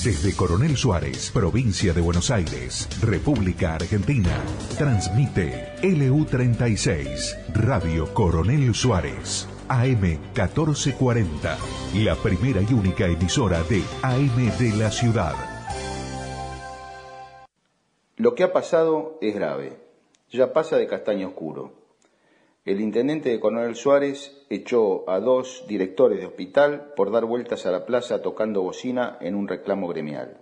Desde Coronel Suárez, provincia de Buenos Aires, República Argentina, transmite LU36, Radio Coronel Suárez, AM 1440, la primera y única emisora de AM de la ciudad. Lo que ha pasado es grave, ya pasa de castaño oscuro. El intendente de Coronel Suárez echó a 2 directores de hospital por dar vueltas a la plaza tocando bocina en un reclamo gremial.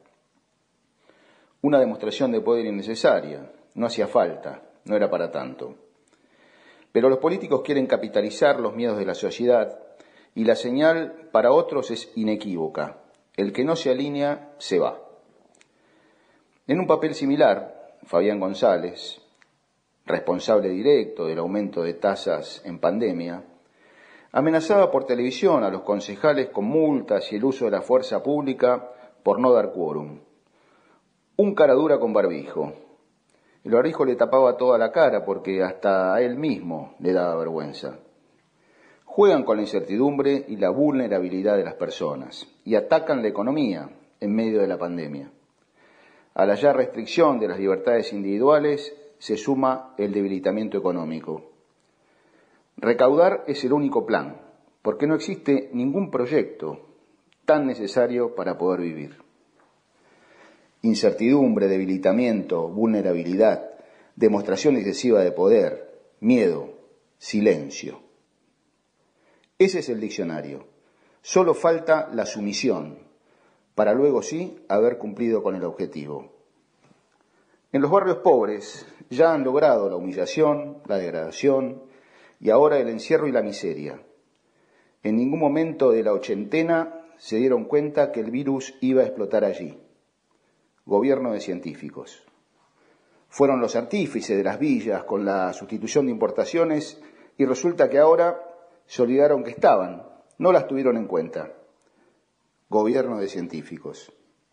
Una demostración de poder innecesaria, no hacía falta, no era para tanto. Pero los políticos quieren capitalizar los miedos de la sociedad y la señal para otros es inequívoca. El que no se alinea, se va. En un papel similar, Fabián González, responsable directo del aumento de tasas en pandemia, amenazaba por televisión a los concejales con multas y el uso de la fuerza pública por no dar quórum. Un cara dura con barbijo. El barbijo le tapaba toda la cara porque hasta a él mismo le daba vergüenza. Juegan con la incertidumbre y la vulnerabilidad de las personas y atacan la economía en medio de la pandemia. A la ya restricción de las libertades individuales se suma el debilitamiento económico. Recaudar es el único plan, porque no existe ningún proyecto tan necesario para poder vivir. Incertidumbre, debilitamiento, vulnerabilidad, demostración excesiva de poder, miedo, silencio. Ese es el diccionario. Solo falta la sumisión, para luego sí haber cumplido con el objetivo. En los barrios pobres ya han logrado la humillación, la degradación y ahora el encierro y la miseria. En ningún momento de la ochentena se dieron cuenta que el virus iba a explotar allí. Gobierno de científicos. Fueron los artífices de las villas con la sustitución de importaciones y resulta que ahora se olvidaron que estaban, no las tuvieron en cuenta. Gobierno de científicos.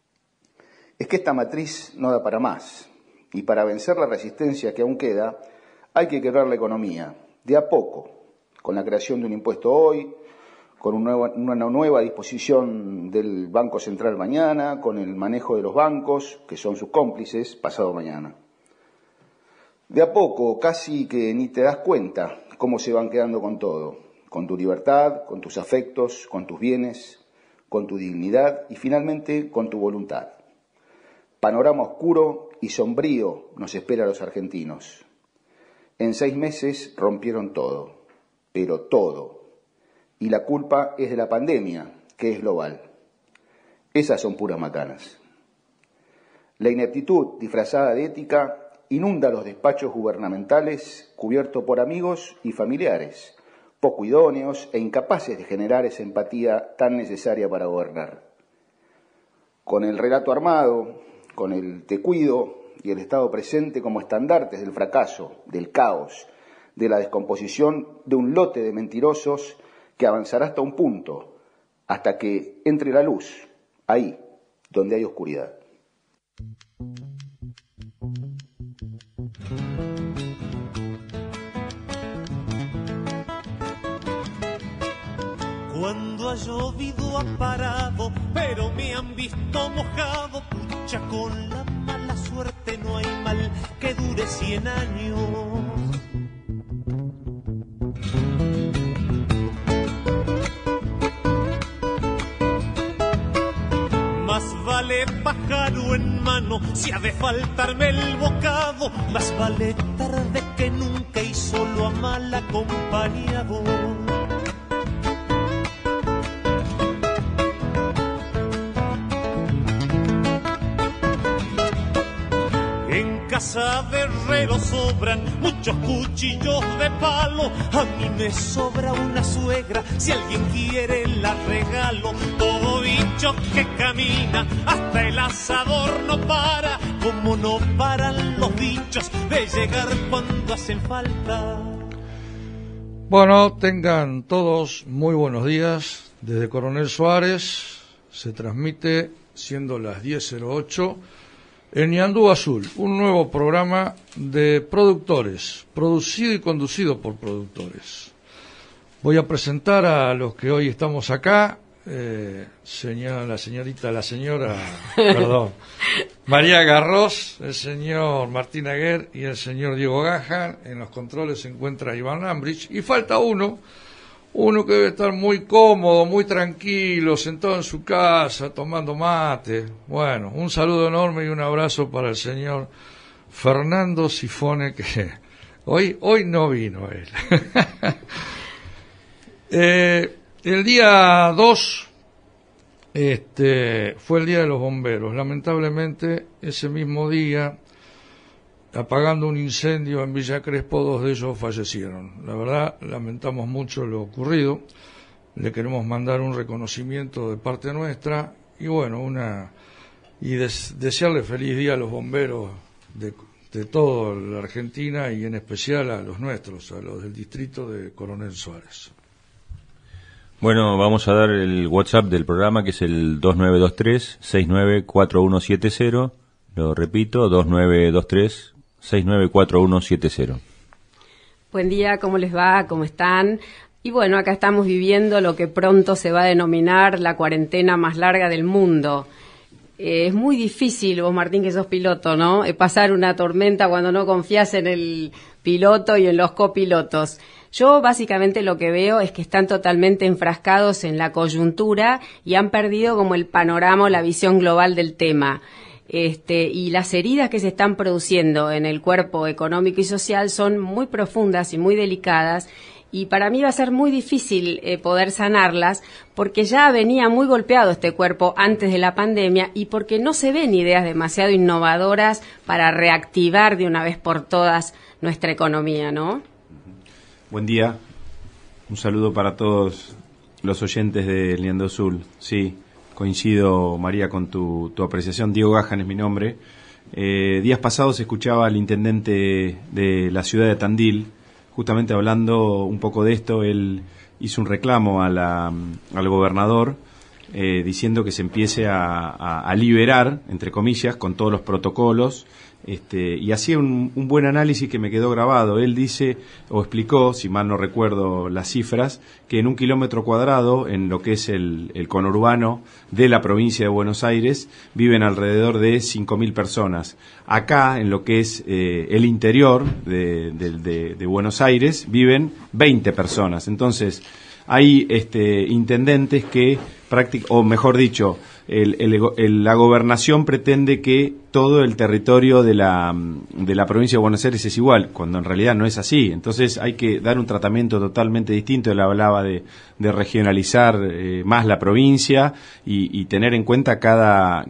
Es que esta matriz no da para más. Y para vencer la resistencia que aún queda, hay que quebrar la economía, de a poco, con la creación de un impuesto hoy, con una nueva disposición del Banco Central mañana, con el manejo de los bancos, que son sus cómplices, pasado mañana. De a poco, casi que ni te das cuenta cómo se van quedando con todo, con tu libertad, con tus afectos, con tus bienes, con tu dignidad y finalmente con tu voluntad. Panorama oscuro y sombrío nos espera a los argentinos. En 6 meses rompieron todo, pero todo. Y la culpa es de la pandemia, que es global. Esas son puras macanas. La ineptitud disfrazada de ética inunda los despachos gubernamentales cubiertos por amigos y familiares, poco idóneos e incapaces de generar esa empatía tan necesaria para gobernar. Con el relato armado, con el te cuido y el Estado presente como estandartes del fracaso, del caos, de la descomposición de un lote de mentirosos que avanzará hasta un punto, hasta que entre la luz, ahí donde hay oscuridad. Cuando ha llovido ha parado, pero me han visto mojado, pucha, con la mala suerte no hay mal que dure 100 años. Más vale pájaro en mano, si ha de faltarme el bocado, más vale tarde que nunca y solo a mal acompañado. En casa de herrero sobran muchos cuchillos de palo. A mí me sobra una suegra, si alguien quiere la regalo. Todo bicho que camina, hasta el asador no para. Como no paran los bichos de llegar cuando hacen falta. Bueno, tengan todos muy buenos días. Desde Coronel Suárez se transmite, siendo las 10:08, en Ñandú Azul, un nuevo programa de productores, producido y conducido por productores. Voy a presentar a los que hoy estamos acá. la señora, perdón, María Garros, el señor Martín Aguer y el señor Diego Gajan. En los controles se encuentra Iván Lambrich y falta uno que debe estar muy cómodo, muy tranquilo, sentado en su casa, tomando mate. Bueno, un saludo enorme y un abrazo para el señor Fernando Sifone, que hoy no vino él. El día 2 fue el Día de los Bomberos. Lamentablemente, ese mismo día, apagando un incendio en Villa Crespo, 2 de ellos fallecieron. La verdad, lamentamos mucho lo ocurrido. Le queremos mandar un reconocimiento de parte nuestra y bueno, desearle feliz día a los bomberos de toda la Argentina y en especial a los nuestros, a los del distrito de Coronel Suárez. Bueno, vamos a dar el WhatsApp del programa, que es el 2923-694170. Lo repito, 2923-694170. Buen día, ¿cómo les va? ¿Cómo están? Y bueno, acá estamos viviendo lo que pronto se va a denominar la cuarentena más larga del mundo. Es muy difícil, vos Martín, que sos piloto, ¿no? Pasar una tormenta cuando no confías en el piloto y en los copilotos. Yo básicamente lo que veo es que están totalmente enfrascados en la coyuntura y han perdido como el panorama o la visión global del tema. Y las heridas que se están produciendo en el cuerpo económico y social son muy profundas y muy delicadas, y para mí va a ser muy difícil poder sanarlas, porque ya venía muy golpeado este cuerpo antes de la pandemia y porque no se ven ideas demasiado innovadoras para reactivar de una vez por todas nuestra economía, ¿no? Buen día, un saludo para todos los oyentes de Liendo Azul. Sí, coincido, María, con tu apreciación. Diego Gajan es mi nombre. Días pasados escuchaba al intendente de la ciudad de Tandil, justamente hablando un poco de esto. Él hizo un reclamo al gobernador diciendo que se empiece a liberar, entre comillas, con todos los protocolos. Y hacía un buen análisis que me quedó grabado. Él dice, o explicó, si mal no recuerdo las cifras, que en 1 kilómetro cuadrado, en lo que es el conurbano de la provincia de Buenos Aires, viven alrededor de 5.000 personas. Acá, en lo que es el interior de Buenos Aires, viven 20 personas. Entonces, hay intendentes que, o mejor dicho, la gobernación pretende que todo el territorio de la provincia de Buenos Aires es igual, cuando en realidad no es así. Entonces hay que dar un tratamiento totalmente distinto. Él hablaba de regionalizar más la provincia y tener en cuenta cada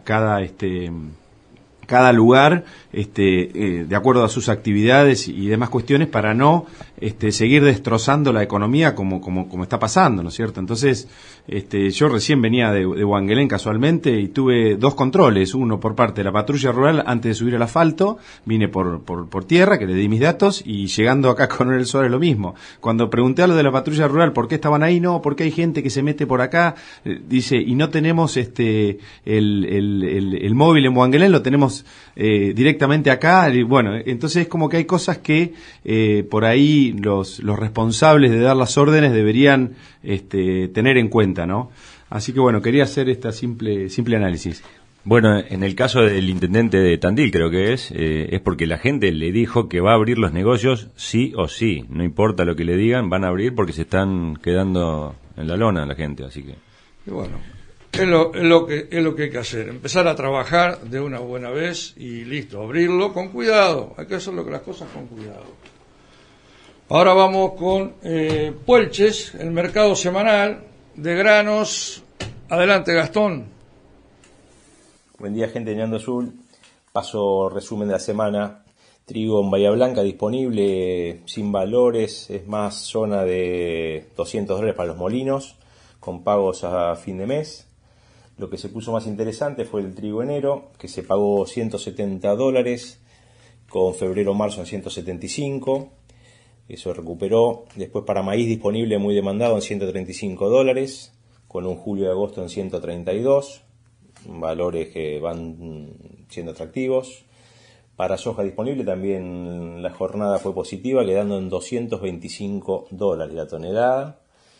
lugar de acuerdo a sus actividades y demás cuestiones, para no seguir destrozando la economía como está pasando, ¿no es cierto? Entonces, yo recién venía de Huanguelén casualmente y tuve 2 controles, uno por parte de la patrulla rural antes de subir al asfalto. Vine por tierra, que le di mis datos, y llegando acá con Coronel Suárez lo mismo. Cuando pregunté a lo de la patrulla rural por qué estaban ahí, no, porque hay gente que se mete por acá, dice, y no tenemos el móvil en Huanguelén, lo tenemos directamente acá. Y bueno, entonces es como que hay cosas que por ahí los responsables de dar las órdenes deberían tener en cuenta, ¿no? Así que bueno, quería hacer esta simple análisis. Bueno, en el caso del intendente de Tandil, creo que es porque la gente le dijo que va a abrir los negocios sí o sí. No importa lo que le digan, van a abrir porque se están quedando en la lona la gente, así que... Y bueno, es lo que hay que hacer, empezar a trabajar de una buena vez y listo, abrirlo con cuidado. Hay que hacer las cosas con cuidado. Ahora vamos con Puelches, el mercado semanal de granos. Adelante, Gastón. Buen día, gente de Liendo Azul. Paso resumen de la semana. Trigo en Bahía Blanca disponible, sin valores, es más zona de $200 para los molinos, con pagos a fin de mes. Lo que se puso más interesante fue el trigo enero, que se pagó $170, con febrero-marzo en 175. Eso recuperó. Después para maíz disponible muy demandado en $135, con un julio y agosto en 132, valores que van siendo atractivos. Para soja disponible también la jornada fue positiva, quedando en $225 la tonelada.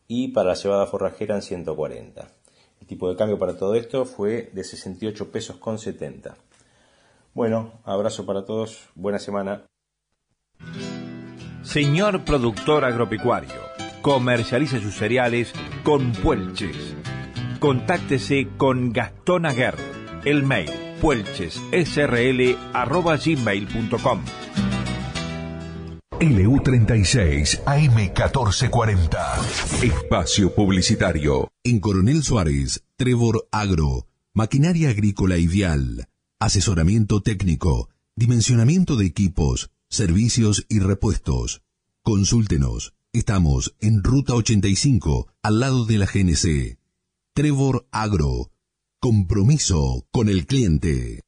y para la cebada forrajera en 140. El tipo de cambio para todo esto fue de 68 pesos con 70. Bueno, abrazo para todos, buena semana. Señor productor agropecuario, comercialice sus cereales con Puelches. Contáctese con Gastón Aguer. El mail puelchessrl@gmail.com. LU36 AM1440. Espacio publicitario. En Coronel Suárez, Trevor Agro, maquinaria agrícola ideal, asesoramiento técnico, dimensionamiento de equipos, servicios y repuestos. Consúltenos. Estamos en Ruta 85, al lado de la GNC. Trevor Agro. Compromiso con el cliente.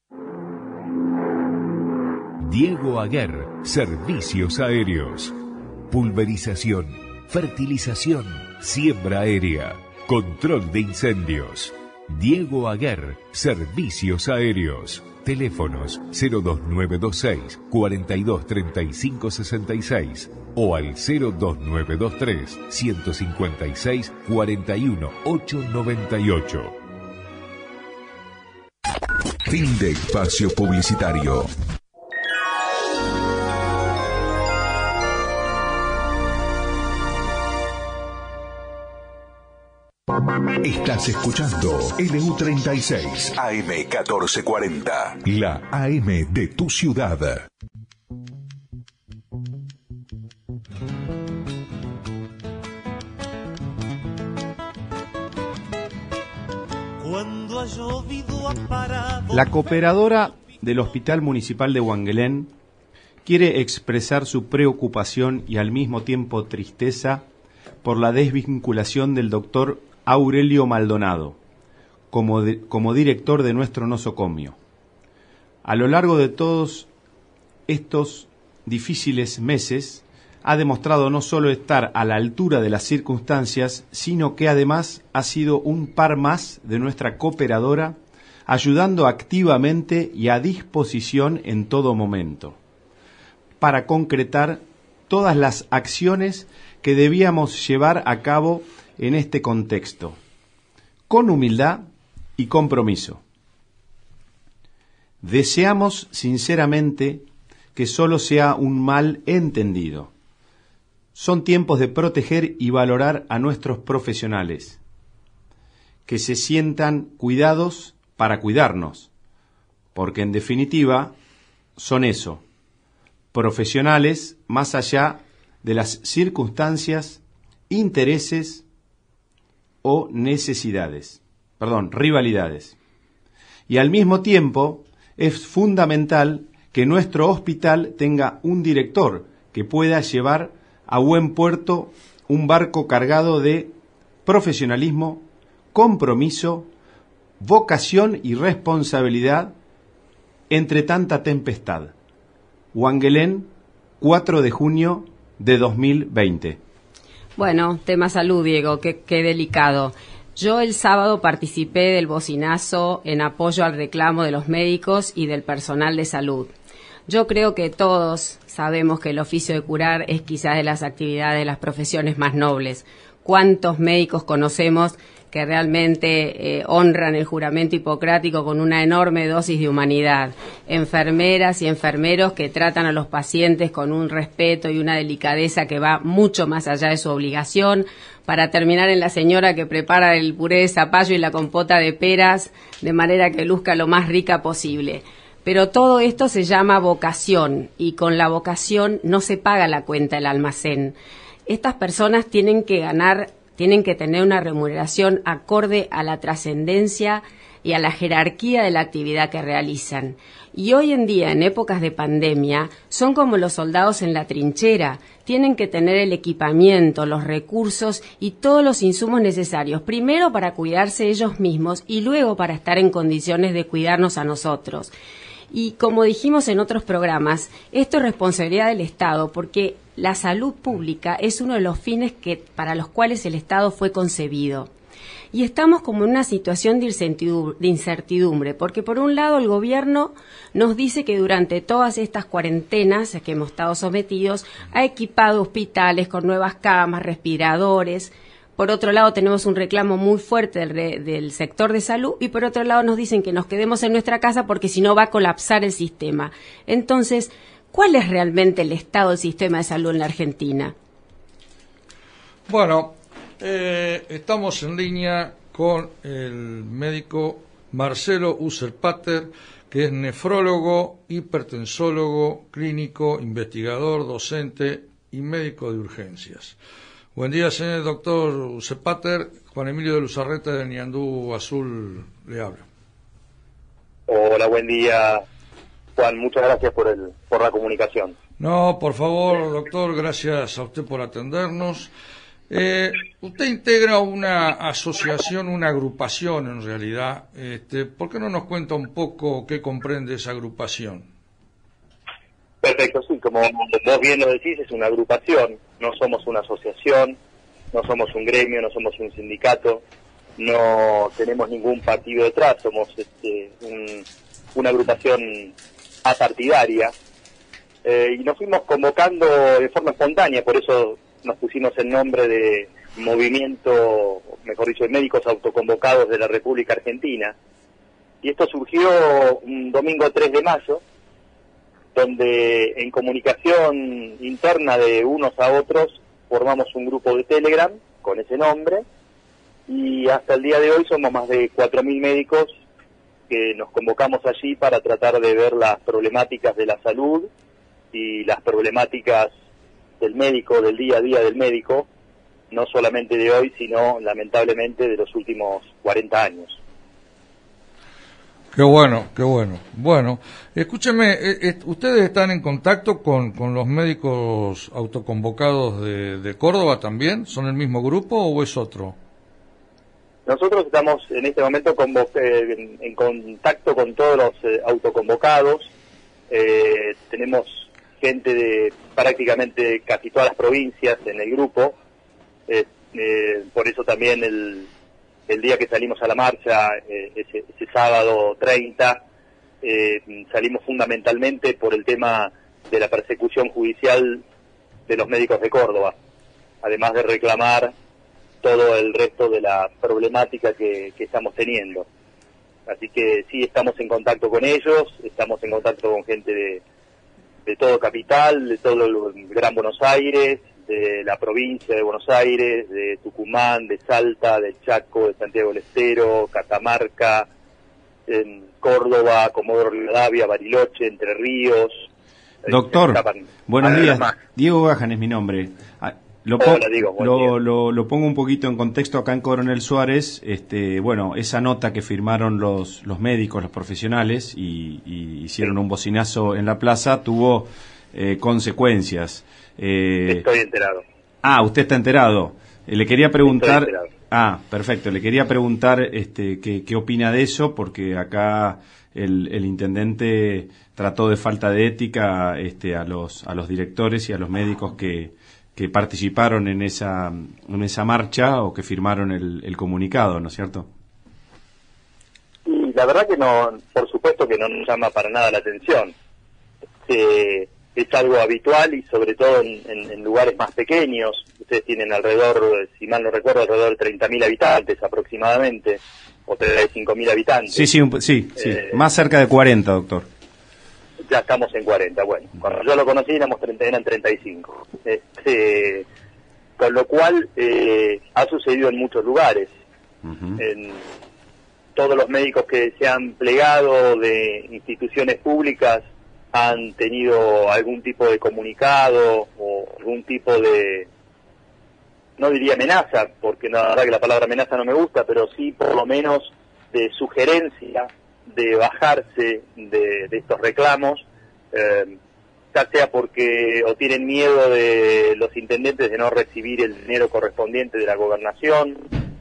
Diego Aguer, Servicios Aéreos. Pulverización, fertilización, siembra aérea, control de incendios. Diego Aguer, Servicios Aéreos. Teléfonos 02926 423566 o al 02923 156 41898. Fin de espacio publicitario. Estás escuchando LU36 AM1440, la AM de tu ciudad. Cuando ha llovido ha parado. La cooperadora del Hospital Municipal de Huanguelén quiere expresar su preocupación y al mismo tiempo tristeza por la desvinculación del doctor Aurelio Maldonado como director de nuestro nosocomio. A lo largo de todos estos difíciles meses ha demostrado no solo estar a la altura de las circunstancias, sino que además ha sido un par más de nuestra cooperadora, ayudando activamente y a disposición en todo momento, para concretar todas las acciones que debíamos llevar a cabo en este contexto, con humildad y compromiso. Deseamos sinceramente que solo sea un mal entendido. Son tiempos de proteger y valorar a nuestros profesionales, que se sientan cuidados para cuidarnos, porque en definitiva son eso, profesionales más allá de las circunstancias, intereses o rivalidades. Y al mismo tiempo es fundamental que nuestro hospital tenga un director que pueda llevar a buen puerto un barco cargado de profesionalismo, compromiso, vocación y responsabilidad entre tanta tempestad. Huanguelén, 4 de junio de 2020. Bueno, tema salud, Diego, qué delicado. Yo el sábado participé del bocinazo en apoyo al reclamo de los médicos y del personal de salud. Yo creo que todos sabemos que el oficio de curar es quizás de las actividades de las profesiones más nobles. ¿Cuántos médicos conocemos que realmente honran el juramento hipocrático con una enorme dosis de humanidad? Enfermeras y enfermeros que tratan a los pacientes con un respeto y una delicadeza que va mucho más allá de su obligación, para terminar en la señora que prepara el puré de zapallo y la compota de peras de manera que luzca lo más rica posible. Pero todo esto se llama vocación, y con la vocación no se paga la cuenta del almacén. Estas personas tienen que tener una remuneración acorde a la trascendencia y a la jerarquía de la actividad que realizan. Y hoy en día, en épocas de pandemia, son como los soldados en la trinchera. Tienen que tener el equipamiento, los recursos y todos los insumos necesarios, primero para cuidarse ellos mismos y luego para estar en condiciones de cuidarnos a nosotros. Y como dijimos en otros programas, esto es responsabilidad del Estado, porque la salud pública es uno de los fines para los cuales el Estado fue concebido. Y estamos como en una situación de incertidumbre, porque por un lado el gobierno nos dice que durante todas estas cuarentenas a que hemos estado sometidos ha equipado hospitales con nuevas camas, respiradores. Por otro lado, tenemos un reclamo muy fuerte del sector de salud y por otro lado nos dicen que nos quedemos en nuestra casa porque si no va a colapsar el sistema. Entonces, ¿cuál es realmente el estado del sistema de salud en la Argentina? Bueno, estamos en línea con el médico Marcelo Userpater, que es nefrólogo, hipertensólogo, clínico, investigador, docente y médico de urgencias. Buen día, señor doctor Userpater. Juan Emilio de Luzarreta de Ñandú Azul le habla. Hola, buen día, Juan. Muchas gracias por la comunicación. No, por favor, doctor, gracias a usted por atendernos. Usted integra una asociación, una agrupación en realidad. ¿Por qué no nos cuenta un poco qué comprende esa agrupación? Perfecto, sí, como vos bien lo decís, es una agrupación, no somos una asociación, no somos un gremio, no somos un sindicato, no tenemos ningún partido detrás, somos una agrupación apartidaria y nos fuimos convocando de forma espontánea, por eso nos pusimos el nombre de Movimiento, mejor dicho, de Médicos Autoconvocados de la República Argentina. Y esto surgió un domingo 3 de mayo, donde en comunicación interna de unos a otros formamos un grupo de Telegram con ese nombre y hasta el día de hoy somos más de 4.000 médicos que nos convocamos allí para tratar de ver las problemáticas de la salud y las problemáticas del médico, del día a día del médico, no solamente de hoy, sino lamentablemente de los últimos 40 años. Qué bueno, qué bueno. Bueno, escúcheme, ¿ustedes están en contacto con los médicos autoconvocados de Córdoba también? ¿Son el mismo grupo o es otro? Nosotros estamos en este momento en contacto con todos los autoconvocados. Tenemos gente de prácticamente casi todas las provincias en el grupo. Por eso también el día que salimos a la marcha, ese sábado 30, salimos fundamentalmente por el tema de la persecución judicial de los médicos de Córdoba, además de reclamar todo el resto de la problemática que estamos teniendo. Así que sí, estamos en contacto con ellos, estamos en contacto con gente de todo Capital, de todo el Gran Buenos Aires, de la provincia de Buenos Aires, de Tucumán, de Salta, del Chaco, de Santiago del Estero, Catamarca, en Córdoba, Comodoro Rivadavia, Bariloche, Entre Ríos. Doctor, buenos días. Diego Gajan es mi nombre. Hola, Diego, lo pongo un poquito en contexto acá en Coronel Suárez. Bueno, esa nota que firmaron los médicos, los profesionales, y hicieron un bocinazo en la plaza, tuvo consecuencias. Estoy enterado. Ah, usted está enterado. Le quería preguntar. Ah, perfecto. Le quería preguntar qué opina de eso, porque acá el intendente trató de falta de ética a los directores y a los médicos que participaron en esa marcha o que firmaron el comunicado, ¿no es cierto? Y la verdad que no, por supuesto que no nos llama para nada la atención. Es algo habitual y sobre todo en lugares más pequeños. Ustedes tienen alrededor, si mal no recuerdo, alrededor de 30.000 habitantes aproximadamente, o 35.000 habitantes. Sí, más cerca de 40, doctor. Ya estamos en 40, bueno. Cuando yo lo conocí eran 35. Con lo cual ha sucedido en muchos lugares. En todos los médicos que se han plegado de instituciones públicas han tenido algún tipo de comunicado o algún tipo de, no diría amenaza, porque la verdad que la palabra amenaza no me gusta, pero sí por lo menos de sugerencia de bajarse de estos reclamos, ya sea porque o tienen miedo de los intendentes de no recibir el dinero correspondiente de la gobernación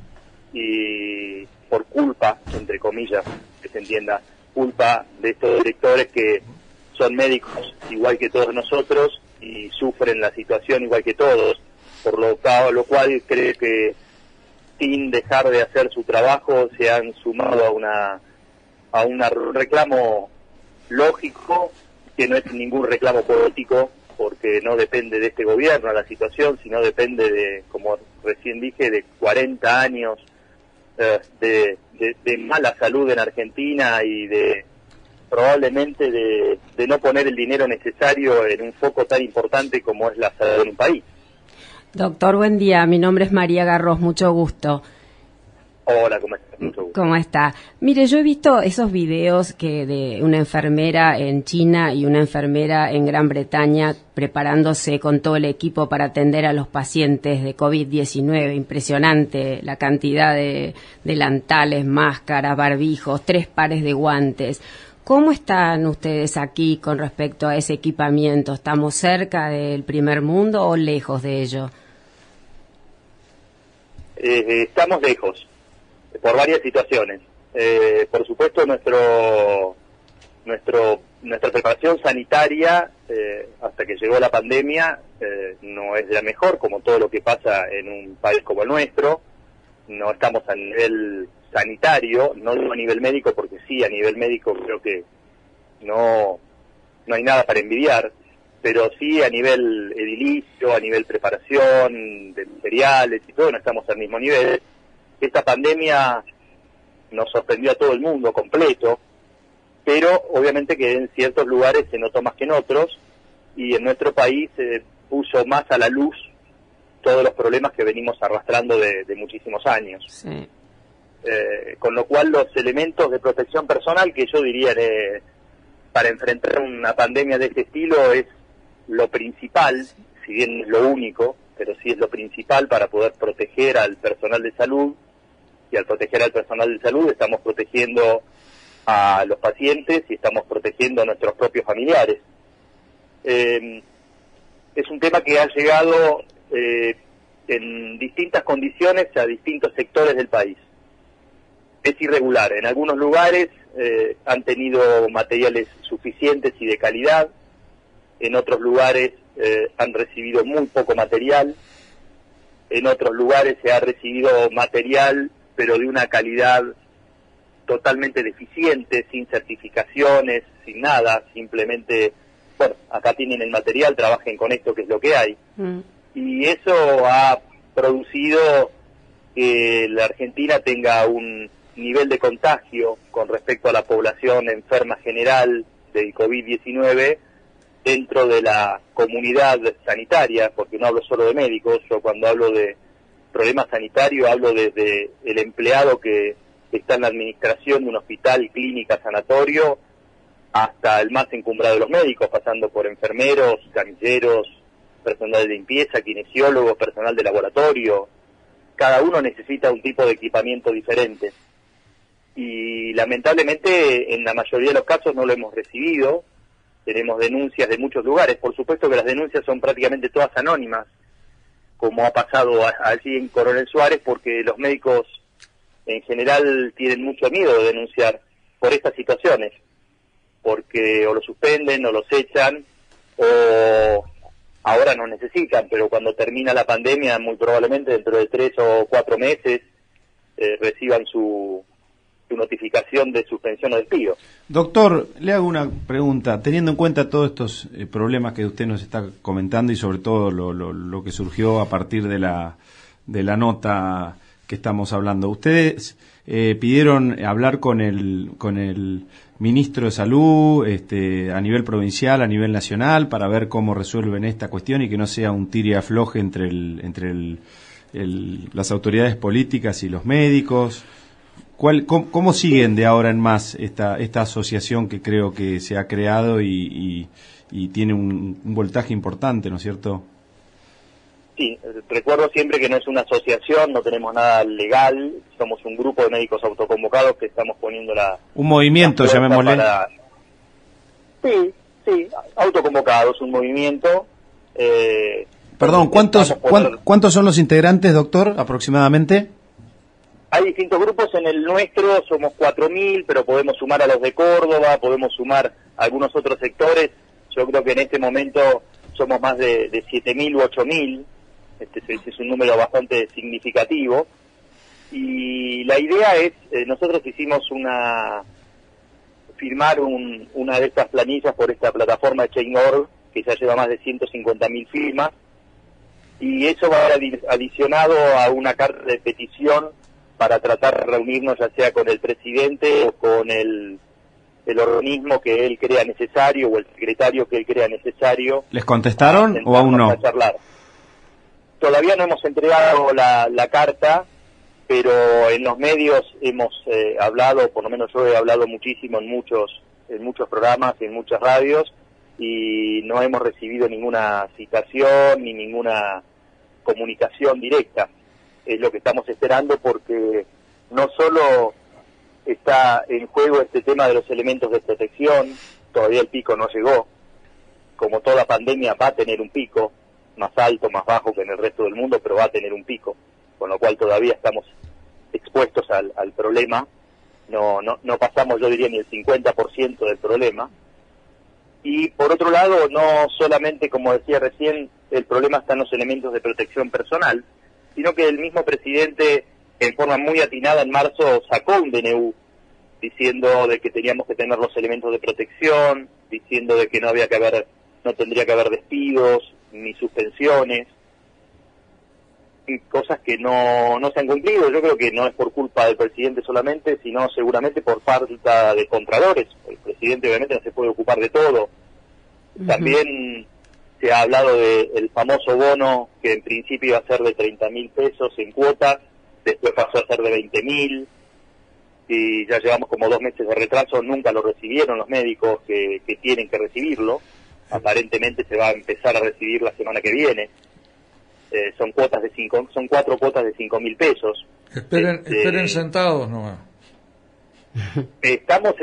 y por culpa, entre comillas, que se entienda, culpa de estos directores que son médicos igual que todos nosotros y sufren la situación igual que todos, por lo cual creo que sin dejar de hacer su trabajo se han sumado a un reclamo lógico, que no es ningún reclamo político, porque no depende de este gobierno la situación, sino depende de, como recién dije, de 40 años de mala salud en Argentina y de probablemente de no poner el dinero necesario en un foco tan importante como es la salud en un país. Doctor, buen día. Mi nombre es María Garros, mucho gusto. Hola, ¿cómo estás? Mucho gusto. ¿Cómo está? Mire, yo he visto esos videos que de una enfermera en China y una enfermera en Gran Bretaña preparándose con todo el equipo para atender a los pacientes de COVID-19. Impresionante la cantidad de delantales, máscaras, barbijos, 3 pares de guantes. ¿Cómo están ustedes aquí con respecto a ese equipamiento? ¿Estamos cerca del primer mundo o lejos de ello? Estamos lejos, por varias situaciones. Por supuesto, nuestra preparación sanitaria, hasta que llegó la pandemia, no es la mejor, como todo lo que pasa en un país como el nuestro. No estamos a nivel sanitario, no digo a nivel médico, porque sí, a nivel médico creo que no hay nada para envidiar, pero sí a nivel edilicio, a nivel preparación de materiales y todo, no estamos al mismo nivel. Esta pandemia nos sorprendió a todo el mundo completo, pero obviamente que en ciertos lugares se notó más que en otros, y en nuestro país puso más a la luz todos los problemas que venimos arrastrando de muchísimos años. Sí. Con lo cual los elementos de protección personal que yo diría para enfrentar una pandemia de este estilo es lo principal, si bien es lo único, pero sí es lo principal para poder proteger al personal de salud, y al proteger al personal de salud estamos protegiendo a los pacientes y estamos protegiendo a nuestros propios familiares. Es un tema que ha llegado en distintas condiciones a distintos sectores del país. Es irregular. En algunos lugares han tenido materiales suficientes y de calidad. En otros lugares han recibido muy poco material. En otros lugares se ha recibido material, pero de una calidad totalmente deficiente, sin certificaciones, sin nada. Simplemente, bueno, acá tienen el material, trabajen con esto, que es lo que hay. Y eso ha producido que la Argentina tenga un nivel de contagio con respecto a la población enferma general del COVID-19 dentro de la comunidad sanitaria, porque no hablo solo de médicos. Yo cuando hablo de problemas sanitarios hablo desde el empleado que está en la administración de un hospital, clínica, sanatorio, hasta el más encumbrado de los médicos, pasando por enfermeros, camilleros, personal de limpieza, kinesiólogos, personal de laboratorio. Cada uno necesita un tipo de equipamiento diferente. Y lamentablemente en la mayoría de los casos no lo hemos recibido. Tenemos denuncias de muchos lugares. Por supuesto que las denuncias son prácticamente todas anónimas, como ha pasado allí en Coronel Suárez, porque los médicos en general tienen mucho miedo de denunciar por estas situaciones, porque o lo suspenden o los echan, o ahora no necesitan, pero cuando termina la pandemia, muy probablemente dentro de 3 o 4 meses, reciban su notificación de suspensión o despido. Doctor, le hago una pregunta. Teniendo en cuenta todos estos problemas que usted nos está comentando y sobre todo lo que surgió a partir de la nota que estamos hablando, ustedes pidieron hablar con el ministro de Salud a nivel provincial, a nivel nacional, para ver cómo resuelven esta cuestión y que no sea un tire y afloje entre las autoridades políticas y los médicos. ¿Cómo siguen de ahora en más esta asociación que creo que se ha creado y tiene un voltaje importante, ¿no es cierto? Sí, recuerdo siempre que no es una asociación, no tenemos nada legal, somos un grupo de médicos autoconvocados que estamos poniendo un movimiento, llamémosle. Sí, autoconvocados, un movimiento. Perdón, ¿cuántos son los integrantes, doctor, aproximadamente? Hay distintos grupos. En el nuestro somos 4.000, pero podemos sumar a los de Córdoba, podemos sumar a algunos otros sectores. Yo creo que en este momento somos más de 7.000 u 8.000. Este es un número bastante significativo. Y la idea es, nosotros hicimos firmar una de estas planillas por esta plataforma de Change.org, que ya lleva más de 150.000 firmas, y eso va adicionado a una carta de petición para tratar de reunirnos ya sea con el presidente o con el organismo que él crea necesario o el secretario que él crea necesario. ¿Les contestaron o aún no? A charlar. Todavía no hemos entregado la carta, pero en los medios hemos hablado, por lo menos yo he hablado muchísimo en muchos programas, en muchas radios, y no hemos recibido ninguna citación ni ninguna comunicación directa. Es lo que estamos esperando, porque no solo está en juego este tema de los elementos de protección, todavía el pico no llegó, como toda pandemia va a tener un pico, más alto, más bajo que en el resto del mundo, pero va a tener un pico, con lo cual todavía estamos expuestos al problema, no pasamos, yo diría, ni el 50% del problema. Y por otro lado, no solamente, como decía recién, el problema está en los elementos de protección personal, sino que el mismo presidente, en forma muy atinada, en marzo sacó un DNU diciendo de que teníamos que tener los elementos de protección, diciendo de que no tendría que haber despidos ni suspensiones, y cosas que no se han cumplido. Yo creo que no es por culpa del presidente solamente, sino seguramente por falta de contralores. El presidente obviamente no se puede ocupar de todo. También se ha hablado del famoso bono, que en principio iba a ser de 30.000 pesos en cuotas, después pasó a ser de 20.000, y ya llevamos como 2 meses de retraso. Nunca lo recibieron los médicos que tienen que recibirlo. Aparentemente se va a empezar a recibir la semana que viene. Son 4 cuotas de 5.000 pesos. Esperen sentados nomás. Estamos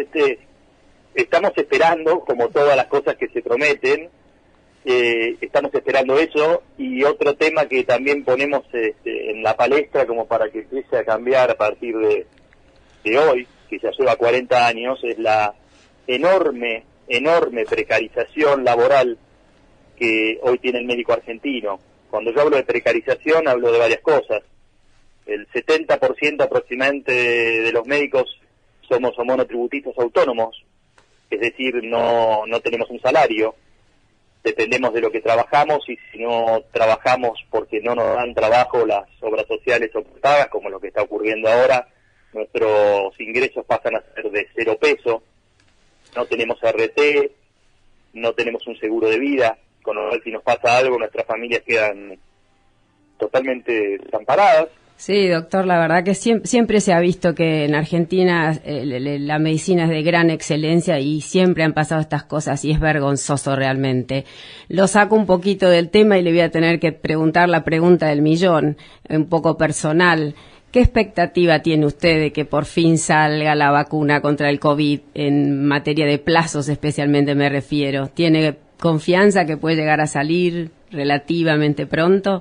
esperando, como todas las cosas que se prometen, estamos esperando eso. Y otro tema que también ponemos en la palestra como para que empiece a cambiar a partir de hoy, que ya lleva 40 años, es la enorme precarización laboral que hoy tiene el médico argentino. Cuando yo hablo de precarización, hablo de varias cosas. El 70% aproximadamente de los médicos somos monotributistas autónomos, es decir, no tenemos un salario, dependemos de lo que trabajamos, y si no trabajamos porque no nos dan trabajo las obras sociales o pagas, como lo que está ocurriendo ahora, nuestros ingresos pasan a ser de 0 pesos, no tenemos RT, no tenemos un seguro de vida, con lo cual si nos pasa algo nuestras familias quedan totalmente desamparadas. Sí, doctor, la verdad que siempre se ha visto que en Argentina la medicina es de gran excelencia y siempre han pasado estas cosas y es vergonzoso realmente. Lo saco un poquito del tema y le voy a tener que preguntar la pregunta del millón, un poco personal. ¿Qué expectativa tiene usted de que por fin salga la vacuna contra el COVID, en materia de plazos especialmente me refiero? ¿Tiene confianza que puede llegar a salir relativamente pronto?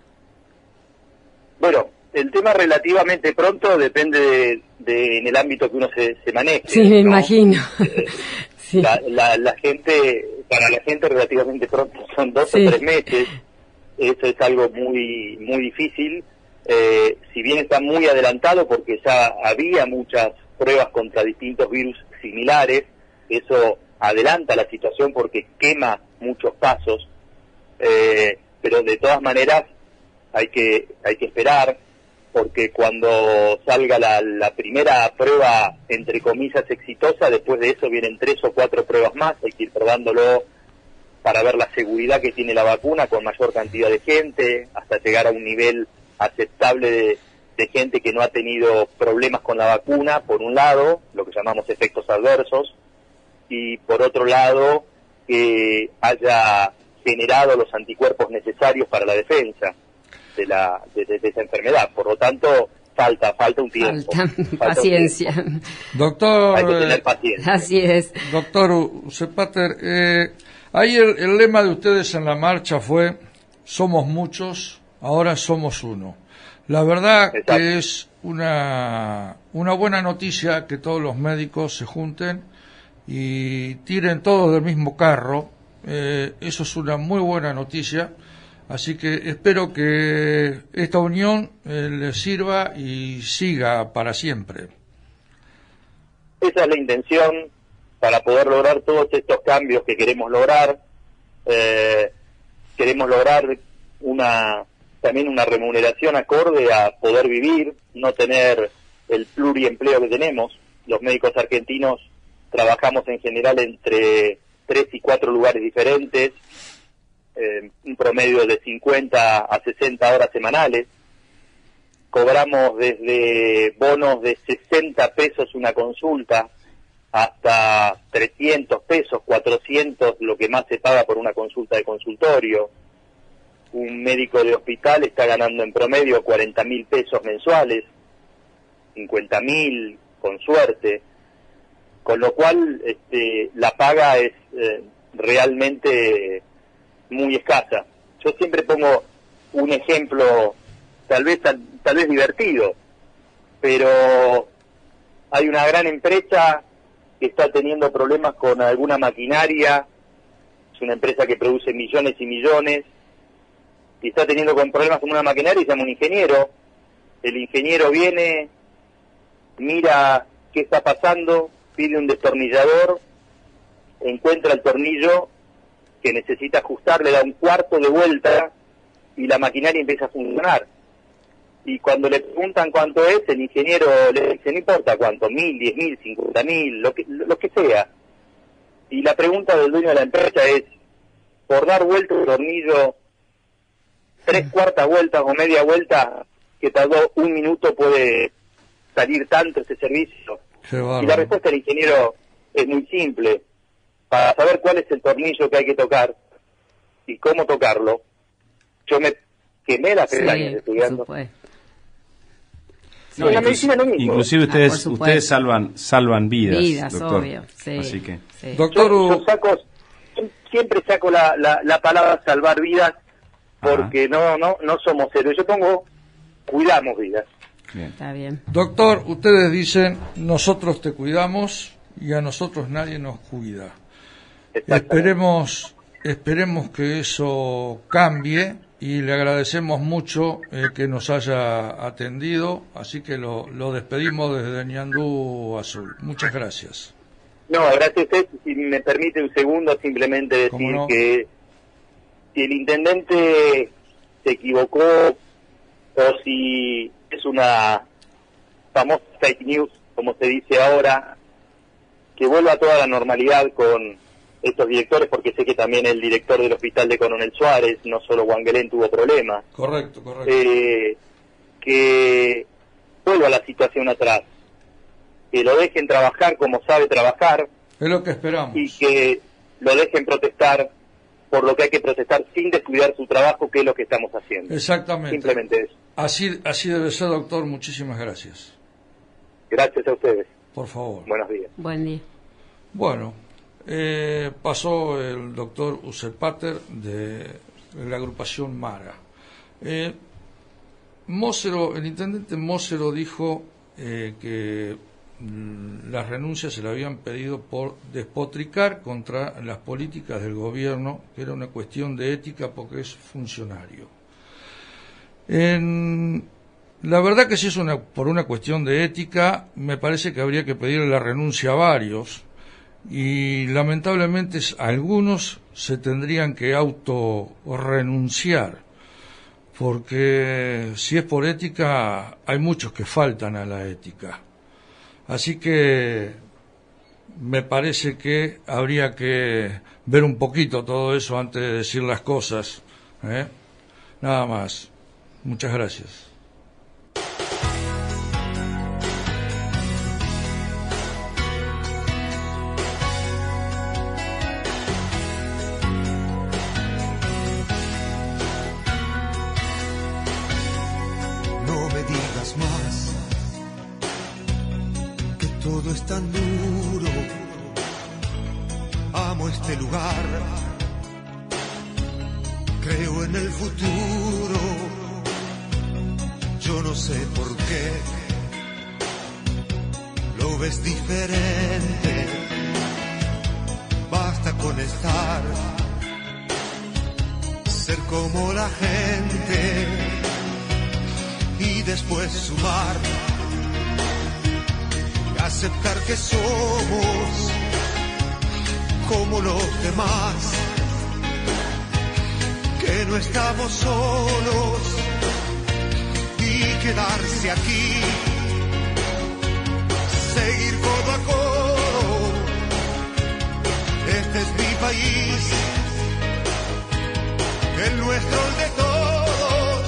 Bueno, el tema relativamente pronto depende en el ámbito que uno se maneje. Sí, me imagino. Sí. La gente, para la gente relativamente pronto son 2 o 3 meses. Eso es algo muy difícil. Si bien está muy adelantado porque ya había muchas pruebas contra distintos virus similares, eso adelanta la situación porque quema muchos casos, pero de todas maneras hay que esperar, porque cuando salga la primera prueba entre comillas exitosa, después de eso vienen 3 o 4 pruebas más, hay que ir probándolo para ver la seguridad que tiene la vacuna con mayor cantidad de gente, hasta llegar a un nivel aceptable de gente que no ha tenido problemas con la vacuna, por un lado, lo que llamamos efectos adversos, y por otro lado, que haya generado los anticuerpos necesarios para la defensa de esa enfermedad. Por lo tanto, falta un tiempo. Paciencia. Un tiempo. Doctor, hay que tener paciencia. Así es. Doctor Usepater, ahí el lema de ustedes en la marcha fue: somos muchos, ahora somos uno. La verdad Exacto. que es una buena noticia que todos los médicos se junten y tiren todos del mismo carro. Eso es una muy buena noticia. Así que espero que esta unión les sirva y siga para siempre. Esa es la intención para poder lograr todos estos cambios que queremos lograr. Queremos lograr también una remuneración acorde a poder vivir, no tener el pluriempleo que tenemos. Los médicos argentinos trabajamos en general entre 3 y 4 lugares diferentes, un promedio de 50 a 60 horas semanales. Cobramos desde bonos de 60 pesos una consulta hasta 300 pesos, 400, lo que más se paga por una consulta de consultorio. Un médico de hospital está ganando en promedio 40.000 pesos mensuales, 50.000 con suerte, con lo cual la paga es realmente muy escasa. Yo siempre pongo un ejemplo, tal vez divertido, pero hay una gran empresa que está teniendo problemas con alguna maquinaria, es una empresa que produce millones y millones, y está teniendo problemas con una maquinaria y llama un ingeniero. El ingeniero viene, mira qué está pasando, pide un destornillador, encuentra el tornillo que necesita ajustar, le da un cuarto de vuelta y la maquinaria empieza a funcionar. Y cuando le preguntan cuánto es, el ingeniero le dice, no importa cuánto, 1.000, 10.000, 50.000, lo que sea. Y la pregunta del dueño de la empresa es, por dar vuelta el tornillo 3/4 vueltas o media vuelta, que tardó 1 minuto, puede salir tanto ese servicio. Y la respuesta del ingeniero es muy simple. Para saber cuál es el tornillo que hay que tocar y cómo tocarlo, yo me quemé las pestañas estudiando. No, la medicina es lo mismo. Inclusive ustedes salvan vidas, doctor. Obvio, sí. Así que doctor, yo siempre saco la palabra salvar vidas, porque no somos héroes. Yo pongo cuidamos vidas. Bien. Está bien. Doctor, ustedes dicen, nosotros te cuidamos y a nosotros nadie nos cuida. Esperemos que eso cambie y le agradecemos mucho que nos haya atendido, así que lo despedimos desde Ñandú Azul. Muchas gracias. No, gracias a usted. Si me permite un segundo, simplemente decir que si el intendente se equivocó o si es una famosa fake news, como se dice ahora, que vuelva a toda la normalidad con estos directores, porque sé que también el director del hospital de Coronel Suárez, no solo Wangelén, tuvo problemas. Correcto. Que vuelva la situación atrás, que lo dejen trabajar como sabe trabajar. Es lo que esperamos. Y que lo dejen protestar por lo que hay que protestar sin descuidar su trabajo, que es lo que estamos haciendo. Exactamente. Simplemente eso. Así debe ser, doctor. Muchísimas gracias. Gracias a ustedes. Por favor. Buenos días. Buen día. Bueno, pasó el doctor Uselpater de la agrupación Mara. El intendente Mócero dijo que las renuncias se le habían pedido por despotricar contra las políticas del gobierno, que era una cuestión de ética porque es funcionario. La verdad que si es por una cuestión de ética, me parece que habría que pedirle la renuncia a varios, y lamentablemente algunos se tendrían que autorrenunciar, porque si es por ética, hay muchos que faltan a la ética. Así que me parece que habría que ver un poquito todo eso antes de decir las cosas. Nada más. Muchas gracias. No me digas más que todo es tan duro. Amo este lugar, creo en el futuro. Yo no sé por qué lo ves diferente. Basta con estar, ser como la gente y después sumar y aceptar que somos como los demás, que que no estamos solos y quedarse aquí, seguir codo a codo. Este es mi país, el nuestro, el de todos.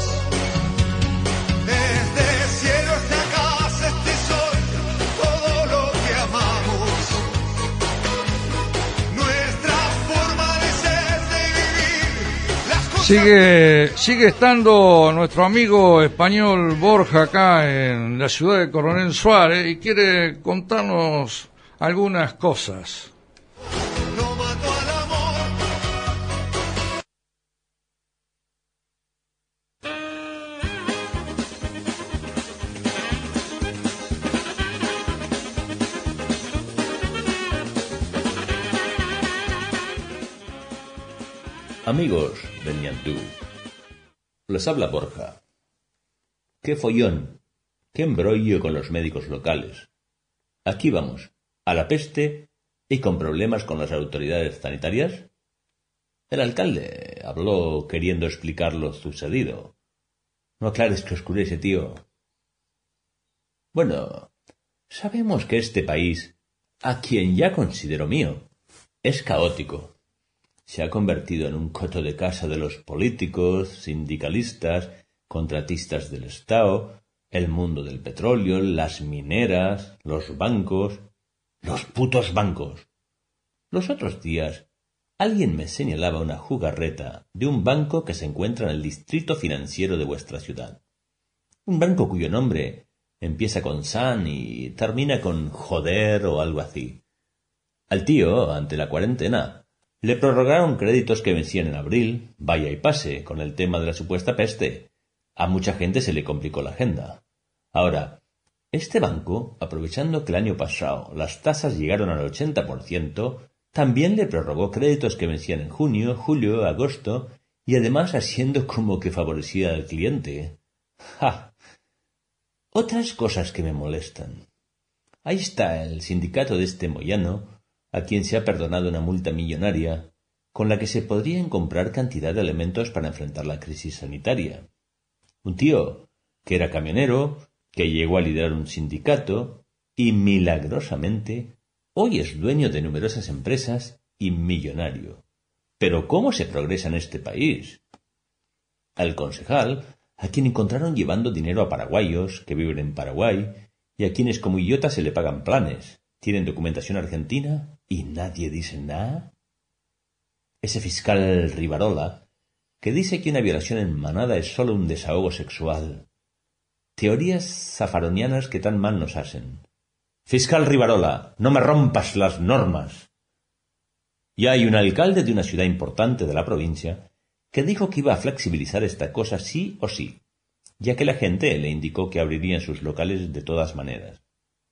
Este cielo, esta casa, este sol, todo lo que amamos. Nuestra forma de ser, de vivir, las cosas. Sigue estando nuestro amigo español Borja acá en la ciudad de Coronel Suárez y quiere contarnos algunas cosas. Amigos del Ñandú, les habla Borja. Qué follón, qué embrollo con los médicos locales. Aquí vamos, a la peste y con problemas con las autoridades sanitarias. El alcalde habló queriendo explicar lo sucedido. No aclares que oscurece, tío. Bueno, sabemos que este país, a quien ya considero mío, es caótico. Se ha convertido en un coto de caza de los políticos, sindicalistas, contratistas del Estado, el mundo del petróleo, las mineras, los bancos, los putos bancos. Los otros días, alguien me señalaba una jugarreta de un banco que se encuentra en el distrito financiero de vuestra ciudad. Un banco cuyo nombre empieza con San y termina con joder o algo así. Al tío, ante la cuarentena, le prorrogaron créditos que vencían en abril, vaya y pase, con el tema de la supuesta peste. A mucha gente se le complicó la agenda. Ahora, este banco, aprovechando que el año pasado las tasas llegaron al 80%, también le prorrogó créditos que vencían en junio, julio, agosto, y además haciendo como que favorecía al cliente. ¡Ja! Otras cosas que me molestan. Ahí está el sindicato de este Moyano, a quien se ha perdonado una multa millonaria, con la que se podrían comprar cantidad de elementos para enfrentar la crisis sanitaria. Un tío que era camionero, que llegó a liderar un sindicato y, milagrosamente, hoy es dueño de numerosas empresas y millonario. Pero ¿cómo se progresa en este país? Al concejal, a quien encontraron llevando dinero a paraguayos que viven en Paraguay y a quienes como idiota se le pagan planes, tienen documentación argentina y nadie dice nada. Ese fiscal Rivarola, que dice que una violación en manada es solo un desahogo sexual. Teorías zafaronianas que tan mal nos hacen. Fiscal Rivarola, no me rompas las normas. Y hay un alcalde de una ciudad importante de la provincia que dijo que iba a flexibilizar esta cosa sí o sí, ya que la gente le indicó que abrirían sus locales de todas maneras.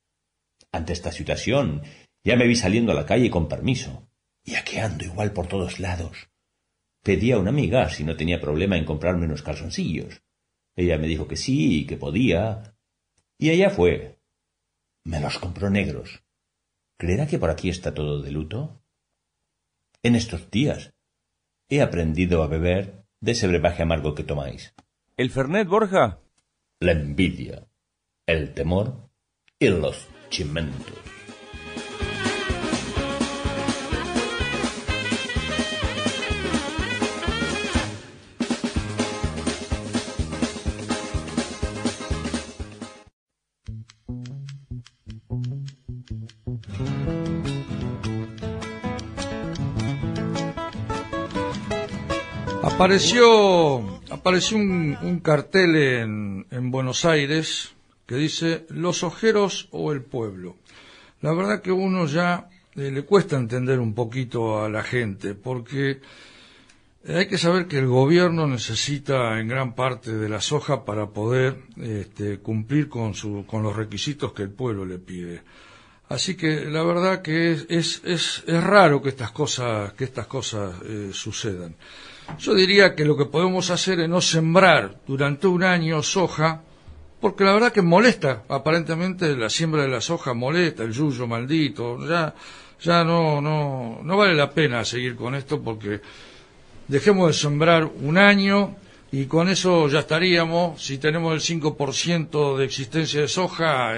Ante esta situación, ya me vi saliendo a la calle con permiso, y aquí ando igual por todos lados. Pedí a una amiga si no tenía problema en comprarme unos calzoncillos. Ella me dijo que sí, que podía, y allá fue. Me los compró negros. ¿Creerá que por aquí está todo de luto? En estos días he aprendido a beber de ese brebaje amargo que tomáis. ¿El Fernet, Borja? La envidia, el temor y los chimentos. Apareció un cartel en Buenos Aires que dice los ojeros o el pueblo. La verdad que uno ya le cuesta entender un poquito a la gente, porque hay que saber que el gobierno necesita en gran parte de la soja para poder cumplir con los requisitos que el pueblo le pide. Así que la verdad que es raro que estas cosas sucedan. Yo diría que lo que podemos hacer es no sembrar durante un año soja, porque la verdad que molesta, aparentemente la siembra de la soja molesta, el yuyo maldito, ya no vale la pena seguir con esto porque dejemos de sembrar un año y con eso ya estaríamos. Si tenemos el 5% de existencia de soja,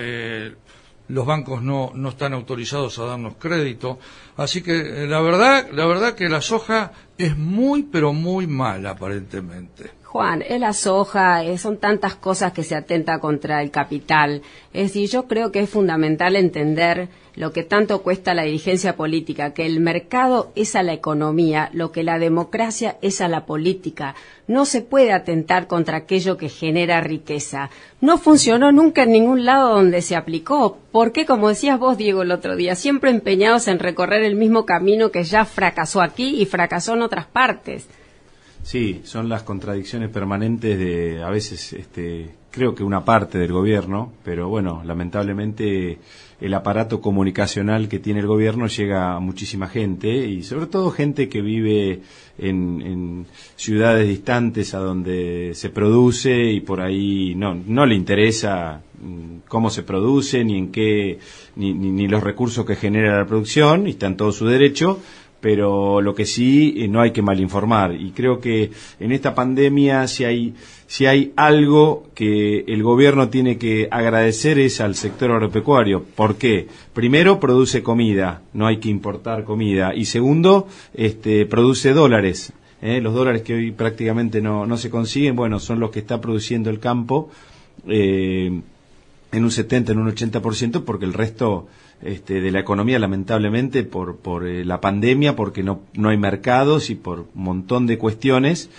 los bancos no están autorizados a darnos crédito. Así que la verdad que la soja es muy, pero muy mala aparentemente. Juan, es la soja, son tantas cosas que se atenta contra el capital. Es decir, yo creo que es fundamental entender lo que tanto cuesta la dirigencia política, que el mercado es a la economía, lo que la democracia es a la política. No se puede atentar contra aquello que genera riqueza. No funcionó nunca en ningún lado donde se aplicó. ¿Por qué, como decías vos, Diego, el otro día, siempre empeñados en recorrer el mismo camino que ya fracasó aquí y fracasó en otras partes? Sí, son las contradicciones permanentes de, a veces, creo que una parte del gobierno, pero bueno, lamentablemente el aparato comunicacional que tiene el gobierno llega a muchísima gente, y sobre todo gente que vive en ciudades distantes a donde se produce, y por ahí no le interesa cómo se produce, ni en qué, ni los recursos que genera la producción, y está en todo su derecho. Pero lo que sí, no hay que malinformar, y creo que en esta pandemia si hay algo que el gobierno tiene que agradecer es al sector agropecuario. ¿Por qué? Primero, produce comida, no hay que importar comida, y segundo, produce dólares. Los dólares que hoy prácticamente no se consiguen, bueno, son los que está produciendo el campo, en un 70, en un 80%, porque el resto de la economía, lamentablemente, por la pandemia, porque no hay mercados y por un montón de cuestiones,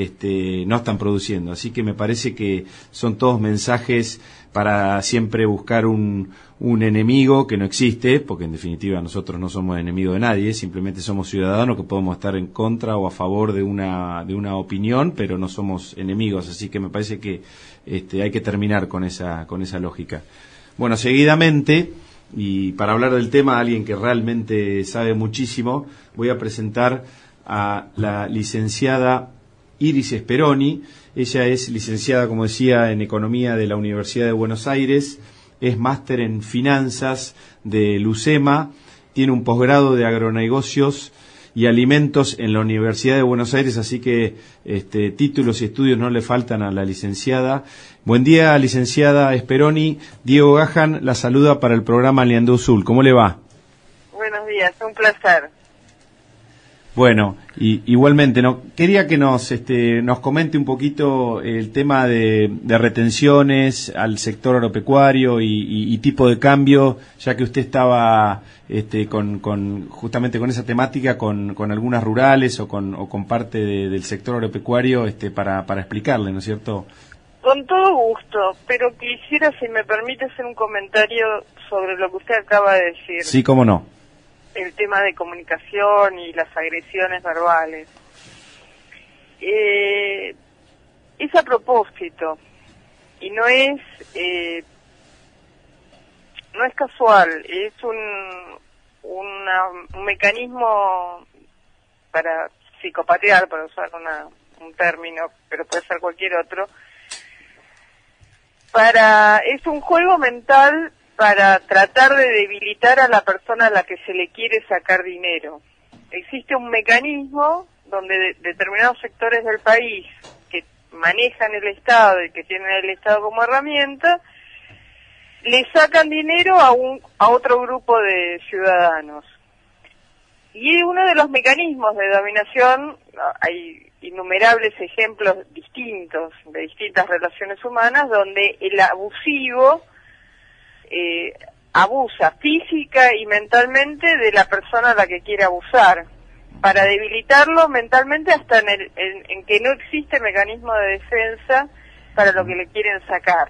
no están produciendo. Así que me parece que son todos mensajes para siempre buscar un enemigo que no existe, porque en definitiva nosotros no somos enemigos de nadie, simplemente somos ciudadanos que podemos estar en contra o a favor de una opinión, pero no somos enemigos. Así que me parece que hay que terminar con esa lógica. Bueno, seguidamente, y para hablar del tema, alguien que realmente sabe muchísimo, voy a presentar a la licenciada Iris Speroni. Ella es licenciada, como decía, en Economía de la Universidad de Buenos Aires, es máster en Finanzas de LUCEMA, tiene un posgrado de Agronegocios y Alimentos en la Universidad de Buenos Aires, así que títulos y estudios no le faltan a la licenciada. Buen día, licenciada Speroni. Diego Gajan la saluda para el programa Liandú Sul. ¿Cómo le va? Buenos días, un placer. Bueno, y igualmente, quería que nos comente un poquito el tema de retenciones al sector agropecuario y tipo de cambio, ya que usted estaba justamente con esa temática, con algunas rurales o con parte del sector agropecuario, para explicarle, ¿no es cierto? Con todo gusto, pero quisiera, si me permite, hacer un comentario sobre lo que usted acaba de decir. Sí, cómo no. El tema de comunicación y las agresiones verbales. Es a propósito, y no es casual, es un mecanismo para psicopatear, para usar un término, pero puede ser cualquier otro. Es un juego mental para tratar de debilitar a la persona a la que se le quiere sacar dinero. Existe un mecanismo donde determinados sectores del país que manejan el Estado y que tienen el Estado como herramienta, le sacan dinero a otro grupo de ciudadanos. Y uno de los mecanismos de dominación, hay innumerables ejemplos distintos de distintas relaciones humanas, donde el abusivo abusa física y mentalmente de la persona a la que quiere abusar, para debilitarlo mentalmente hasta en que no existe mecanismo de defensa para lo que le quieren sacar.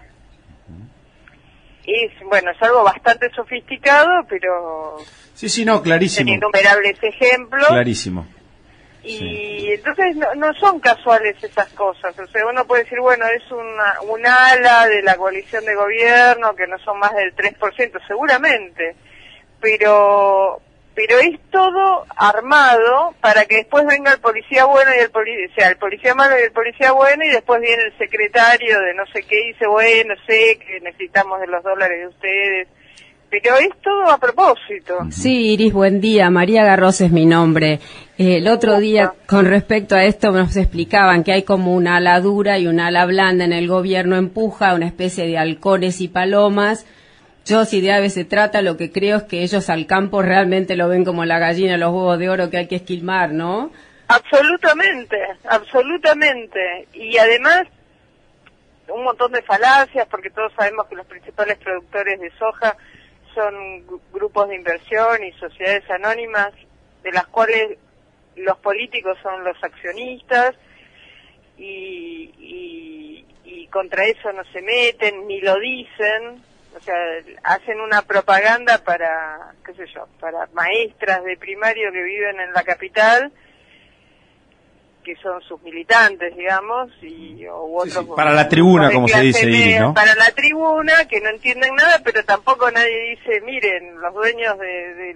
Es algo bastante sofisticado, pero sí, clarísimo. Hay innumerables ejemplos. Clarísimo. Y entonces no son casuales esas cosas. O sea, uno puede decir, es un ala de la coalición de gobierno que no son más del 3%, seguramente, pero es todo armado para que después venga el policía bueno y el policía malo y el policía bueno, y después viene el secretario de no sé qué y dice, sé que necesitamos de los dólares de ustedes, Pero es todo a propósito. Sí, Iris, buen día. María Garros es mi nombre. El otro día, con respecto a esto, nos explicaban que hay como una ala dura y una ala blanda en el gobierno, empuja una especie de halcones y palomas. Yo, si de aves se trata, lo que creo es que ellos al campo realmente lo ven como la gallina, los huevos de oro que hay que esquilmar, ¿no? Absolutamente, absolutamente. Y además, un montón de falacias, porque todos sabemos que los principales productores de soja son grupos de inversión y sociedades anónimas, de las cuales los políticos son los accionistas, y contra eso no se meten, ni lo dicen. O sea, hacen una propaganda para, qué sé yo, para maestras de primario que viven en la capital, que son sus militantes, digamos, u otros... Sí. Para la tribuna, como se dice, Iris, ¿no? Para la tribuna, que no entienden nada, pero tampoco nadie dice, miren, los dueños de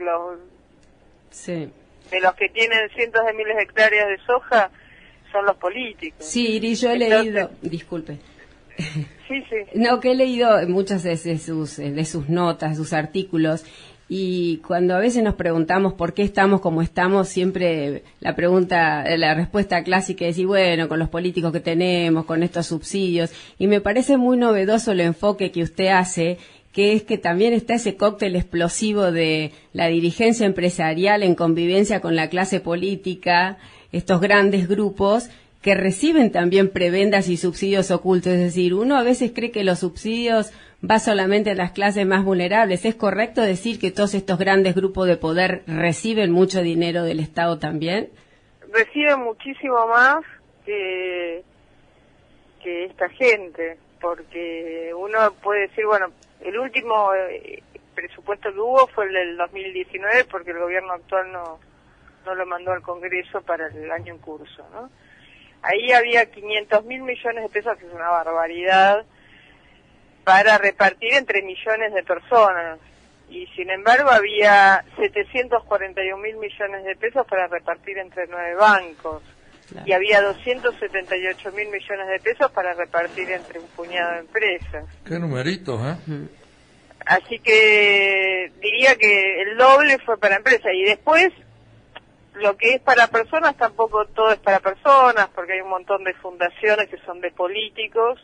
los que tienen cientos de miles de hectáreas de soja son los políticos. Sí, Iris, yo he leído... Disculpe. Sí, sí. No, que he leído muchas de sus notas, sus artículos, y cuando a veces nos preguntamos por qué estamos como estamos, siempre la respuesta clásica es, y bueno, con los políticos que tenemos, con estos subsidios, y me parece muy novedoso el enfoque que usted hace, que es que también está ese cóctel explosivo de la dirigencia empresarial en convivencia con la clase política, estos grandes grupos que reciben también prebendas y subsidios ocultos. Es decir, uno a veces cree que los subsidios va solamente a las clases más vulnerables. ¿Es correcto decir que todos estos grandes grupos de poder reciben mucho dinero del Estado también? Reciben muchísimo más que esta gente, porque uno puede decir, bueno, el último presupuesto que hubo fue el del 2019, porque el gobierno actual no lo mandó al Congreso para el año en curso, ¿no? Ahí había 500.000 millones de pesos, que es una barbaridad, para repartir entre millones de personas. Y sin embargo había 741.000 millones de pesos para repartir entre 9 bancos. Claro. Y había 278.000 millones de pesos para repartir entre un puñado de empresas. Qué numeritos, ¿eh? Así que diría que el doble fue para empresas. Y después, lo que es para personas, tampoco todo es para personas, porque hay un montón de fundaciones que son de políticos,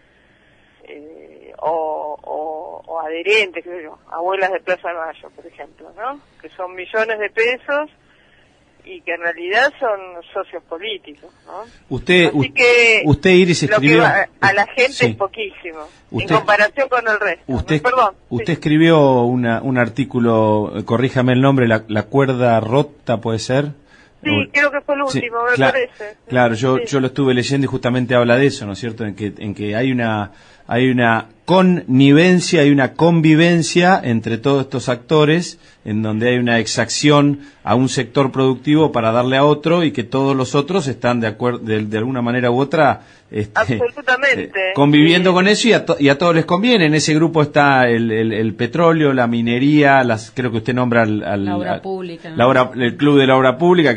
o adherentes, qué sé yo, abuelas de Plaza de Mayo, por ejemplo, ¿no? Que son millones de pesos y que en realidad son socios políticos, ¿no? Usted, Iris, escribió... Lo que a la gente es poquísimo, en comparación con el resto. Usted, ¿no? Perdón. Usted escribió un artículo, corríjame el nombre, la cuerda rota, ¿puede ser? Sí, creo que fue el último, me parece. Claro, yo lo estuve leyendo y justamente habla de eso, ¿no es cierto? En que hay una connivencia, hay una convivencia entre todos estos actores, en donde hay una exacción a un sector productivo para darle a otro, y que todos los otros están de acuerdo, de alguna manera u otra, absolutamente conviviendo con eso, y a todos les conviene. En ese grupo está el petróleo, la minería, creo que usted nombra la obra pública, ¿no? El club de la obra pública,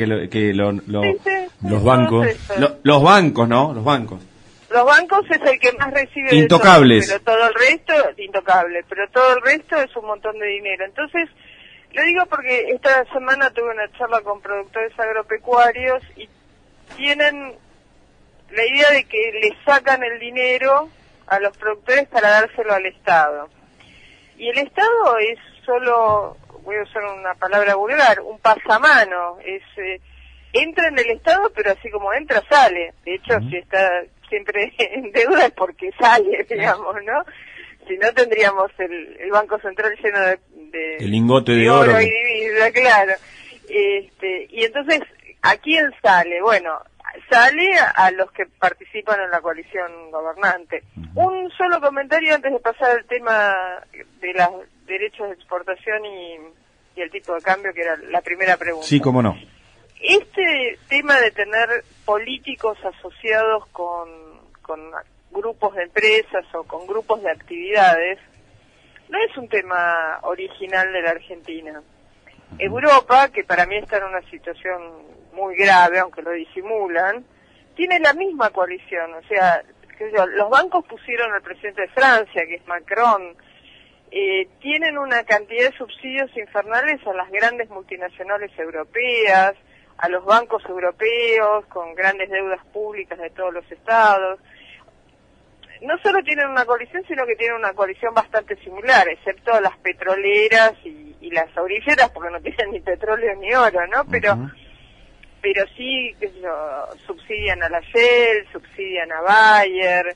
los bancos, los bancos, ¿no? Los bancos. Los bancos es el que más recibe intocables, de todo, pero todo el resto intocable, pero todo el resto es un montón de dinero. Entonces, lo digo porque esta semana tuve una charla con productores agropecuarios y tienen la idea de que le sacan el dinero a los productores para dárselo al Estado. Y el Estado es solo, voy a usar una palabra vulgar, un pasamano. Entra en el Estado, pero así como entra, sale. De hecho, si está siempre en deuda es porque sale, digamos, ¿no? Si no, tendríamos el Banco Central lleno de el lingote de oro y divisa, claro. Y entonces, ¿a quién sale? Bueno, sale a los que participan en la coalición gobernante. Un solo comentario antes de pasar al tema de los derechos de exportación y el tipo de cambio, que era la primera pregunta. Sí, cómo no. Este tema de tener políticos asociados con grupos de empresas o con grupos de actividades no es un tema original de la Argentina. Europa, que para mí está en una situación muy grave, aunque lo disimulan, tiene la misma coalición. O sea, los bancos pusieron al presidente de Francia, que es Macron, tienen una cantidad de subsidios infernales a las grandes multinacionales europeas, a los bancos europeos, con grandes deudas públicas de todos los estados. No solo tienen una coalición, sino que tienen una coalición bastante similar, excepto las petroleras y las auríferas, porque no tienen ni petróleo ni oro, ¿no? Pero sí, qué sé yo, subsidian a la Shell, subsidian a Bayer.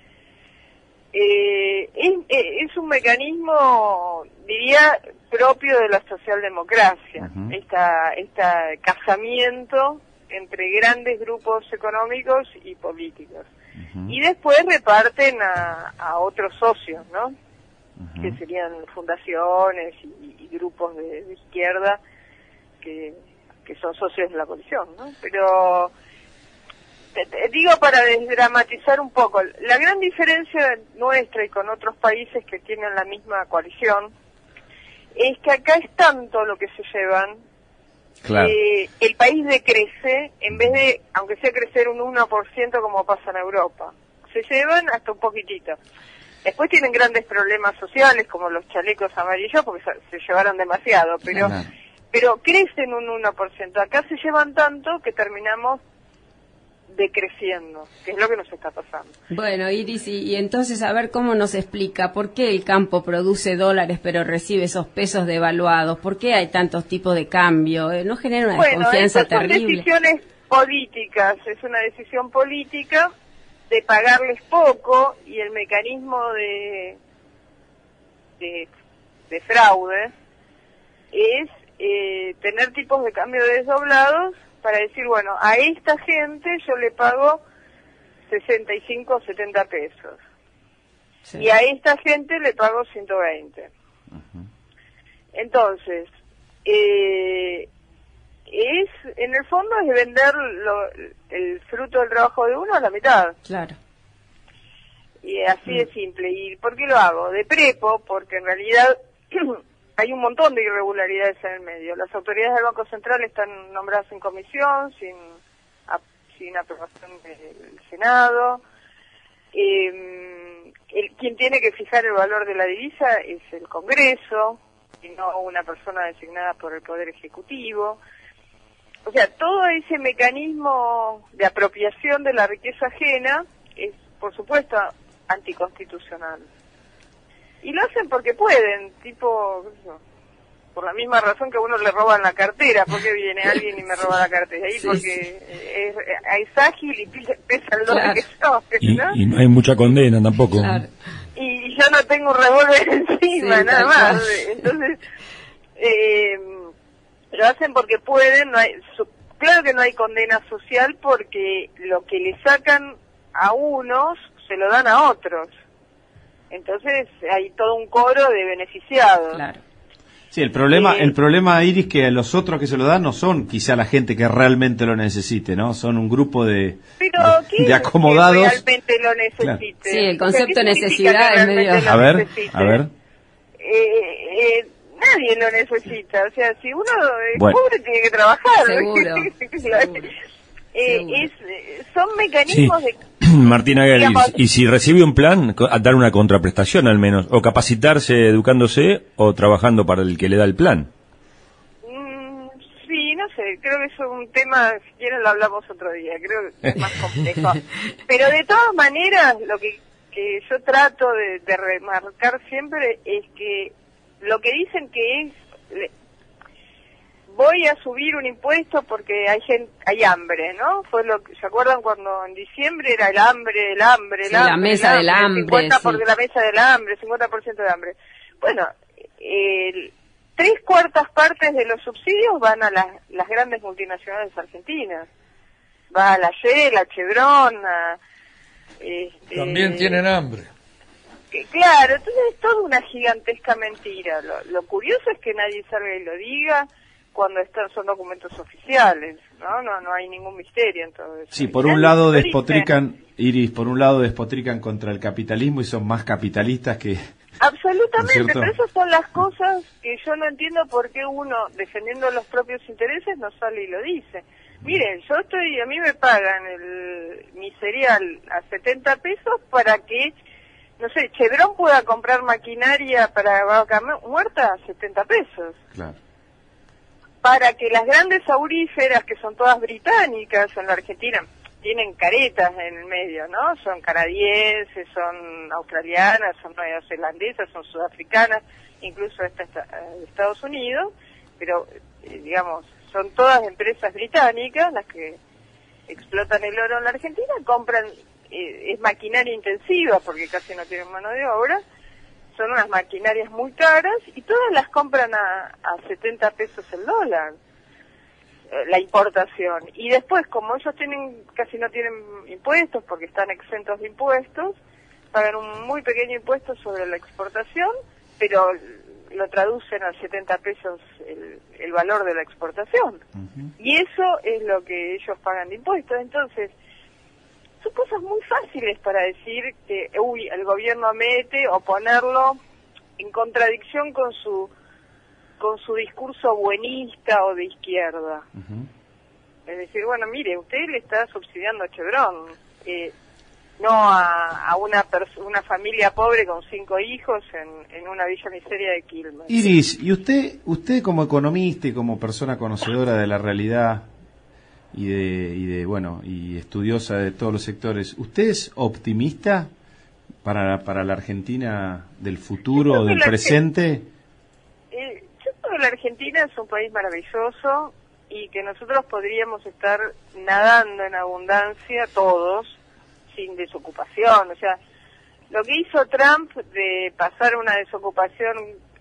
Es un mecanismo, diría, propio de la socialdemocracia, este casamiento entre grandes grupos económicos y políticos. Y después reparten a otros socios, ¿no? Que serían fundaciones y grupos de izquierda que son socios de la coalición, ¿no? Pero digo, para desdramatizar un poco, la gran diferencia nuestra y con otros países que tienen la misma coalición es que acá es tanto lo que se llevan, claro, el país decrece, en vez de, aunque sea crecer un 1% como pasa en Europa, se llevan hasta un poquitito. Después tienen grandes problemas sociales, como los chalecos amarillos, porque se llevaron demasiado, pero crecen un 1%. Acá se llevan tanto que terminamos decreciendo, que es lo que nos está pasando. Bueno, Iris, y entonces a ver cómo nos explica por qué el campo produce dólares pero recibe esos pesos devaluados, por qué hay tantos tipos de cambio, ¿no genera una desconfianza terrible? Son decisiones políticas, es una decisión política de pagarles poco, y el mecanismo de fraude es tener tipos de cambio desdoblados para decir, bueno, a esta gente yo le pago 65 o 70 pesos. Sí. Y a esta gente le pago 120. Entonces, en el fondo es vender el fruto del trabajo de uno a la mitad. Claro. Y así de simple. ¿Y por qué lo hago? De prepo, porque en realidad hay un montón de irregularidades en el medio. Las autoridades del Banco Central están nombradas en comisión, sin aprobación del Senado. Quien tiene que fijar el valor de la divisa es el Congreso, y no una persona designada por el Poder Ejecutivo. O sea, todo ese mecanismo de apropiación de la riqueza ajena es, por supuesto, anticonstitucional. Y lo hacen porque pueden, tipo, por la misma razón que a uno le roban la cartera. Porque viene alguien y me roba la cartera ahí, porque es ágil y pesa el doble que yo, ¿no? Y no hay mucha condena tampoco. Claro. Y yo no tengo un revólver encima, nada más. Entonces, lo hacen porque pueden. Claro que no hay condena social, porque lo que le sacan a unos se lo dan a otros. Entonces hay todo un coro de beneficiados. Claro. Sí, el problema, Iris, que a los otros que se lo dan no son quizá la gente que realmente lo necesite, ¿no? Son un grupo de acomodados. Que realmente lo necesite. Claro. Sí, el concepto de necesidad es medio... A ver. Nadie lo necesita. O sea, si uno es pobre, tiene que trabajar. Seguro. Son mecanismos de... Martina Guerri, y si recibe un plan, dar una contraprestación al menos, o capacitarse educándose o trabajando para el que le da el plan. Sí, no sé, creo que eso es un tema, si quieren lo hablamos otro día, creo que es más complejo. Pero de todas maneras, lo que yo trato de remarcar siempre es que lo que dicen que es... voy a subir un impuesto porque hay hambre, ¿no? Fue lo que, ¿se acuerdan cuando en diciembre era el hambre, la mesa del hambre, 50% de la mesa del hambre, 50% de hambre. Bueno, 3/4 partes de los subsidios van a las grandes multinacionales argentinas. Va a la Shell, a Chevron, también tienen hambre. Claro, entonces es toda una gigantesca mentira. Lo curioso es que nadie salga y lo diga cuando son documentos oficiales, no hay ningún misterio en todo eso. Sí, por un lado despotrican, Iris, contra el capitalismo y son más capitalistas que... Absolutamente, ¿no es cierto? pero esas son las cosas que yo no entiendo por qué uno, defendiendo los propios intereses, no sale y lo dice. Miren, a mí me pagan mi cereal a 70 pesos para que no sé, Chevron pueda comprar maquinaria para vaca muerta a 70 pesos. Claro. Para que las grandes auríferas, que son todas británicas en la Argentina, tienen caretas en el medio, ¿no? Son canadienses, son australianas, son neozelandesas, son sudafricanas, incluso esta de Estados Unidos, pero, digamos, son todas empresas británicas las que explotan el oro en la Argentina, compran, es maquinaria intensiva porque casi no tienen mano de obra, son unas maquinarias muy caras y todas las compran a 70 pesos el dólar, la importación. Y después, como ellos casi no tienen impuestos porque están exentos de impuestos, pagan un muy pequeño impuesto sobre la exportación, pero lo traducen a 70 pesos el valor de la exportación. Y eso es lo que ellos pagan de impuestos. Entonces, son cosas muy fáciles para decir que el gobierno mete o ponerlo en contradicción con su discurso buenista o de izquierda. Es decir, bueno, mire, usted le está subsidiando a Chevron, no a una familia pobre con 5 hijos en una villa miseria de Quilmes. Iris, y usted como economista y como persona conocedora de la realidad y estudiosa de todos los sectores, ¿usted es optimista para la Argentina del futuro o del presente? Yo creo que la Argentina es un país maravilloso y que nosotros podríamos estar nadando en abundancia todos, sin desocupación. O sea, lo que hizo Trump de pasar una desocupación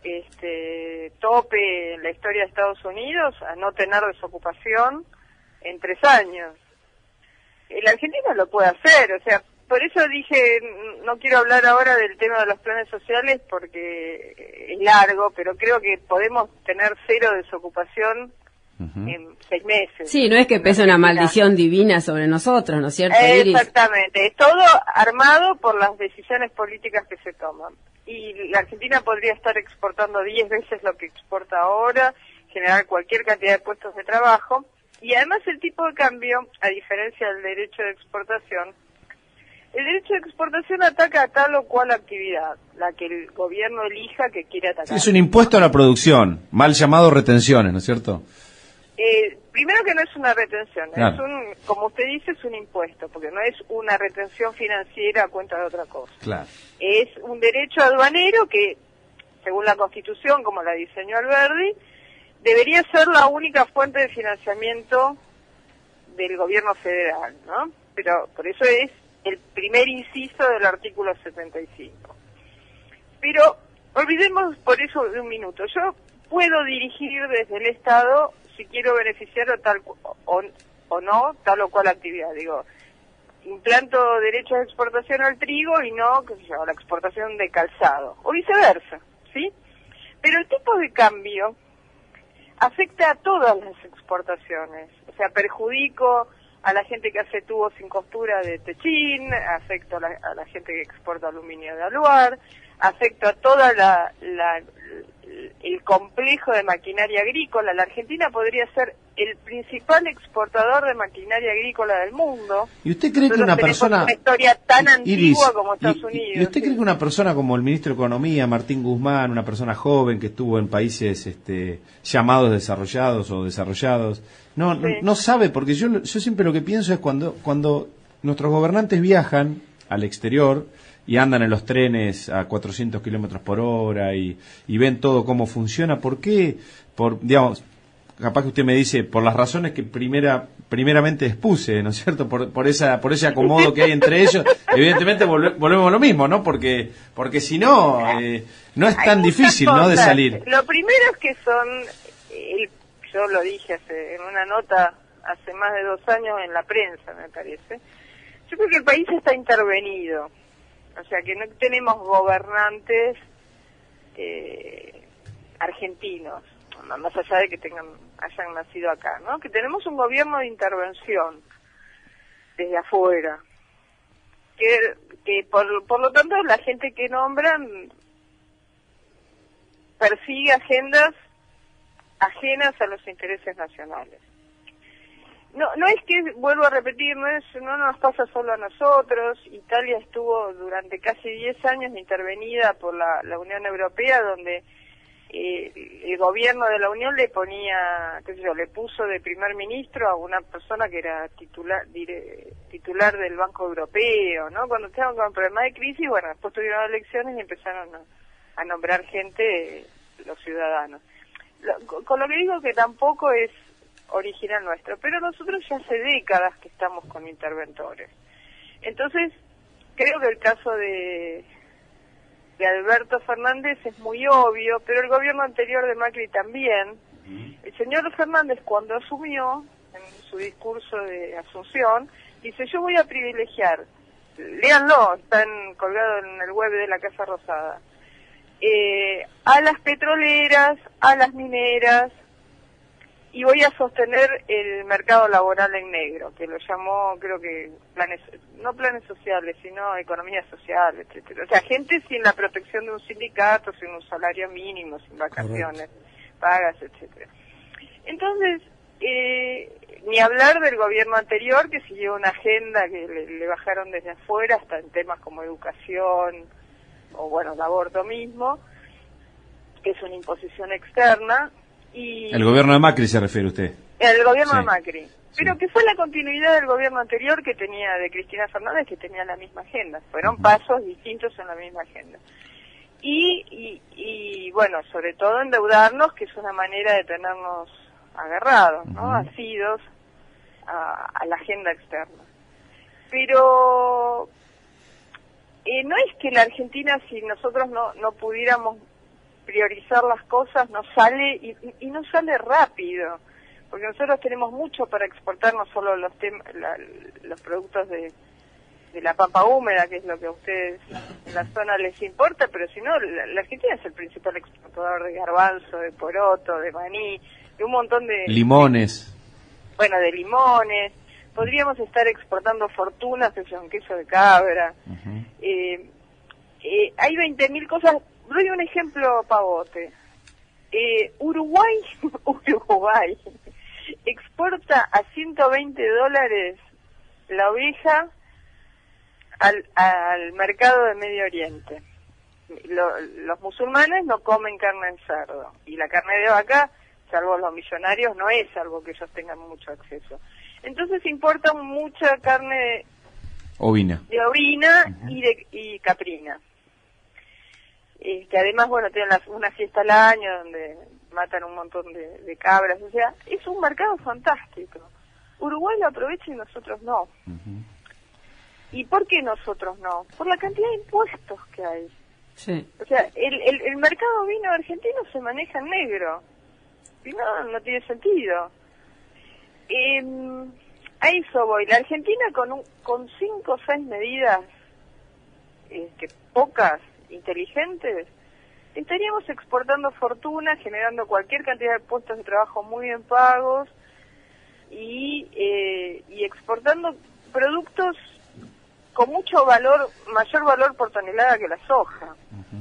tope en la historia de Estados Unidos a no tener desocupación en 3 años. La Argentina lo puede hacer, o sea, por eso dije, no quiero hablar ahora del tema de los planes sociales porque es largo, pero creo que podemos tener 0 desocupación en 6 meses. Sí, no es que pese una maldición divina sobre nosotros, ¿no es cierto, Iris? Exactamente, es todo armado por las decisiones políticas que se toman. Y la Argentina podría estar exportando 10 veces lo que exporta ahora, generar cualquier cantidad de puestos de trabajo. Y además el tipo de cambio, a diferencia del derecho de exportación, el derecho de exportación ataca a tal o cual actividad, la que el gobierno elija que quiere atacar. Es un impuesto a la producción, mal llamado retenciones, ¿no es cierto? Primero que no es una retención, claro. Como usted dice, es un impuesto, porque no es una retención financiera a cuenta de otra cosa. Claro. Es un derecho aduanero que, según la Constitución, como la diseñó Alberdi, debería ser la única fuente de financiamiento del gobierno federal, ¿no? Pero por eso es el primer inciso del artículo 75. Pero olvidemos por eso de un minuto. Yo puedo dirigir desde el Estado si quiero beneficiar o no tal o cual actividad. Digo, implanto derechos de exportación al trigo y no, qué sé yo, la exportación de calzado, o viceversa, ¿sí? Pero el tipo de cambio afecta a todas las exportaciones. O sea, perjudico a la gente que hace tubos sin costura de Techín, afecto a la gente que exporta aluminio de Aluar, afecto a toda el complejo de maquinaria agrícola. La Argentina podría ser el principal exportador de maquinaria agrícola del mundo. ¿Y usted cree que una persona... una historia tan antigua Iris, como Estados Unidos. ¿Y usted cree que una persona como el ministro de Economía, Martín Guzmán, una persona joven que estuvo en países llamados desarrollados o desarrollados, no sabe? Porque yo siempre lo que pienso es cuando nuestros gobernantes viajan al exterior y andan en los trenes a 400 kilómetros por hora y ven todo cómo funciona, ¿por qué? Digamos, capaz que usted me dice, por las razones que primeramente expuse, ¿no es cierto? Por ese acomodo que hay entre ellos, evidentemente volvemos a lo mismo, ¿no? Porque si no, no es tan difícil, ¿no?, de salir. Lo primero es que yo lo dije en una nota hace más de 2 años en la prensa, me parece. Yo creo que el país está intervenido. O sea, que no tenemos gobernantes argentinos, más allá de que hayan nacido acá, ¿no? Que tenemos un gobierno de intervención desde afuera. Que por lo tanto la gente que nombran persigue agendas ajenas a los intereses nacionales. No es que, vuelvo a repetir, no nos pasa solo a nosotros. Italia estuvo durante casi 10 años intervenida por la Unión Europea, donde el gobierno de la Unión le ponía, le puso de primer ministro a una persona que era titular del Banco Europeo, ¿no? Cuando estaban con problemas de crisis, bueno, después tuvieron elecciones y empezaron a nombrar gente, los ciudadanos. Con lo que digo que tampoco es original nuestro, pero nosotros ya hace décadas que estamos con interventores. Entonces, creo que el caso de Alberto Fernández es muy obvio, pero el gobierno anterior de Macri también. El señor Fernández, cuando asumió, en su discurso de Asunción, dice: yo voy a privilegiar, léanlo, están colgados en el web de la Casa Rosada, a las petroleras, a las mineras, y voy a sostener el mercado laboral en negro, que lo llamó, creo que, no planes sociales, sino economía social, etcétera. O sea, gente sin la protección de un sindicato, sin un salario mínimo, sin vacaciones, pagas, etcétera. Entonces, ni hablar del gobierno anterior, que siguió una agenda que le bajaron desde afuera, hasta en temas como educación, o bueno, el aborto mismo, que es una imposición externa. Y el gobierno de Macri se refiere usted. El gobierno de Macri. Pero que fue la continuidad del gobierno anterior que tenía, de Cristina Fernández, que tenía la misma agenda. Fueron pasos distintos en la misma agenda. Y bueno, sobre todo endeudarnos, que es una manera de tenernos agarrados, ¿no? Asidos a la agenda externa. Pero no es que la Argentina, si nosotros no pudiéramos priorizar las cosas, no sale y no sale rápido, porque nosotros tenemos mucho para exportar, no solo los productos de la pampa húmeda, que es lo que a ustedes en la zona les importa, pero si no, la Argentina es el principal exportador de garbanzo, de poroto, de maní, de un montón de limones. De limones. Podríamos estar exportando fortunas, un queso de cabra. Hay 20.000 cosas. Doy un ejemplo pavote. Uruguay exporta a $120 la oveja al mercado de Medio Oriente. Los musulmanes no comen carne de cerdo, y la carne de vaca, salvo los millonarios, no es algo que ellos tengan mucho acceso. Entonces importan mucha carne ovina y caprina. Que además, tienen una fiesta al año donde matan un montón de cabras. O sea, es un mercado fantástico. Uruguay lo aprovecha y nosotros no. ¿Y por qué nosotros no? Por la cantidad de impuestos que hay. Sí. O sea, el mercado vino argentino se maneja en negro. Y no tiene sentido. A eso voy. La Argentina con 5 o 6 medidas, pocas, inteligentes, estaríamos exportando fortuna, generando cualquier cantidad de puestos de trabajo muy bien pagos y exportando productos con mucho valor, mayor valor por tonelada que la soja.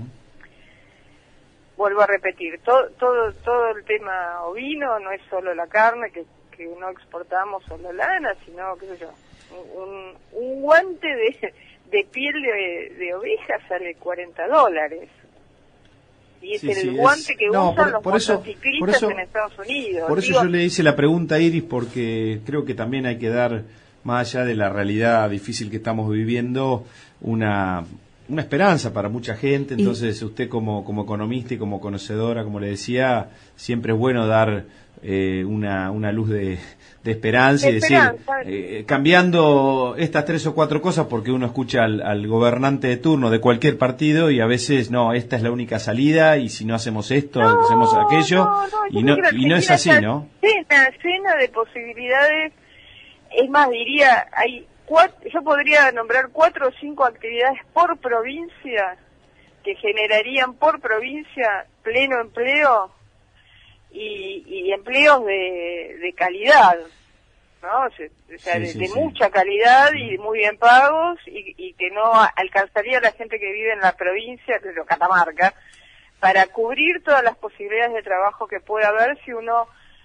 Vuelvo a repetir, todo el tema ovino no es solo la carne que no exportamos, solo lana, sino, qué sé yo, un guante de piel de oveja sale $40. Y es el guante que usan los motociclistas en Estados Unidos. Por eso yo le hice la pregunta a Iris, porque creo que también hay que dar, más allá de la realidad difícil que estamos viviendo, una esperanza para mucha gente. Entonces usted como economista y como conocedora, como le decía, siempre es bueno dar una luz de esperanza y decir, cambiando estas 3 o 4 cosas, porque uno escucha al gobernante de turno de cualquier partido y a veces esta es la única salida, y si no hacemos esto, hacemos aquello, y no es así, ¿no? Llena de posibilidades. Es más, diría, yo podría nombrar 4 o 5 actividades por provincia que generarían por provincia pleno empleo y empleos de calidad, ¿no? O sea, de mucha calidad y muy bien pagos, y que no alcanzaría a la gente que vive en la provincia de Catamarca para cubrir todas las posibilidades de trabajo que pueda haber si uno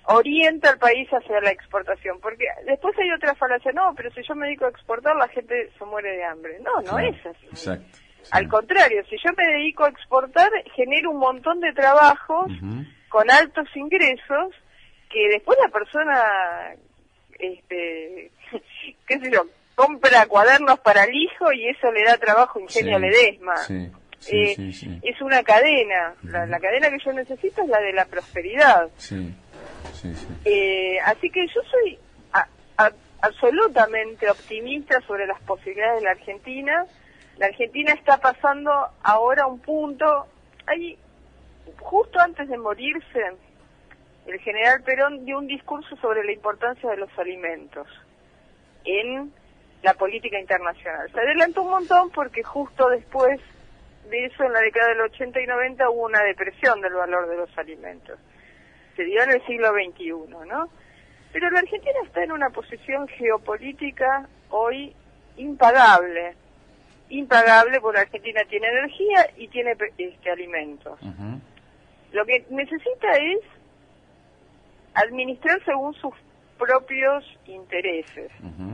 orienta al país hacia la exportación, porque después hay otra falacia, no, pero si yo me dedico a exportar la gente se muere de hambre. No, no Claro, es así. Exacto. Al contrario, si yo me dedico a exportar, genero un montón de trabajos con altos ingresos que después la persona, qué sé yo, compra cuadernos para el hijo y eso le da trabajo, Ingenio Ledesma. Sí. Es una cadena. La cadena que yo necesito es la de la prosperidad. Sí. Así que yo soy absolutamente optimista sobre las posibilidades de la Argentina. La Argentina está pasando ahora un punto, ahí, justo antes de morirse, el general Perón dio un discurso sobre la importancia de los alimentos en la política internacional. Se adelantó un montón porque justo después de eso, en la década del 80 y 90, hubo una depresión del valor de los alimentos. Se dio en el siglo XXI, ¿no? Pero la Argentina está en una posición geopolítica hoy impagable, porque la Argentina tiene energía y tiene alimentos. Lo que necesita es administrar según sus propios intereses.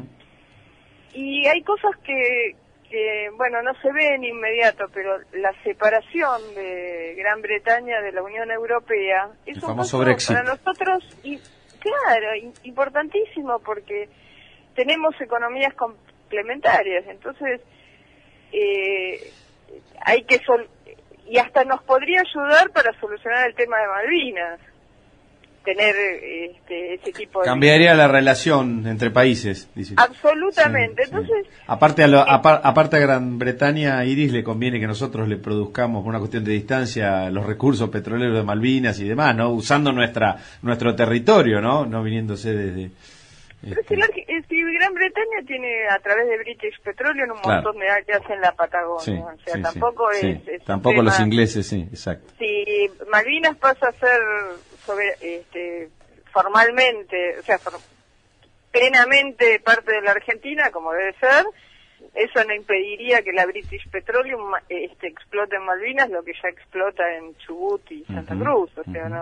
Y hay cosas que, bueno, no se ven inmediato, pero la separación de Gran Bretaña de la Unión Europea es un paso para nosotros, importantísimo, porque tenemos economías complementarias, entonces hay que y hasta nos podría ayudar para solucionar el tema de Malvinas, tener ese tipo de... Cambiaría la relación entre países, dice. Absolutamente. Entonces, aparte a Gran Bretaña, Iris, le conviene que nosotros le produzcamos, por una cuestión de distancia, los recursos petroleros de Malvinas y demás, ¿no? Usando nuestro territorio, ¿no? No viniéndose desde... Pero si Gran Bretaña tiene a través de British Petroleum un montón de áreas en la Patagonia, tampoco es tampoco los ingleses, exacto. Si Malvinas pasa a ser formalmente, plenamente parte de la Argentina, como debe ser, eso no impediría que la British Petroleum explote en Malvinas lo que ya explota en Chubut y Santa Cruz,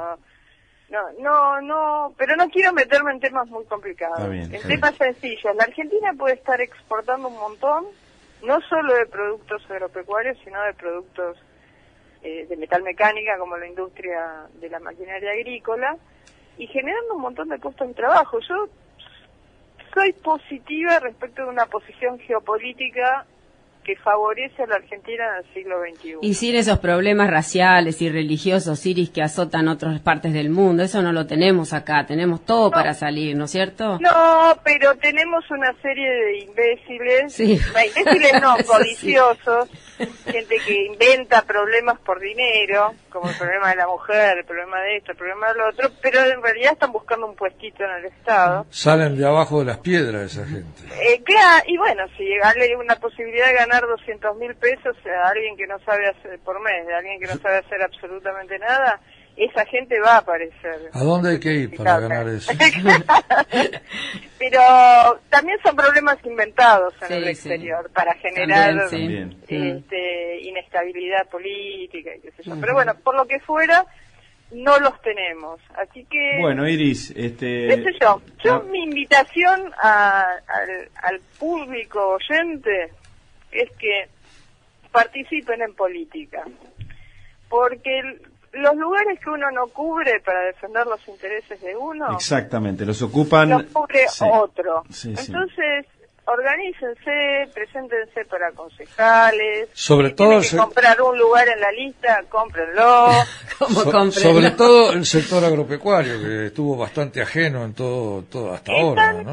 No, pero no quiero meterme en temas muy complicados. En temas sencillos, la Argentina puede estar exportando un montón, no solo de productos agropecuarios, sino de productos de metalmecánica, como la industria de la maquinaria agrícola, y generando un montón de puestos de trabajo. Yo soy positiva respecto de una posición geopolítica que favorece a la Argentina en el siglo XXI. Y sin esos problemas raciales y religiosos, Iris, que azotan otras partes del mundo, eso no lo tenemos acá, tenemos todo para salir, ¿no es cierto? No, pero tenemos una serie de imbéciles, codiciosos, gente que inventa problemas por dinero, como el problema de la mujer, el problema de esto, el problema de lo otro, pero en realidad están buscando un puestito en el Estado. Salen de abajo de las piedras esa gente. Claro, y bueno, si hay una posibilidad de ganar 200.000 pesos a alguien que no sabe hacer por mes, a alguien que no sabe hacer absolutamente nada, esa gente va a aparecer. ¿A dónde hay que ir para ganar eso? Pero también son problemas inventados en el exterior para generar inestabilidad política y qué sé yo. Pero bueno, por lo que fuera, no los tenemos. Así que... Bueno, Iris, mi invitación al público oyente es que participen en política, porque los lugares que uno no cubre para defender los intereses de uno, exactamente, los ocupan, los cubre otro. Entonces, organícense, preséntense para concejales, sobre todo comprar un lugar en la lista, cómprenlo. Sobre todo el sector agropecuario, que estuvo bastante ajeno en todo hasta ahora, ¿no?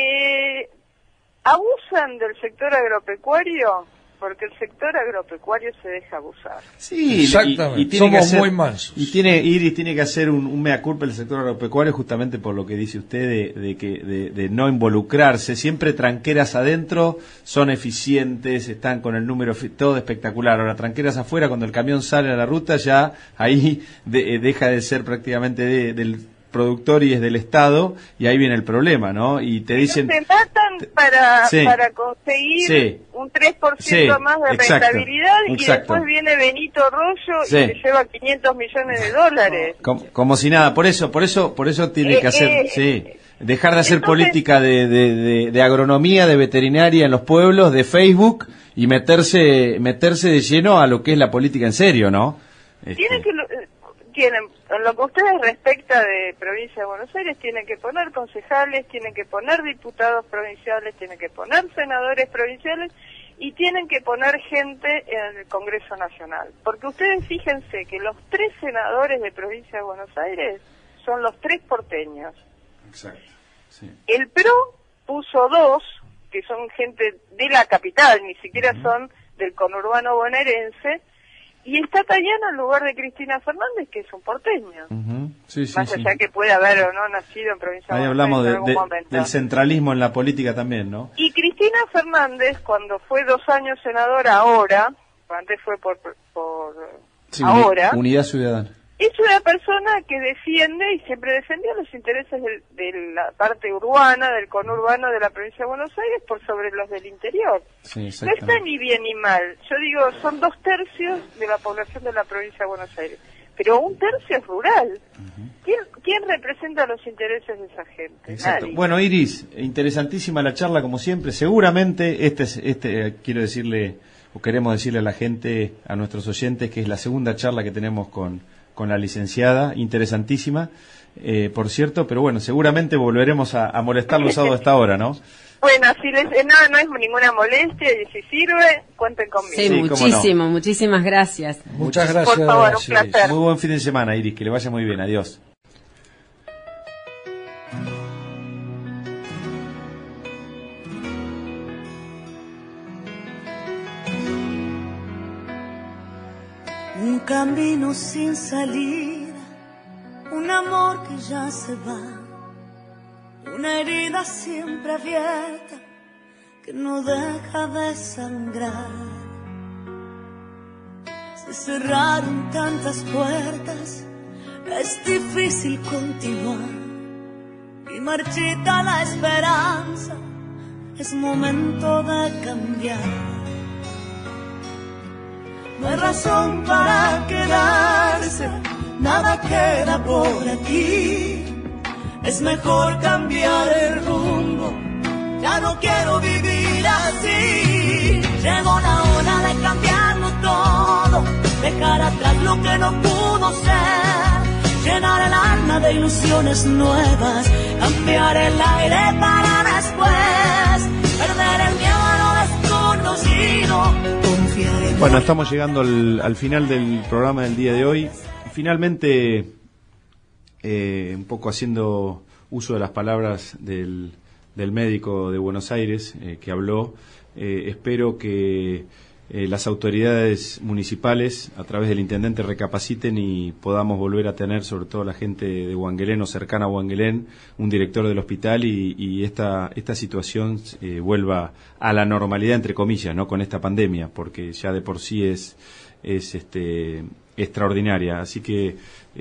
Abusan del sector agropecuario porque el sector agropecuario se deja abusar. Sí, exactamente. Somos muy mansos. Y Iris tiene que hacer un mea culpa el sector agropecuario justamente por lo que dice usted de no involucrarse. Siempre tranqueras adentro son eficientes, están con el número todo espectacular. Ahora tranqueras afuera, cuando el camión sale a la ruta, ya ahí deja de ser prácticamente del productor y es del Estado, y ahí viene el problema, ¿no? Y te dicen... Se matan para conseguir un 3% más de rentabilidad y después viene Benito Rollo y se lleva 500 millones de dólares. Como si nada, por eso tiene que hacer, dejar de hacer política de agronomía, de veterinaria en los pueblos, de Facebook y meterse de lleno a lo que es la política en serio, ¿no? Tienen, en lo que a ustedes respecta de provincia de Buenos Aires, tienen que poner concejales, tienen que poner diputados provinciales, tienen que poner senadores provinciales y tienen que poner gente en el Congreso Nacional. Porque ustedes fíjense que los 3 senadores de provincia de Buenos Aires son los 3 porteños. Exacto. Sí. El PRO puso 2, que son gente de la capital, ni siquiera son del conurbano bonaerense, y está Tayana en lugar de Cristina Fernández, que es un porteño. Más allá que puede haber o no nacido en provincia de Buenos Aires en algún momento. Del centralismo en la política también, ¿no? Y Cristina Fernández, cuando fue 2 años senadora, antes fue por ahora... Unidad Ciudadana. Es una persona que defiende y siempre defendió los intereses de la parte urbana, del conurbano de la provincia de Buenos Aires por sobre los del interior. No está ni bien ni mal. Yo digo, son 2/3 de la población de la provincia de Buenos Aires. Pero 1/3 es rural. ¿Quién representa los intereses de esa gente? Exacto. Nadie. Bueno, Iris, interesantísima la charla como siempre. Seguramente quiero decirle, o queremos decirle a la gente, a nuestros oyentes, que es la segunda charla que tenemos con la licenciada, interesantísima, por cierto, pero bueno, seguramente volveremos a molestar los sábados a esta hora, ¿no? Bueno, si no es ninguna molestia y si sirve, cuenten conmigo. Sí, muchísimo, muchísimas gracias. Muchas gracias. Por favor, un placer. Muy buen fin de semana, Iris, que le vaya muy bien, adiós. Un camino sin salida, un amor que ya se va, una herida siempre abierta que no deja de sangrar. Se cerraron tantas puertas, es difícil continuar y marchita la esperanza, es momento de cambiar. No hay razón para quedarse, nada queda por aquí. Es mejor cambiar el rumbo, ya no quiero vivir así. Llegó la hora de cambiarlo todo, dejar atrás lo que no pudo ser, llenar el alma de ilusiones nuevas, cambiar el aire para después, perder el miedo a lo desconocido. Bueno, estamos llegando al final del programa del día de hoy. Finalmente, un poco haciendo uso de las palabras del médico de Buenos Aires que habló, espero que las autoridades municipales, a través del intendente, recapaciten y podamos volver a tener, sobre todo la gente de Huanguelén o cercana a Huanguelén, un director del hospital y esta situación vuelva a la normalidad, entre comillas, no con esta pandemia, porque ya de por sí es extraordinaria. Así que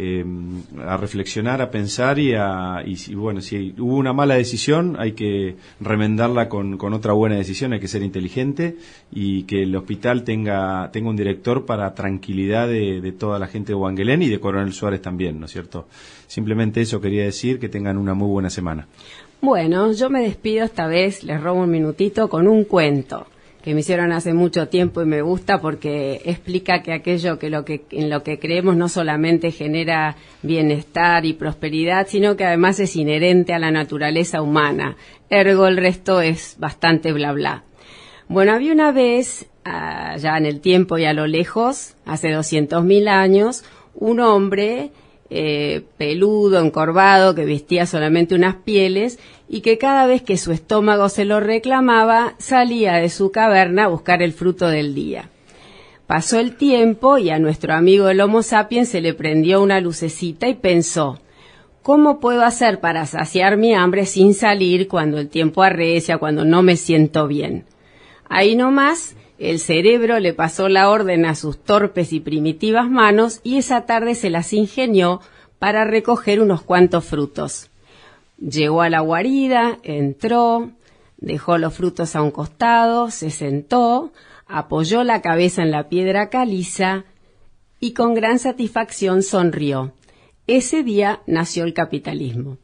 a reflexionar, a pensar y bueno, si hubo una mala decisión hay que remendarla con otra buena decisión. Hay que ser inteligente y que el hospital tenga un director para tranquilidad de toda la gente de Huanguelén y de Coronel Suárez también, ¿no es cierto? Simplemente eso quería decir, que tengan una muy buena semana. Bueno, yo me despido esta vez, les robo un minutito con un cuento que me hicieron hace mucho tiempo y me gusta porque explica que aquello en lo que creemos no solamente genera bienestar y prosperidad, sino que además es inherente a la naturaleza humana. Ergo, el resto es bastante bla bla. Bueno, había una vez, allá en el tiempo y a lo lejos, hace 200.000 años, un hombre peludo, encorvado, que vestía solamente unas pieles y que cada vez que su estómago se lo reclamaba, salía de su caverna a buscar el fruto del día. Pasó el tiempo y a nuestro amigo el Homo sapiens se le prendió una lucecita y pensó: ¿cómo puedo hacer para saciar mi hambre sin salir cuando el tiempo arrecia, cuando no me siento bien? Ahí nomás el cerebro le pasó la orden a sus torpes y primitivas manos y esa tarde se las ingenió para recoger unos cuantos frutos. Llegó a la guarida, entró, Dejó los frutos a un costado, se sentó, apoyó la cabeza en la piedra caliza y con gran satisfacción sonrió. Ese día nació el capitalismo.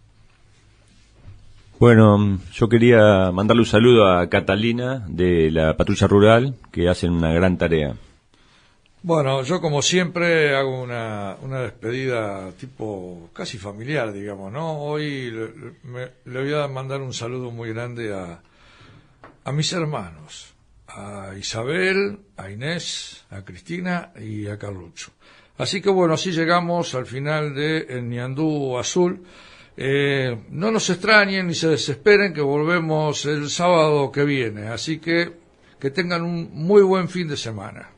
Bueno, yo quería mandarle un saludo a Catalina de la Patrulla Rural, que hacen una gran tarea. Bueno, yo como siempre hago una despedida tipo casi familiar, digamos, ¿no? Hoy le voy a mandar un saludo muy grande a mis hermanos, a Isabel, a Inés, a Cristina y a Carlucho. Así que bueno, así llegamos al final de El Ñandú Azul. No nos extrañen ni se desesperen que volvemos el sábado que viene, así que tengan un muy buen fin de semana.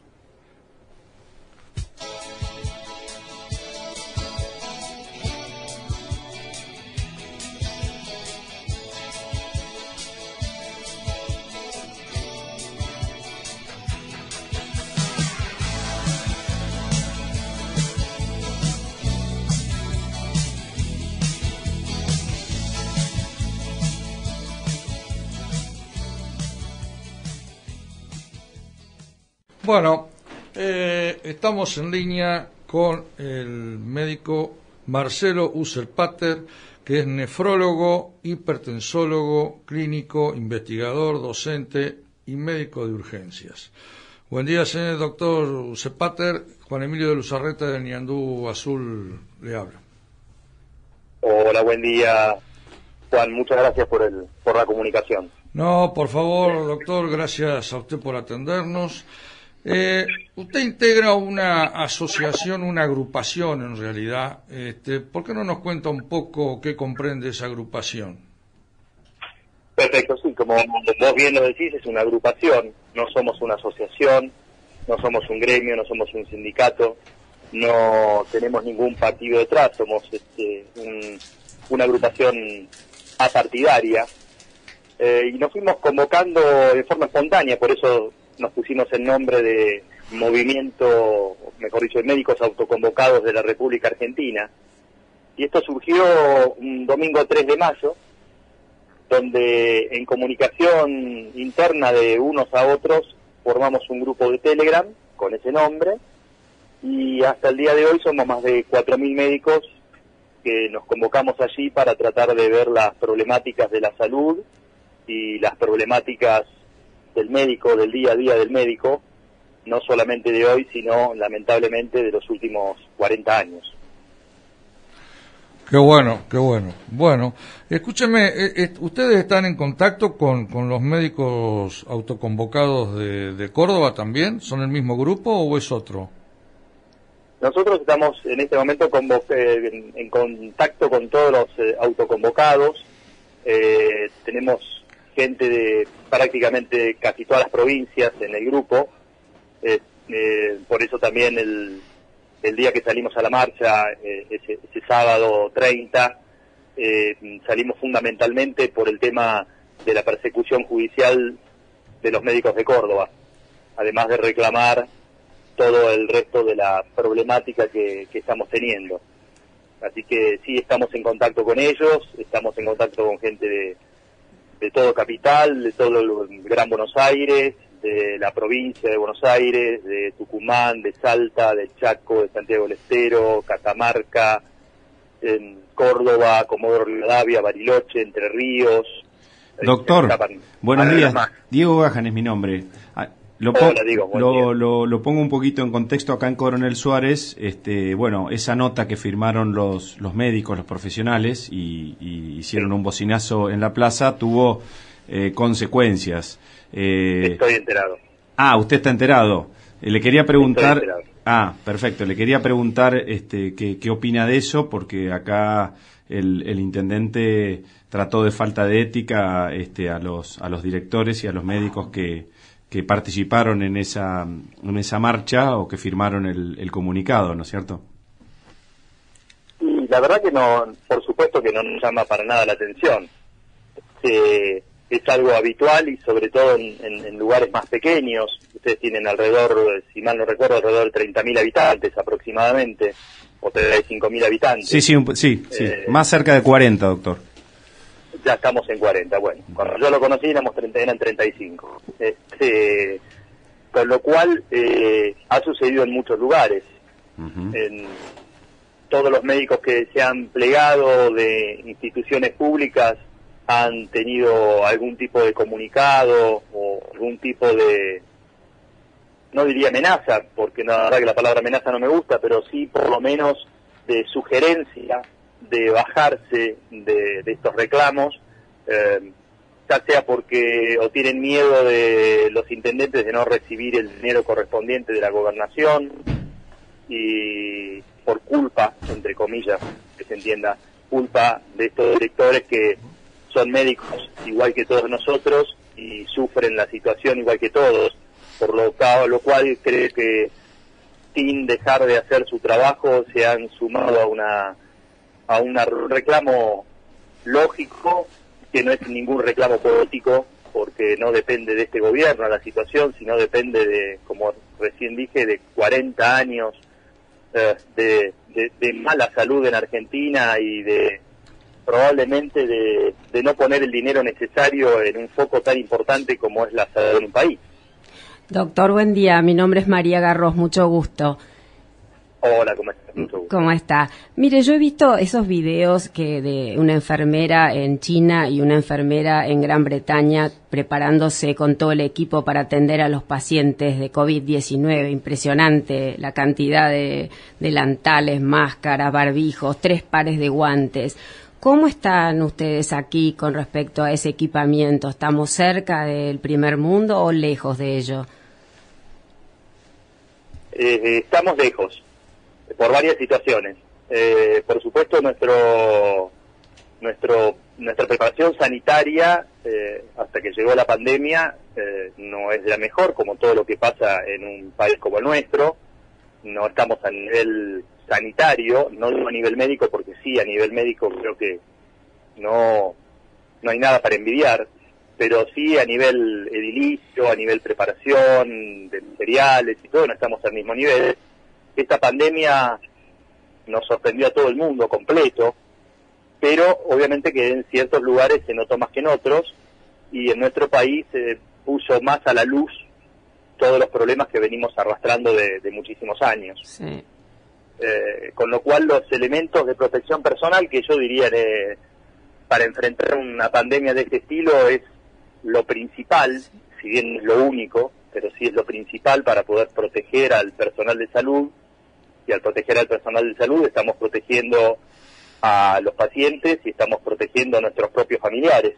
Bueno, estamos en línea con el médico Marcelo Uselpater, que es nefrólogo, hipertensólogo, clínico, investigador, docente y médico de urgencias. Buen día, señor doctor Uselpater. Juan Emilio de Luzarreta del Ñandú Azul le habla. Hola, buen día, Juan. Muchas gracias por la comunicación. No, por favor, doctor, gracias a usted por atendernos. Usted integra una asociación, una agrupación en realidad. ¿Por qué no nos cuenta un poco qué comprende esa agrupación? Perfecto, sí, como vos bien lo decís, es una agrupación, no somos una asociación, no somos un gremio, no somos un sindicato, no tenemos ningún partido detrás, somos una agrupación apartidaria y nos fuimos convocando de forma espontánea, por eso nos pusimos el nombre de Movimiento, mejor dicho, de Médicos Autoconvocados de la República Argentina. Y esto surgió un domingo 3 de mayo, donde en comunicación interna de unos a otros formamos un grupo de Telegram con ese nombre, y hasta el día de hoy somos más de 4.000 médicos que nos convocamos allí para tratar de ver las problemáticas de la salud y las problemáticas del médico, del día a día del médico, no solamente de hoy, sino lamentablemente de los últimos 40 años. Qué bueno, qué bueno. Bueno, escúcheme, ¿ustedes están en contacto con los médicos autoconvocados de Córdoba también? ¿Son el mismo grupo o es otro? Nosotros estamos en este momento en contacto con todos los autoconvocados. Tenemos gente de prácticamente casi todas las provincias en el grupo, por eso también el día que salimos a la marcha, ese sábado 30, salimos fundamentalmente por el tema de la persecución judicial de los médicos de Córdoba, además de reclamar todo el resto de la problemática que estamos teniendo. Así que sí, estamos en contacto con ellos, estamos en contacto con gente de todo Capital, de todo el Gran Buenos Aires, de la provincia de Buenos Aires, de Tucumán, de Salta, de Chaco, de Santiago del Estero, Catamarca, en Córdoba, Comodoro Rivadavia, Bariloche, Entre Ríos. Doctor, buenos días. Diego Gajan es mi nombre. Hola, Diego, lo pongo un poquito en contexto acá en Coronel Suárez. Bueno, esa nota que firmaron los médicos, los profesionales, y hicieron un bocinazo en la plaza, tuvo consecuencias. Estoy enterado. Ah, usted está enterado. Le quería preguntar. Ah, perfecto. Le quería preguntar qué opina de eso, porque acá el intendente trató de falta de ética a los directores y a los médicos que participaron en esa marcha o que firmaron el comunicado, ¿no es cierto? Y la verdad que no, por supuesto que no nos llama para nada la atención. Es algo habitual y sobre todo en lugares más pequeños. Ustedes tienen alrededor, si mal no recuerdo, alrededor de 30.000 habitantes aproximadamente, o 35.000 habitantes. Sí, más cerca de 40, doctor. ya estamos en 40. Bueno, cuando yo lo conocí eran 35. Con lo cual ha sucedido en muchos lugares. En todos los médicos que se han plegado de instituciones públicas han tenido algún tipo de comunicado o algún tipo de, no diría amenaza, porque la verdad que la palabra amenaza no me gusta, pero sí por lo menos de sugerencia de bajarse de estos reclamos, ya sea porque o tienen miedo de los intendentes de no recibir el dinero correspondiente de la gobernación, y por culpa, entre comillas, que se entienda, culpa de estos directores que son médicos igual que todos nosotros y sufren la situación igual que todos, por lo cual creo que sin dejar de hacer su trabajo se han sumado a un reclamo lógico, que no es ningún reclamo político, porque no depende de este gobierno la situación, sino depende de, como recién dije, de 40 años de mala salud en Argentina y de probablemente de no poner el dinero necesario en un foco tan importante como es la salud en un país. Doctor, buen día. Mi nombre es María Garros, mucho gusto. Hola, ¿cómo estás? Mucho gusto. ¿Cómo está? Mire, yo he visto esos videos que de una enfermera en China y una enfermera en Gran Bretaña preparándose con todo el equipo para atender a los pacientes de COVID-19. Impresionante la cantidad de delantales, máscaras, barbijos, 3 pares de guantes. ¿Cómo están ustedes aquí con respecto a ese equipamiento? ¿Estamos cerca del primer mundo o lejos de ello? Estamos lejos, por varias situaciones. Por supuesto, nuestra preparación sanitaria, hasta que llegó la pandemia, no es la mejor, como todo lo que pasa en un país como el nuestro. No estamos a nivel sanitario, no a nivel médico, porque sí, a nivel médico creo que no hay nada para envidiar, pero sí a nivel edilicio, a nivel preparación de materiales y todo, no estamos al mismo nivel. Esta pandemia nos sorprendió a todo el mundo completo, pero obviamente que en ciertos lugares se notó más que en otros, y en nuestro país puso más a la luz todos los problemas que venimos arrastrando de muchísimos años. Sí. Con lo cual los elementos de protección personal que yo diría para enfrentar una pandemia de este estilo es lo principal, si bien no es lo único, pero sí es lo principal para poder proteger al personal de salud, y al proteger al personal de salud estamos protegiendo a los pacientes y estamos protegiendo a nuestros propios familiares.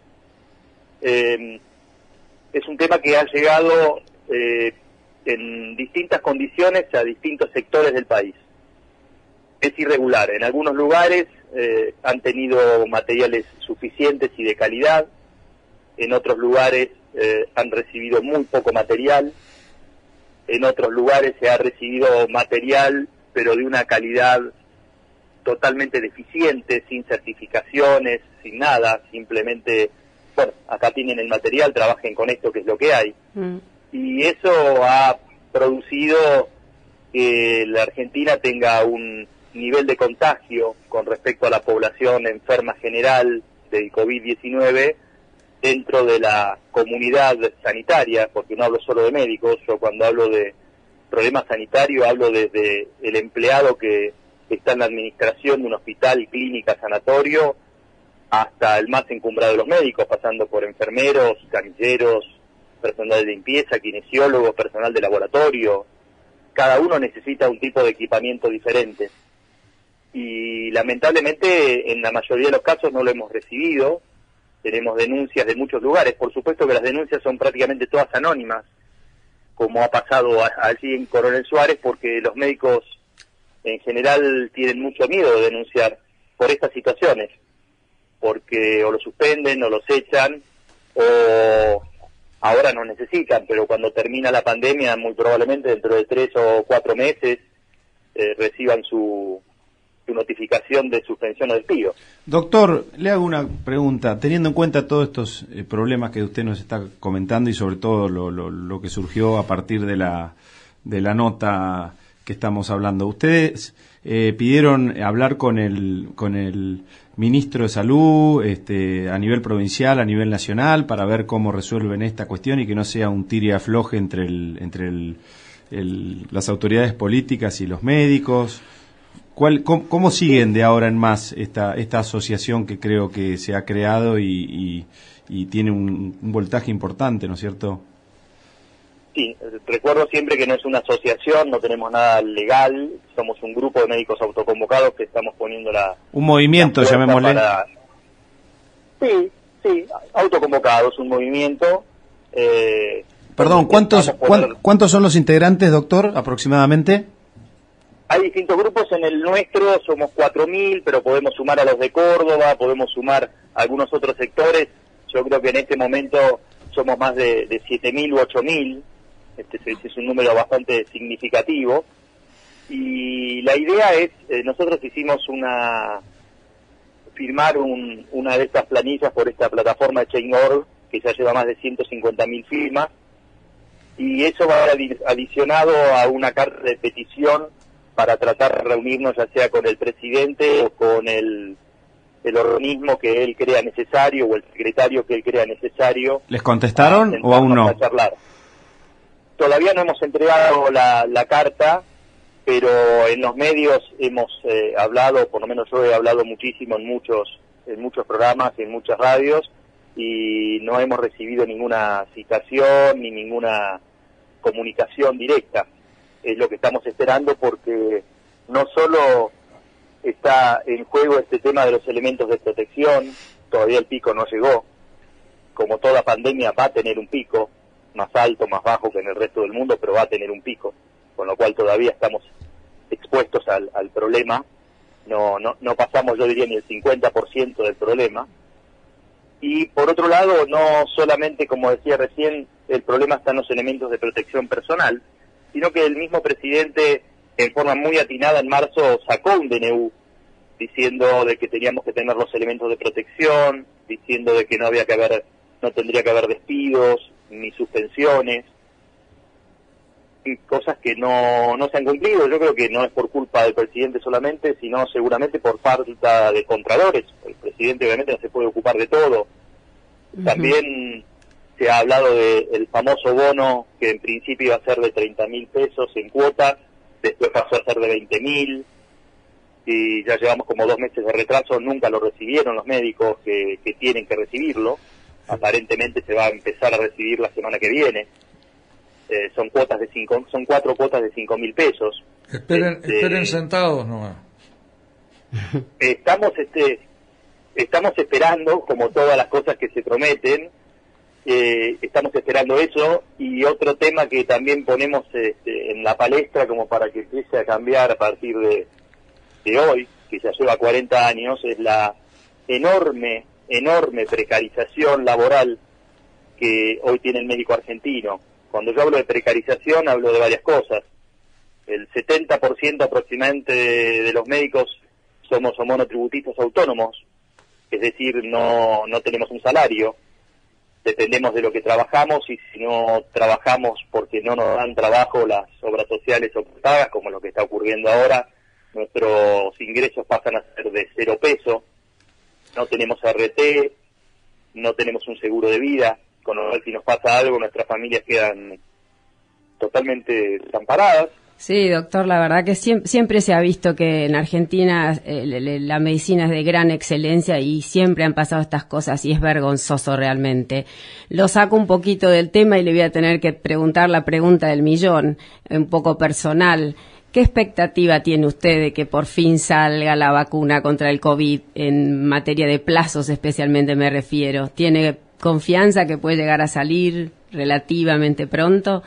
Es un tema que ha llegado en distintas condiciones a distintos sectores del país. Es irregular. En algunos lugares han tenido materiales suficientes y de calidad, en otros lugares han recibido muy poco material, en otros lugares se ha recibido material pero de una calidad totalmente deficiente, sin certificaciones, sin nada, simplemente, bueno, acá tienen el material, trabajen con esto que es lo que hay. Y eso ha producido que la Argentina tenga un nivel de contagio con respecto a la población enferma general del COVID-19 dentro de la comunidad sanitaria, porque no hablo solo de médicos. Yo cuando hablo de problemas sanitarios hablo desde el empleado que está en la administración de un hospital, clínica, sanatorio, hasta el más encumbrado de los médicos, pasando por enfermeros, camilleros, personal de limpieza, kinesiólogos, personal de laboratorio. Cada uno necesita un tipo de equipamiento diferente. Y lamentablemente en la mayoría de los casos no lo hemos recibido. Tenemos denuncias de muchos lugares. Por supuesto que las denuncias son prácticamente todas anónimas, como ha pasado allí en Coronel Suárez, porque los médicos en general tienen mucho miedo de denunciar por estas situaciones, porque o lo suspenden o los echan, o ahora no necesitan, pero cuando termina la pandemia, muy probablemente dentro de 3 o 4 meses, reciban su notificación de suspensión o despido. Doctor, le hago una pregunta, teniendo en cuenta todos estos problemas que usted nos está comentando y sobre todo lo que surgió a partir de la nota que estamos hablando. Ustedes pidieron hablar con el ministro de Salud, a nivel provincial, a nivel nacional, para ver cómo resuelven esta cuestión y que no sea un tire y afloje entre las autoridades políticas y los médicos? ¿Cómo siguen de ahora en más esta asociación que creo que se ha creado y tiene un voltaje importante, ¿no es cierto? Sí, recuerdo siempre que no es una asociación, no tenemos nada legal, somos un grupo de médicos autoconvocados que estamos poniendo un movimiento, llamémosle. Sí, autoconvocados, un movimiento. Perdón, ¿cuántos son los integrantes, doctor, aproximadamente? Hay distintos grupos, en el nuestro somos 4.000, pero podemos sumar a los de Córdoba, podemos sumar a algunos otros sectores. Yo creo que en este momento somos más de 7.000 u 8.000, es un número bastante significativo. Y la idea es, nosotros hicimos firmar una de estas planillas por esta plataforma de Change.org, que ya lleva más de 150.000 firmas, y eso va adicionado a una carta de petición para tratar de reunirnos ya sea con el presidente o con el organismo que él crea necesario o el secretario que él crea necesario. ¿Les contestaron o aún no? Todavía no hemos entregado la carta, pero en los medios hemos hablado, por lo menos yo he hablado muchísimo en muchos programas, en muchas radios, y no hemos recibido ninguna citación ni ninguna comunicación directa. Es lo que estamos esperando, porque no solo está en juego este tema de los elementos de protección, todavía el pico no llegó, como toda pandemia va a tener un pico, más alto, más bajo que en el resto del mundo, pero va a tener un pico, con lo cual todavía estamos expuestos al problema, no pasamos, yo diría, ni el 50% del problema. Y por otro lado, no solamente, como decía recién, el problema está en los elementos de protección personal, sino que el mismo presidente, en forma muy atinada en marzo, sacó un DNU diciendo de que teníamos que tener los elementos de protección, diciendo de que no tendría que haber despidos ni suspensiones, y cosas que no se han cumplido. Yo creo que no es por culpa del presidente solamente, sino seguramente por falta de contralores. El presidente obviamente no se puede ocupar de todo. También se ha hablado del famoso bono, que en principio iba a ser de 30.000 pesos en cuotas, después pasó a ser de 20.000, y ya llevamos como 2 meses de retraso, nunca lo recibieron los médicos que tienen que recibirlo. Aparentemente se va a empezar a recibir la semana que viene. Son 4 cuotas de 5.000 pesos. Esperen sentados nomás. Estamos esperando, como todas las cosas que se prometen, estamos esperando eso. Y otro tema que también ponemos en la palestra como para que empiece a cambiar a partir de hoy, que ya lleva 40 años, es la enorme precarización laboral que hoy tiene el médico argentino. Cuando yo hablo de precarización, hablo de varias cosas. El 70% aproximadamente de los médicos somos monotributistas autónomos, es decir, no tenemos un salario, dependemos de lo que trabajamos, y si no trabajamos porque no nos dan trabajo las obras sociales o pagas, como lo que está ocurriendo ahora, nuestros ingresos pasan a ser de 0 pesos, no tenemos RT, no tenemos un seguro de vida, con lo cual si nos pasa algo nuestras familias quedan totalmente desamparadas. Sí, doctor, la verdad que siempre se ha visto que en Argentina la medicina es de gran excelencia y siempre han pasado estas cosas y es vergonzoso realmente. Lo saco un poquito del tema y le voy a tener que preguntar la pregunta del millón, un poco personal. ¿Qué expectativa tiene usted de que por fin salga la vacuna contra el COVID, en materia de plazos especialmente me refiero? ¿Tiene confianza que puede llegar a salir relativamente pronto?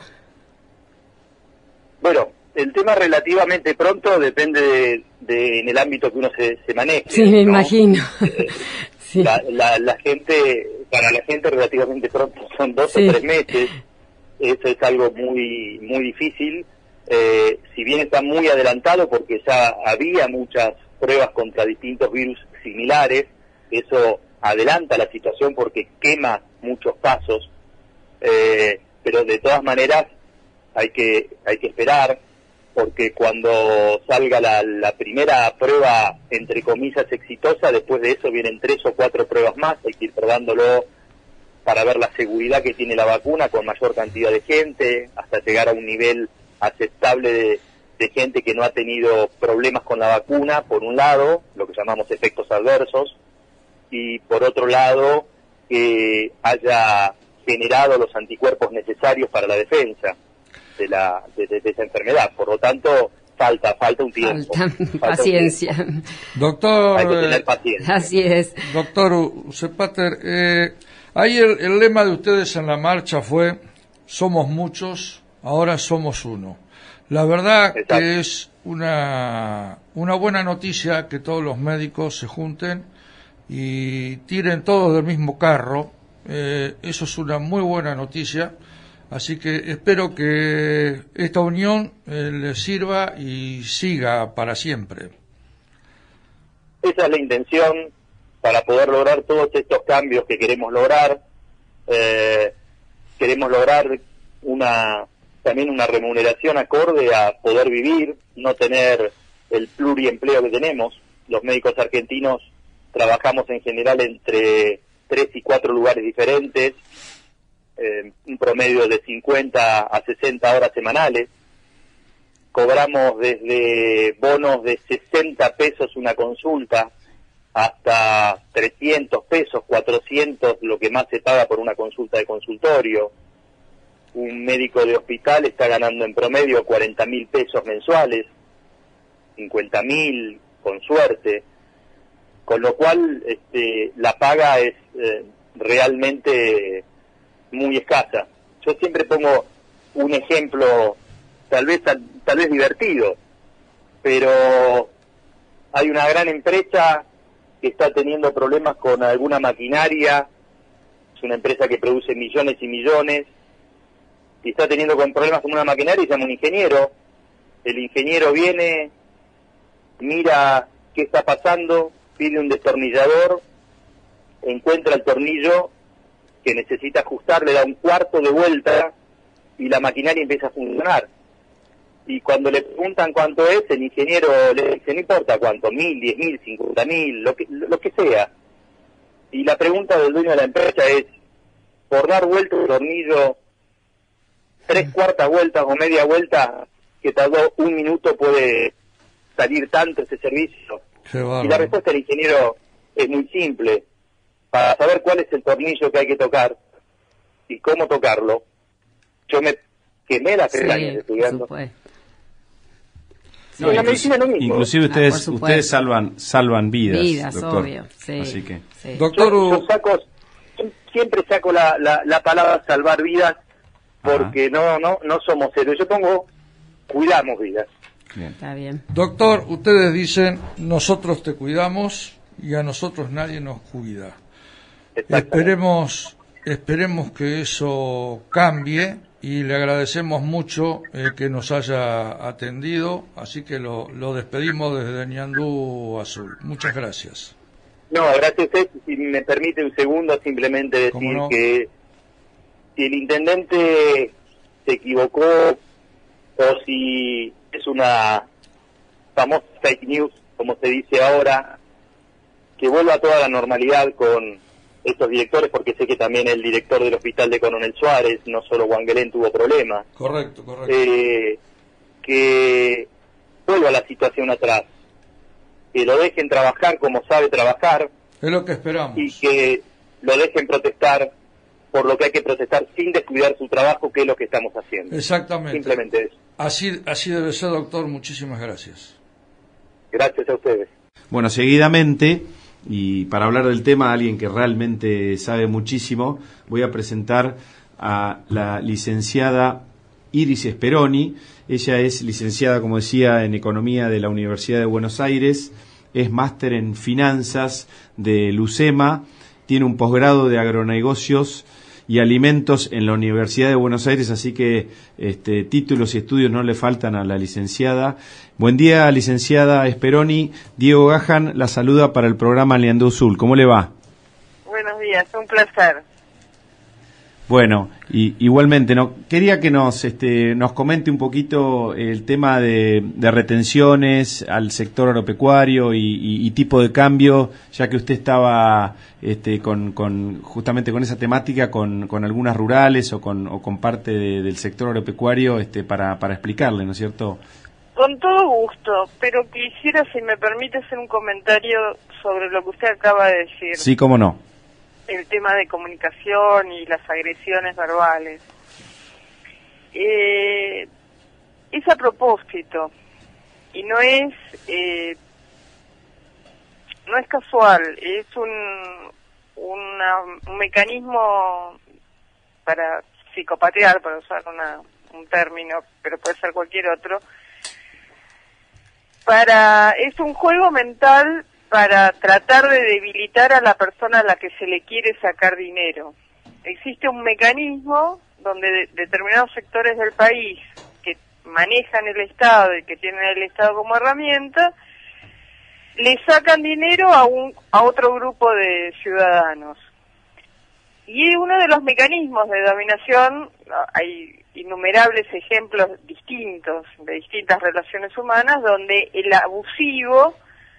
Bueno, el tema relativamente pronto depende en el ámbito que uno se maneje. Sí, me imagino. Sí. La gente, para la gente relativamente pronto son 2 o 3 meses. Eso es algo muy difícil. Si bien está muy adelantado porque ya había muchas pruebas contra distintos virus similares, eso adelanta la situación porque quema muchos casos, pero de todas maneras hay que esperar. porque cuando salga la primera prueba, entre comillas, exitosa, después de eso vienen 3 o 4 pruebas más, hay que ir probándolo para ver la seguridad que tiene la vacuna con mayor cantidad de gente, hasta llegar a un nivel aceptable de gente que no ha tenido problemas con la vacuna, por un lado, lo que llamamos efectos adversos, y por otro lado, que haya generado los anticuerpos necesarios para la defensa de esa enfermedad. Por lo tanto, falta un tiempo. Paciencia. Un tiempo. Doctor, hay que tener paciencia. Así es. Doctor Zepater, ahí el lema de ustedes en la marcha fue: somos muchos, ahora somos uno. La verdad que es una buena noticia que todos los médicos se junten y tiren todos del mismo carro. Eso es una muy buena noticia. Así que espero que esta unión les sirva y siga para siempre. Esa es la intención para poder lograr todos estos cambios que queremos lograr. Queremos lograr también una remuneración acorde a poder vivir, no tener el pluriempleo que tenemos. Los médicos argentinos trabajamos en general entre 3 y 4 lugares diferentes, un promedio de 50 a 60 horas semanales. Cobramos desde bonos de 60 pesos una consulta hasta 300 pesos, 400, lo que más se paga por una consulta de consultorio. Un médico de hospital está ganando en promedio 40.000 pesos mensuales, 50.000 con suerte, con lo cual la paga es realmente muy escasa. Yo siempre pongo un ejemplo, tal vez divertido, pero hay una gran empresa que está teniendo problemas con alguna maquinaria, es una empresa que produce millones y millones, y está teniendo problemas con una maquinaria y llama un ingeniero. El ingeniero viene, mira qué está pasando, pide un destornillador, encuentra el tornillo que necesita ajustar, le da un cuarto de vuelta y la maquinaria empieza a funcionar. Y cuando le preguntan cuánto es, el ingeniero le dice, no importa cuánto, 1.000, 10.000, 50.000, lo que sea. Y la pregunta del dueño de la empresa es, por dar vuelta el tornillo 3/4 vueltas o media vuelta que tardó 1 minuto, puede salir tanto ese servicio. Y la respuesta del ingeniero es muy simple. Para saber cuál es el tornillo que hay que tocar y cómo tocarlo, yo me quemé las pestañas estudiando. No, la medicina lo mismo. Inclusive ustedes salvan vidas, doctor. Obvio, sí. Así que doctor, yo siempre saco la palabra salvar vidas, porque no somos héroes. Yo cuidamos vidas. Bien. Está bien. Doctor, ustedes dicen, nosotros te cuidamos y a nosotros nadie nos cuida. Esperemos que eso cambie y le agradecemos mucho que nos haya atendido, así que lo despedimos desde Ñandú Azul. Muchas gracias. No, gracias a usted. Si me permite un segundo, simplemente decir que si el intendente se equivocó o si es una famosa fake news, como se dice ahora, que vuelva a toda la normalidad con estos directores, porque sé que también el director del hospital de Coronel Suárez, no solo Wangelén, tuvo problemas. Correcto. Que vuelva la situación atrás, que lo dejen trabajar como sabe trabajar. Es lo que esperamos. Y que lo dejen protestar por lo que hay que protestar sin descuidar su trabajo, que es lo que estamos haciendo. Exactamente. Simplemente eso. Así debe ser, doctor. Muchísimas gracias. Gracias a ustedes. Bueno, seguidamente, y para hablar del tema, alguien que realmente sabe muchísimo, voy a presentar a la licenciada Iris Speroni. Ella es licenciada, como decía, en Economía de la Universidad de Buenos Aires, es máster en Finanzas de LUCEMA, tiene un posgrado de Agronegocios y Alimentos en la Universidad de Buenos Aires, así que títulos y estudios no le faltan a la licenciada. Buen día, licenciada Speroni. Diego Gajan la saluda para el programa Ñandú Azul. ¿Cómo le va? Buenos días, un placer. Bueno, y igualmente, quería que nos comente un poquito el tema de retenciones al sector agropecuario y tipo de cambio, ya que usted estaba justamente con esa temática, con algunas rurales o con parte del sector agropecuario, para explicarle, ¿no es cierto? Con todo gusto, pero quisiera, si me permite, hacer un comentario sobre lo que usted acaba de decir. Sí, cómo no. El tema de comunicación y las agresiones verbales. Es a propósito y no es casual, es un mecanismo para psicopatear, para usar un término, pero puede ser cualquier otro. Es un juego mental para tratar de debilitar a la persona a la que se le quiere sacar dinero. Existe un mecanismo donde determinados sectores del país que manejan el Estado y que tienen el Estado como herramienta, le sacan dinero a otro grupo de ciudadanos. Y uno de los mecanismos de dominación, hay innumerables ejemplos distintos de distintas relaciones humanas, donde el abusivo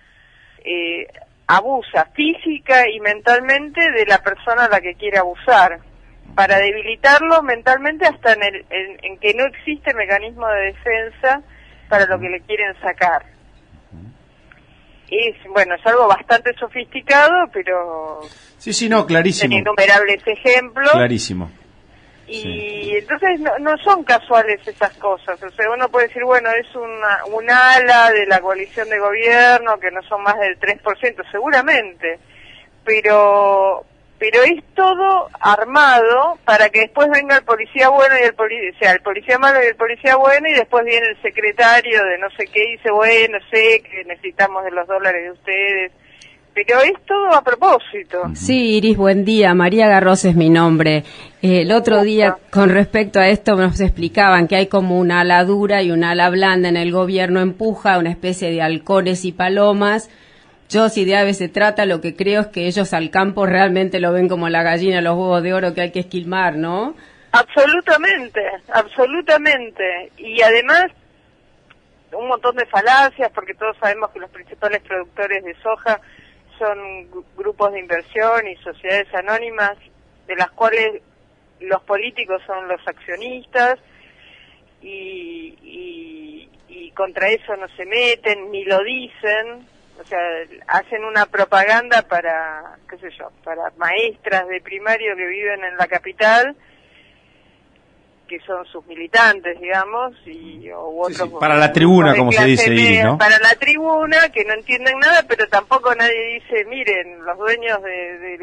abusa física y mentalmente de la persona a la que quiere abusar, para debilitarlo mentalmente hasta en que no existe mecanismo de defensa para lo que le quieren sacar. Es algo bastante sofisticado, pero sí, no, clarísimo. Tiene innumerables ejemplos. Clarísimo. Y entonces no son casuales esas cosas. O sea, uno puede decir, es un ala de la coalición de gobierno que no son más del 3%, seguramente, pero es todo armado para que después venga el policía bueno y el policía malo y el policía bueno, y después viene el secretario de no sé qué y dice, sé que necesitamos de los dólares de ustedes. Pero es todo a propósito. Sí, Iris, buen día. María Garros es mi nombre. El otro día, con respecto a esto, nos explicaban que hay como una ala dura y una ala blanda en el gobierno, empuja una especie de halcones y palomas. Yo, si de aves se trata, lo que creo es que ellos al campo realmente lo ven como la gallina, los huevos de oro que hay que esquilmar, ¿no? Absolutamente. Y además, un montón de falacias, porque todos sabemos que los principales productores de soja son grupos de inversión y sociedades anónimas, de las cuales los políticos son los accionistas, y contra eso no se meten, ni lo dicen. O sea, hacen una propaganda para maestras de primario que viven en la capital, que son sus militantes, digamos, u otros... Para la tribuna, como se dice, Iris, ¿no? Para la tribuna, que no entienden nada, pero tampoco nadie dice, miren, los dueños de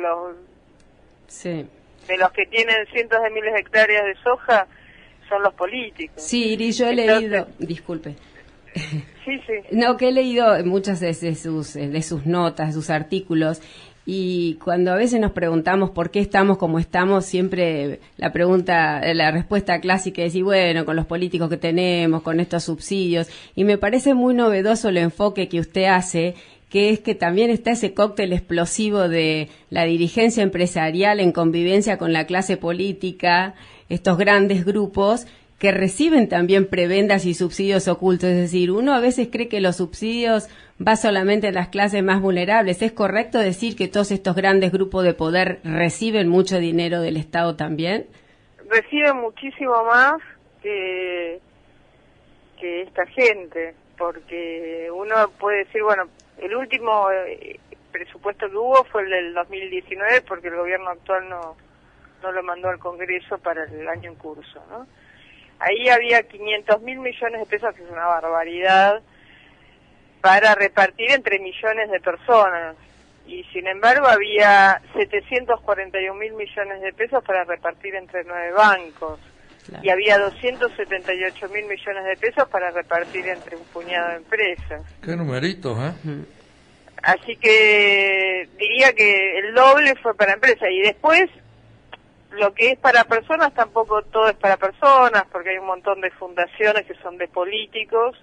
los que tienen cientos de miles de hectáreas de soja son los políticos. Sí, Iris, yo he leído... Disculpe. Sí. No, que he leído muchas de sus notas, sus artículos, y cuando a veces nos preguntamos por qué estamos como estamos, siempre la respuesta clásica es decir, con los políticos que tenemos, con estos subsidios, y me parece muy novedoso el enfoque que usted hace, que es que también está ese cóctel explosivo de la dirigencia empresarial en convivencia con la clase política, estos grandes grupos que reciben también prebendas y subsidios ocultos. Es decir, uno a veces cree que los subsidios va solamente a las clases más vulnerables. ¿Es correcto decir que todos estos grandes grupos de poder reciben mucho dinero del Estado también? Reciben muchísimo más que esta gente, porque uno puede decir, el último presupuesto que hubo fue el del 2019, porque el gobierno actual no lo mandó al Congreso para el año en curso, ¿no? Ahí había 500.000 millones de pesos, que es una barbaridad, para repartir entre millones de personas. Y sin embargo había 741.000 millones de pesos para repartir entre 9 bancos. Claro. Y había 278.000 millones de pesos para repartir entre un puñado de empresas. Qué numeritos, ¿eh? Así que diría que el doble fue para empresas. Y después, lo que es para personas, tampoco todo es para personas, porque hay un montón de fundaciones que son de políticos,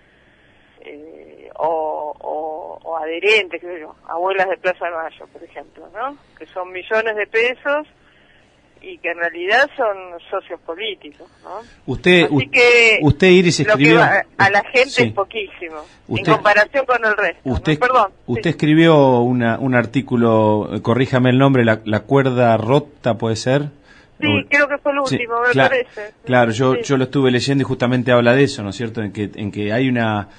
o adherentes, abuelas de Plaza de Mayo, por ejemplo, ¿no? Que son millones de pesos y y que en realidad son socios políticos, ¿no? Usted, Iris, lo escribió... que va a la gente sí. es poquísimo, Usted, en comparación con el resto. Usted, ¿no? Perdón. Usted escribió un artículo, corríjame el nombre, la cuerda rota, ¿puede ser? Sí, creo que fue el último, sí, me parece. Claro, yo lo estuve leyendo y justamente habla de eso, ¿no es cierto? En que hay una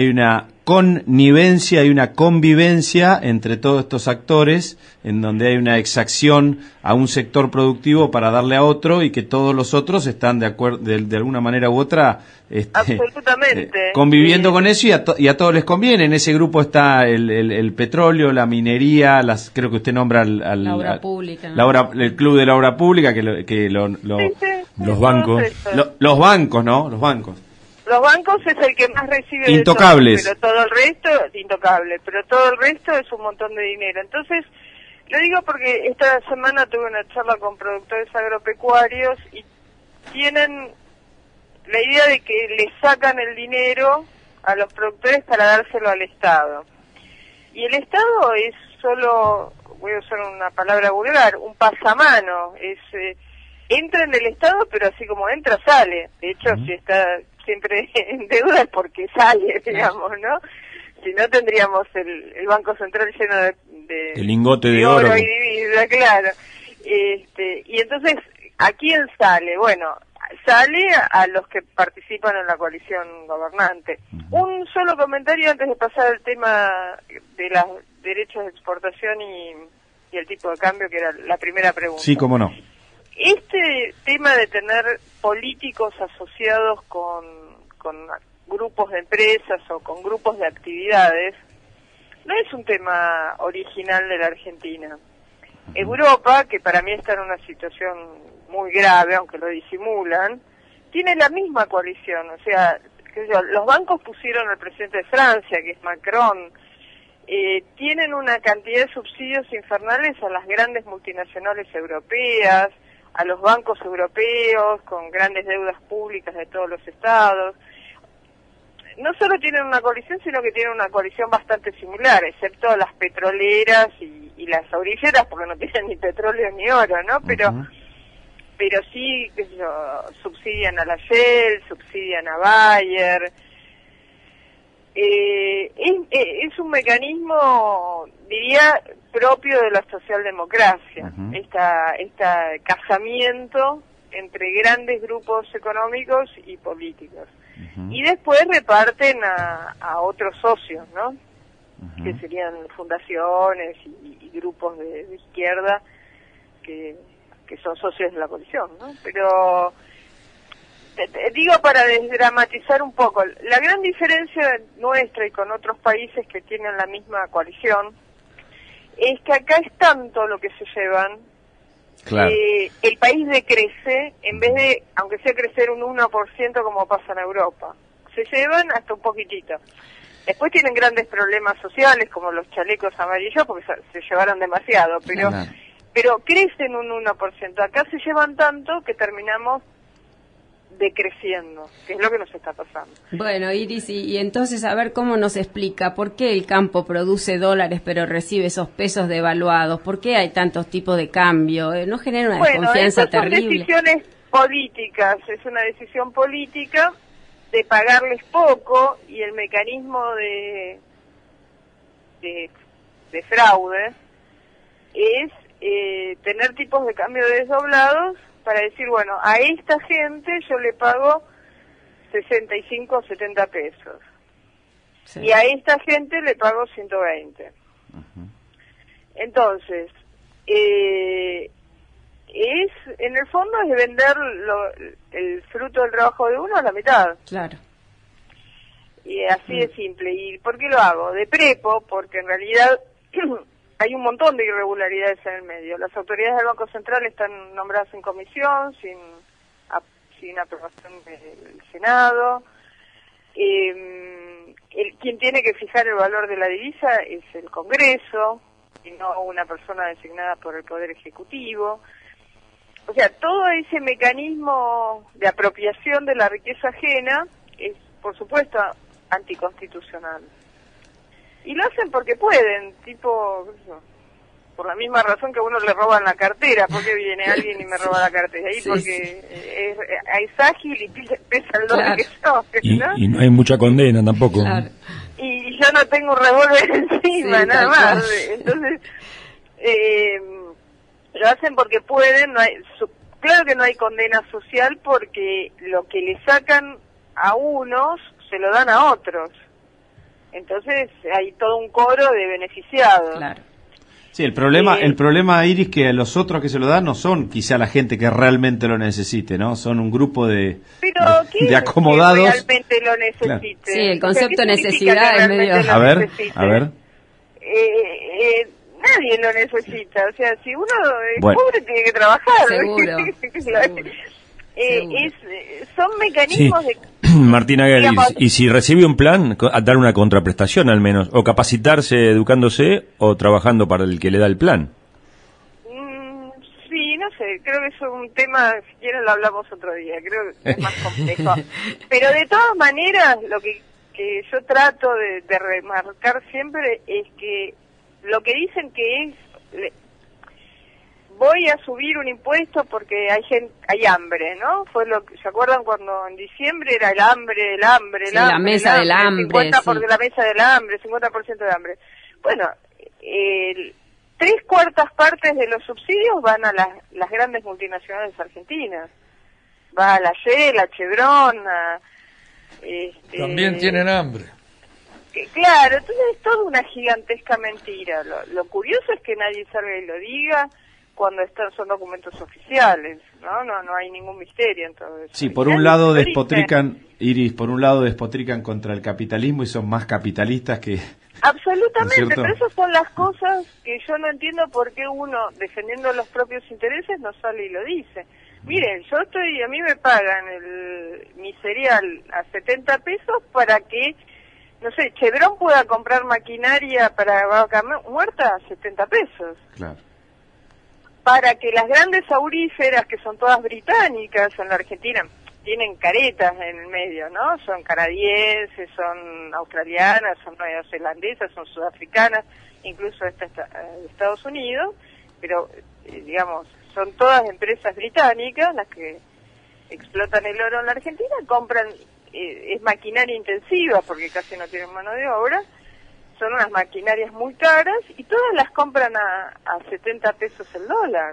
connivencia, hay una convivencia entre todos estos actores, en donde hay una exacción a un sector productivo para darle a otro, y que todos los otros están de acuerdo, de alguna manera u otra, absolutamente, conviviendo con eso, y a todos les conviene. En ese grupo está el petróleo, la minería, creo que usted nombra la obra pública, ¿no? el club de la obra pública, los bancos, los bancos, ¿no? Los bancos. Los bancos es el que más recibe intocables, de todo, pero todo el resto es intocable, pero todo el resto es un montón de dinero. Entonces, lo digo porque esta semana tuve una charla con productores agropecuarios y tienen la idea de que le sacan el dinero a los productores para dárselo al Estado. Y el Estado es solo, voy a usar una palabra vulgar, un pasamano, entra en el Estado, pero así como entra, sale. De hecho, si está siempre en deuda es porque sale, digamos, ¿no? Si no, tendríamos el Banco Central lleno de el lingote de oro y divisa, claro. Y entonces, ¿a quién sale? Bueno, sale a los que participan en la coalición gobernante. Un solo comentario antes de pasar al tema de los derechos de exportación y el tipo de cambio, que era la primera pregunta. Sí, cómo no. Este tema de tener políticos asociados con grupos de empresas o con grupos de actividades no es un tema original de la Argentina. Europa, que para mí está en una situación muy grave, aunque lo disimulan, tiene la misma coalición. O sea, los bancos pusieron al presidente de Francia, que es Macron, tienen una cantidad de subsidios infernales a las grandes multinacionales europeas, a los bancos europeos con grandes deudas públicas de todos los estados. No solo tienen una coalición, sino que tienen una coalición bastante similar, excepto las petroleras y las auríferas, porque no tienen ni petróleo ni oro, ¿no? Pero sí, qué sé yo, subsidian a la Shell, subsidian a Bayer. Es un mecanismo, diría, propio de la socialdemocracia, este casamiento entre grandes grupos económicos y políticos. Y después reparten a otros socios, ¿no? Que serían fundaciones y grupos de izquierda que son socios de la coalición, ¿no? Pero digo, para desdramatizar un poco, la gran diferencia nuestra y con otros países que tienen la misma coalición es que acá es tanto lo que se llevan, claro, el país decrece, en vez de, aunque sea crecer un 1% como pasa en Europa, se llevan hasta un poquitito. Después tienen grandes problemas sociales, como los chalecos amarillos, porque se llevaron demasiado, pero crecen un 1%. Acá se llevan tanto que terminamos decreciendo, que es lo que nos está pasando. Bueno, Iris, y entonces a ver cómo nos explica por qué el campo produce dólares pero recibe esos pesos devaluados, por qué hay tantos tipos de cambio, no genera una desconfianza terrible. Son decisiones políticas, es una decisión política de pagarles poco, y el mecanismo de fraude es tener tipos de cambio desdoblados para decir, bueno, a esta gente yo le pago 65 o 70 pesos. Sí. Y a esta gente le pago 120. Entonces, en el fondo es vender el fruto del trabajo de uno a la mitad. Claro. Y así de simple. ¿Y por qué lo hago? De prepo, porque en realidad hay un montón de irregularidades en el medio. Las autoridades del Banco Central están nombradas en comisión, sin aprobación del Senado. Quien tiene que fijar el valor de la divisa es el Congreso, y no una persona designada por el Poder Ejecutivo. O sea, todo ese mecanismo de apropiación de la riqueza ajena es, por supuesto, anticonstitucional. Y lo hacen porque pueden, tipo, por la misma razón que a uno le roban la cartera. ¿Por qué viene alguien y me roba la cartera? Ahí porque es ágil y pesa el doble que yo, ¿no? Y no hay mucha condena tampoco. Claro. Y yo no tengo un revólver encima, nada más. Entonces, lo hacen porque pueden. No hay, claro que no hay condena social porque lo que le sacan a unos se lo dan a otros. Entonces hay todo un coro de beneficiados. Claro. Sí, el problema, Iris, que los otros que se lo dan no son quizá la gente que realmente lo necesite, ¿no? Son un grupo de acomodados. Que realmente lo necesite. Claro. Sí, el concepto necesidad es medio... A ver. Nadie lo necesita. O sea, si uno es pobre, tiene que trabajar. Seguro. Son mecanismos de... Martina Guerri, y si recibe un plan, dar una contraprestación al menos, o capacitarse educándose o trabajando para el que le da el plan. Sí, no sé, creo que eso es un tema, si quieren lo hablamos otro día, creo que es más complejo. Pero de todas maneras, lo que yo trato de remarcar siempre es que lo que dicen que es... voy a subir un impuesto porque hay hambre, ¿no? Fue lo que, ¿se acuerdan cuando en diciembre era el hambre, la mesa del hambre, 50% de la mesa del hambre, 50% de hambre. Bueno, 3/4 partes de los subsidios van a las grandes multinacionales argentinas. Va a la Shell, a Chevron, También tienen hambre. Claro, entonces es toda una gigantesca mentira. Lo curioso es que nadie salga y lo diga cuando son documentos oficiales, no hay ningún misterio en todo eso. Sí, por un lado despotrican, Iris, contra el capitalismo y son más capitalistas que... Absolutamente, ¿no es cierto? pero esas son las cosas que yo no entiendo por qué uno, defendiendo los propios intereses, no sale y lo dice. Miren, a mí me pagan mi cereal a 70 pesos para que, no sé, Chevron pueda comprar maquinaria para vaca muerta a 70 pesos. Claro. Para que las grandes auríferas, que son todas británicas en la Argentina, tienen caretas en el medio, ¿no? Son canadienses, son australianas, son neozelandesas, son sudafricanas, incluso de Estados Unidos, pero, digamos, son todas empresas británicas las que explotan el oro en la Argentina, compran, es maquinaria intensiva porque casi no tienen mano de obra, son unas maquinarias muy caras y todas las compran a 70 pesos el dólar,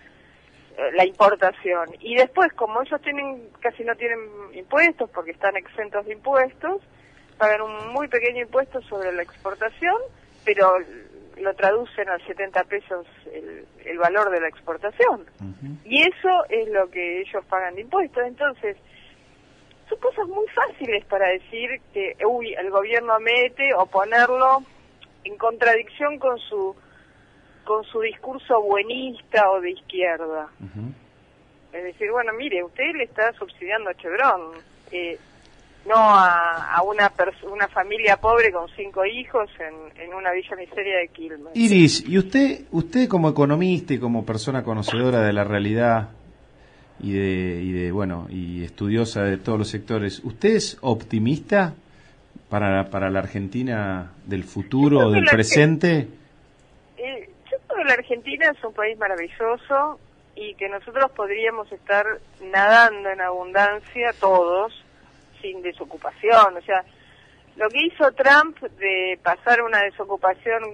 la importación. Y después, como ellos casi no tienen impuestos porque están exentos de impuestos, pagan un muy pequeño impuesto sobre la exportación, pero lo traducen a 70 pesos el valor de la exportación. Y eso es lo que ellos pagan de impuestos. Entonces, son cosas muy fáciles para decir que el gobierno mete o ponerlo en contradicción con su discurso buenista o de izquierda. Es decir, bueno, mire, usted le está subsidiando a Chevron, no a una familia pobre con 5 hijos en una villa miseria de Quilmes. Iris, y usted como economista y como persona conocedora de la realidad y estudiosa de todos los sectores, ¿usted es optimista para la Argentina del futuro o del presente? Yo creo que la Argentina es un país maravilloso y que nosotros podríamos estar nadando en abundancia todos, sin desocupación. O sea, lo que hizo Trump de pasar una desocupación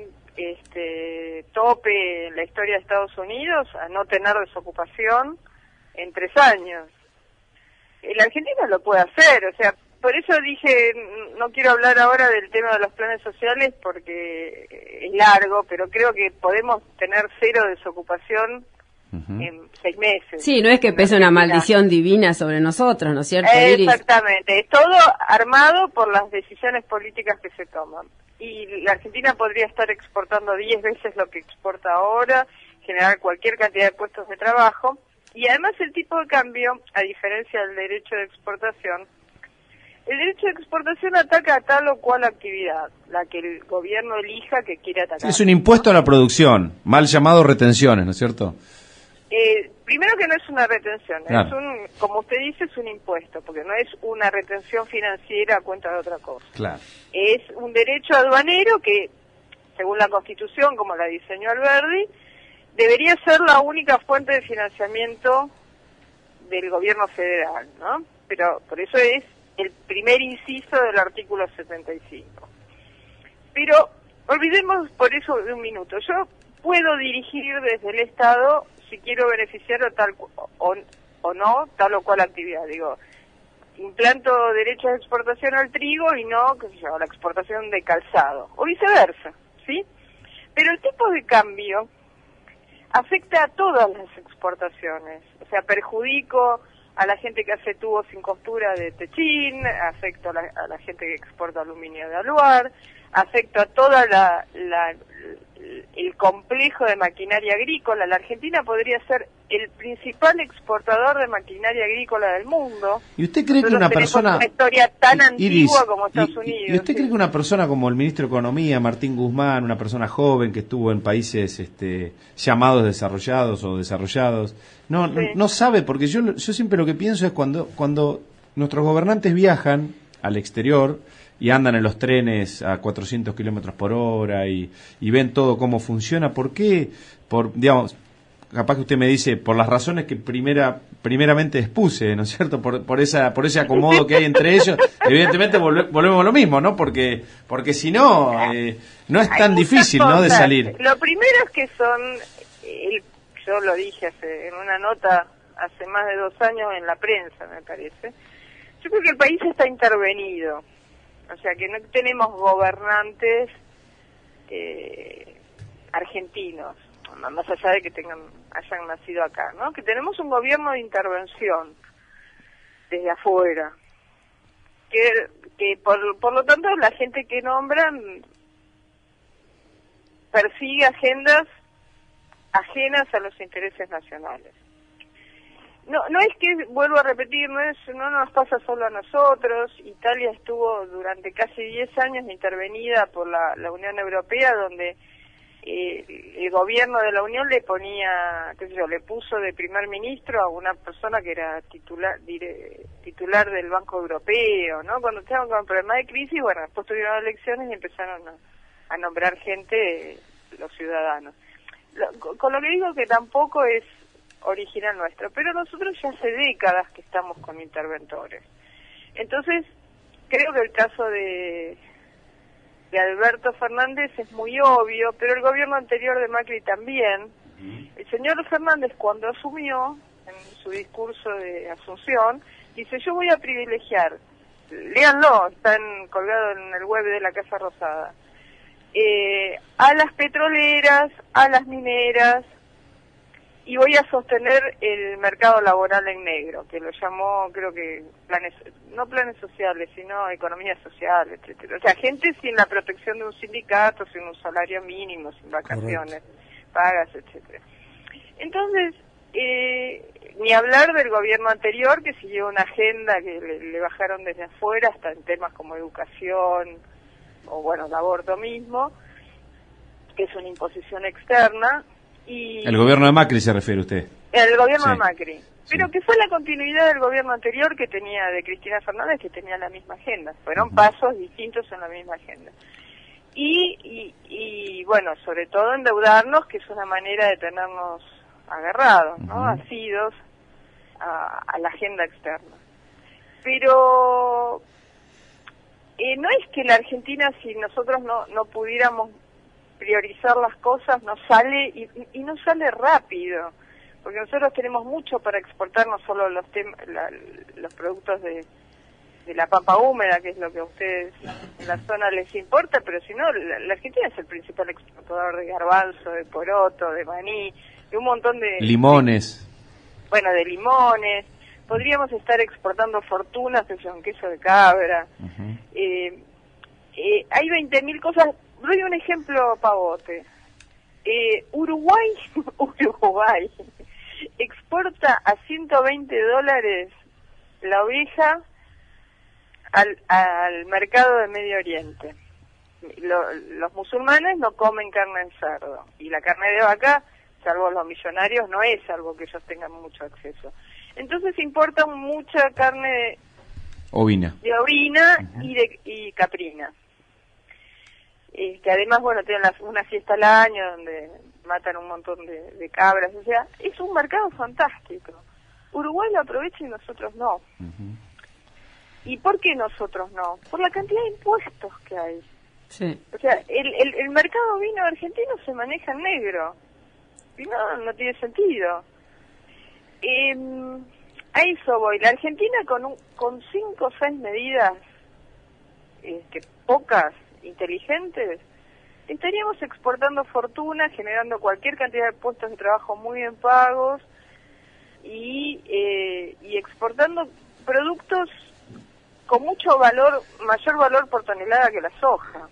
tope en la historia de Estados Unidos a no tener desocupación en 3 años. La Argentina lo puede hacer, o sea, por eso dije, no quiero hablar ahora del tema de los planes sociales porque es largo, pero creo que podemos tener 0 desocupación en 6 meses. Sí, no es que pese una maldición divina sobre nosotros, ¿no es cierto, Iris? Exactamente, es todo armado por las decisiones políticas que se toman. Y la Argentina podría estar exportando 10 veces lo que exporta ahora, generar cualquier cantidad de puestos de trabajo. Y además el tipo de cambio, a diferencia del derecho de exportación, el derecho de exportación ataca a tal o cual actividad, la que el gobierno elija que quiere atacar. Es un impuesto a la producción, mal llamado retenciones, ¿no es cierto? Primero que no es una retención, claro. Como usted dice, es un impuesto, porque no es una retención financiera a cuenta de otra cosa. Claro. Es un derecho aduanero que según la Constitución, como la diseñó Alberdi, debería ser la única fuente de financiamiento del gobierno federal, ¿no? Pero por eso es el primer inciso del artículo 75. Pero olvidemos por eso de un minuto. Yo puedo dirigir desde el Estado si quiero beneficiar o no tal o cual actividad. Digo, implanto derechos de exportación al trigo y no, qué sé yo, la exportación de calzado, o viceversa, ¿sí? Pero el tipo de cambio afecta a todas las exportaciones. O sea, perjudico a la gente que hace tubos sin costura de techín, afecto a la gente que exporta aluminio de aluar, afecto a toda el complejo de maquinaria agrícola. La Argentina podría ser el principal exportador de maquinaria agrícola del mundo. ¿Y usted cree que una persona... una historia tan Iris, antigua como Estados Unidos. ¿Y usted cree que una persona como el ministro de Economía, Martín Guzmán, una persona joven que estuvo en países llamados desarrollados o desarrollados, no sabe? Porque yo siempre lo que pienso es cuando nuestros gobernantes viajan al exterior y andan en los trenes a 400 kilómetros por hora y ven todo cómo funciona, ¿por qué? Digamos, capaz que usted me dice, por las razones que primeramente expuse, ¿no es cierto? Por ese acomodo que hay entre ellos, evidentemente volvemos a lo mismo, ¿no? Porque si no, no es tan difícil, ¿no?, de salir. Lo primero es que yo lo dije en una nota hace más de 2 años en la prensa, me parece. Yo creo que el país está intervenido. O sea, que no tenemos gobernantes argentinos, más allá de que hayan nacido acá, ¿no? Que tenemos un gobierno de intervención desde afuera, que por lo tanto la gente que nombran persigue agendas ajenas a los intereses nacionales. No es que, vuelvo a repetir, no nos pasa solo a nosotros. Italia estuvo durante casi 10 años intervenida por la Unión Europea, donde el gobierno de la Unión le puso de primer ministro a una persona que era titular del Banco Europeo, ¿no? Cuando estaban con problemas de crisis, bueno, después tuvieron elecciones y empezaron a nombrar gente, los ciudadanos. Con lo que digo que tampoco es original nuestro, pero nosotros ya hace décadas que estamos con interventores. Entonces, creo que el caso de Alberto Fernández es muy obvio, pero el gobierno anterior de Macri también. El señor Fernández, cuando asumió, en su discurso de Asunción, dice: yo voy a privilegiar, léanlo, están colgados en el web de la Casa Rosada, a las petroleras, a las mineras, y voy a sostener el mercado laboral en negro, que lo llamó, creo que, no planes sociales, sino economía social, etcétera. O sea, gente sin la protección de un sindicato, sin un salario mínimo, sin vacaciones, pagas, etcétera. Entonces, ni hablar del gobierno anterior, que siguió una agenda que le bajaron desde afuera, hasta en temas como educación, o bueno, el aborto mismo, que es una imposición externa. El gobierno de Macri se refiere usted. El gobierno de Macri. Pero que fue la continuidad del gobierno anterior que tenía, de Cristina Fernández, que tenía la misma agenda. Fueron pasos distintos en la misma agenda. Y bueno, sobre todo endeudarnos, que es una manera de tenernos agarrados, ¿no? Asidos a la agenda externa. Pero no es que la Argentina, si nosotros no pudiéramos priorizar las cosas, no sale y no sale rápido, porque nosotros tenemos mucho para exportar, no solo los productos de la papa húmeda, que es lo que a ustedes en la zona les importa, pero si no, la Argentina es el principal exportador de garbanzo, de poroto, de maní, de un montón de... Limones. De limones. Podríamos estar exportando fortunas de queso de cabra. Hay 20.000 cosas. Doy un ejemplo pavote. Uruguay exporta a $120 la oveja al mercado de Medio Oriente. Los musulmanes no comen carne de cerdo, y la carne de vaca, salvo los millonarios, no es algo que ellos tengan mucho acceso. Entonces importan mucha carne ovina y caprina. además, bueno, tienen una fiesta al año donde matan un montón de cabras, o sea, es un mercado fantástico. Uruguay lo aprovecha y nosotros no. ¿Y por qué nosotros no? Por la cantidad de impuestos que hay. Sí. O sea, el mercado vino argentino se maneja en negro. Y no tiene sentido. A eso voy. La Argentina con 5 o 6 medidas, pocas, inteligentes, estaríamos exportando fortuna, generando cualquier cantidad de puestos de trabajo muy bien pagos y exportando productos con mucho valor, mayor valor por tonelada que la soja.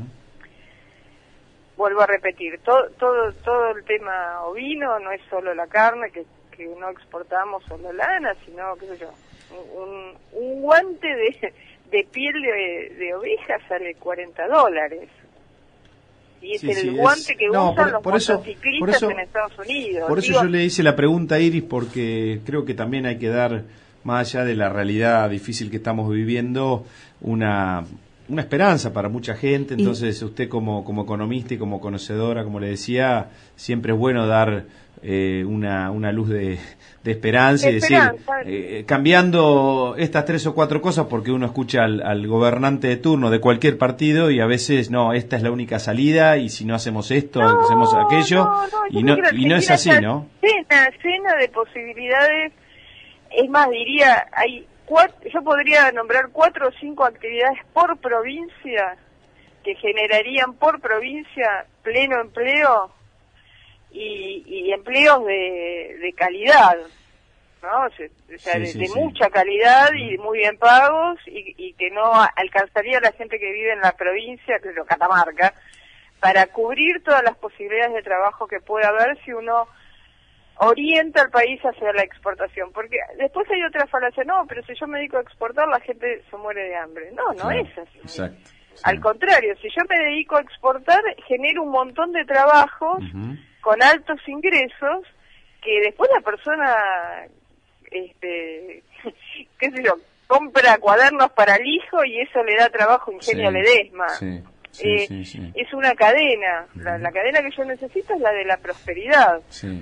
Vuelvo a repetir, todo el tema ovino no es solo la carne que no exportamos solo lana, sino, qué sé yo, un guante de piel de oveja sale $40. Y es el guante que usan los motociclistas en Estados Unidos. Por eso yo le hice la pregunta a Iris, porque creo que también hay que dar, más allá de la realidad difícil que estamos viviendo, una esperanza para mucha gente. Entonces usted como economista y como conocedora, como le decía, siempre es bueno dar una luz de esperanza y decir, cambiando estas 3 o 4 cosas, porque uno escucha al gobernante de turno de cualquier partido y a veces, no, esta es la única salida y si no hacemos esto, hacemos aquello, y no es así, ¿no? Llena de posibilidades. Es más, diría, yo podría nombrar 4 o 5 actividades por provincia que generarían por provincia pleno empleo y empleos de calidad, ¿no? O sea, de mucha calidad y muy bien pagos y que no alcanzaría a la gente que vive en la provincia, que es Catamarca, para cubrir todas las posibilidades de trabajo que pueda haber si uno orienta al país hacia la exportación, porque después hay otra falacia, no, pero si yo me dedico a exportar la gente se muere de hambre. No es así. Exacto. Al contrario, si yo me dedico a exportar, genero un montón de trabajos con altos ingresos que después la persona, qué sé yo, compra cuadernos para el hijo y eso le da trabajo Ingenio Ledesma. Es una cadena. La cadena que yo necesito es la de la prosperidad.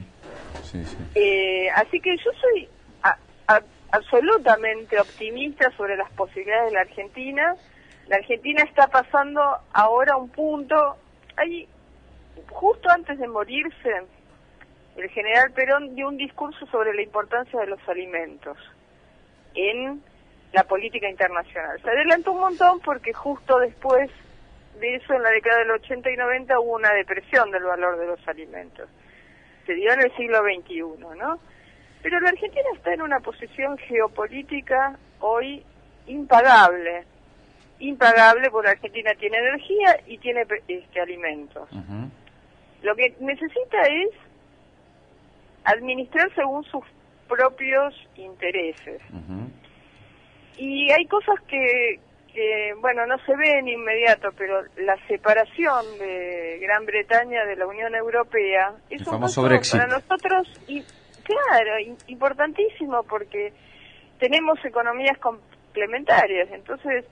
Así que yo soy absolutamente optimista sobre las posibilidades de la Argentina. La Argentina está pasando ahora un punto, justo antes de morirse, el general Perón dio un discurso sobre la importancia de los alimentos en la política internacional. Se adelantó un montón porque justo después de eso, en la década del 80 y 90, hubo una depresión del valor de los alimentos. Se dio en el siglo XXI, ¿no? Pero la Argentina está en una posición geopolítica hoy impagable, porque la Argentina tiene energía y tiene alimentos. Lo que necesita es administrar según sus propios intereses. Y hay cosas que, bueno, no se ve en inmediato, pero la separación de Gran Bretaña de la Unión Europea es un paso para nosotros, importantísimo, porque tenemos economías complementarias. Entonces,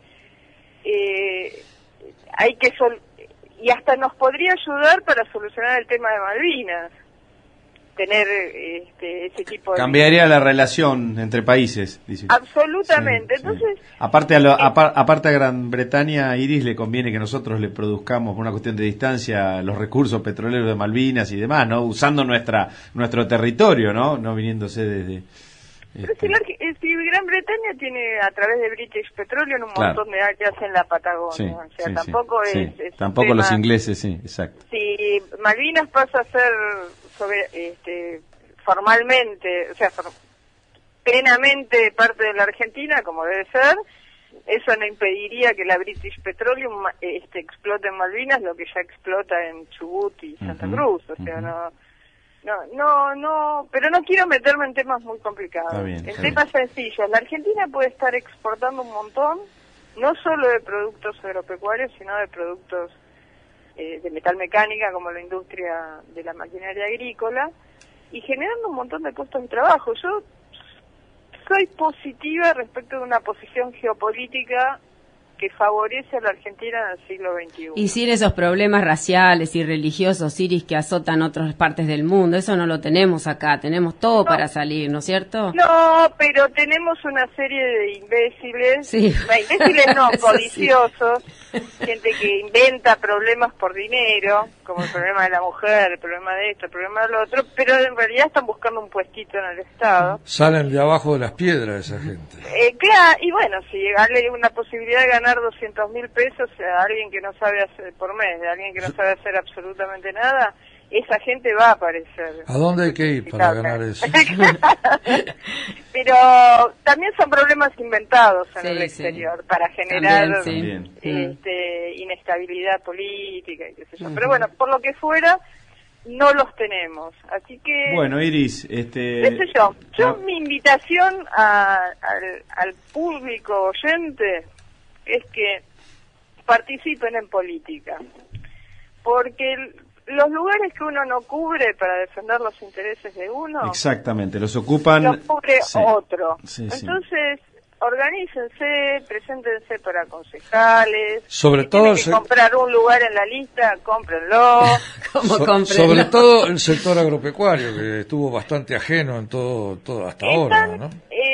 hay que y hasta nos podría ayudar para solucionar el tema de Malvinas, tener ese tipo de... Cambiaría la relación entre países, dice. Absolutamente. Entonces, aparte a Gran Bretaña, Iris, le conviene que nosotros le produzcamos, por una cuestión de distancia, los recursos petroleros de Malvinas y demás, ¿no? Usando nuestro territorio, ¿no? No viniéndose desde... Pero si Gran Bretaña tiene a través de British Petroleum un montón de áreas en la Patagonia, o sea, tampoco es tampoco los ingleses, exacto. Si Malvinas pasa a ser formalmente, o sea, plenamente parte de la Argentina, como debe ser, eso no impediría que la British Petroleum explote en Malvinas lo que ya explota en Chubut y Santa Cruz, o sea, no, pero no quiero meterme en temas muy complicados. En temas sencillos, la Argentina puede estar exportando un montón, no solo de productos agropecuarios, sino de productos de metalmecánica, como la industria de la maquinaria agrícola, y generando un montón de puestos de trabajo. Yo soy positiva respecto de una posición geopolítica que favorece a la Argentina en el siglo XXI. Y sin esos problemas raciales y religiosos, Iris, que azotan otras partes del mundo, eso no lo tenemos acá, tenemos todo para salir, ¿no es cierto? No, pero tenemos una serie de imbéciles, Sí. no, imbéciles no, Eso sí. codiciosos, gente que inventa problemas por dinero, como el problema de la mujer, el problema de esto, el problema de lo otro, pero en realidad están buscando un puestito en el Estado. Salen de abajo de las piedras esa gente. Claro, y bueno, si darle una posibilidad de ganar 200.000 pesos a alguien que no sabe hacer por mes, a alguien que no sabe hacer absolutamente nada, esa gente va a aparecer. ¿A dónde hay que ir para ganar eso? Pero también son problemas inventados en Sí, el sí. exterior para generar También, inestabilidad política y qué sé yo. Pero bueno, por lo que fuera, no los tenemos. Así que, Bueno, Iris, qué sé yo, mi invitación al público oyente es que participen en política. Porque los lugares que uno no cubre para defender los intereses de uno, exactamente, los ocupan... los cubre Sí. otro. Sí, sí. Entonces, organícense, preséntense para concejales. Sobre si todo tienen que se- comprar un lugar en la lista, cómprenlo. Sobre todo el sector agropecuario, que estuvo bastante ajeno en todo hasta ahora, ¿no?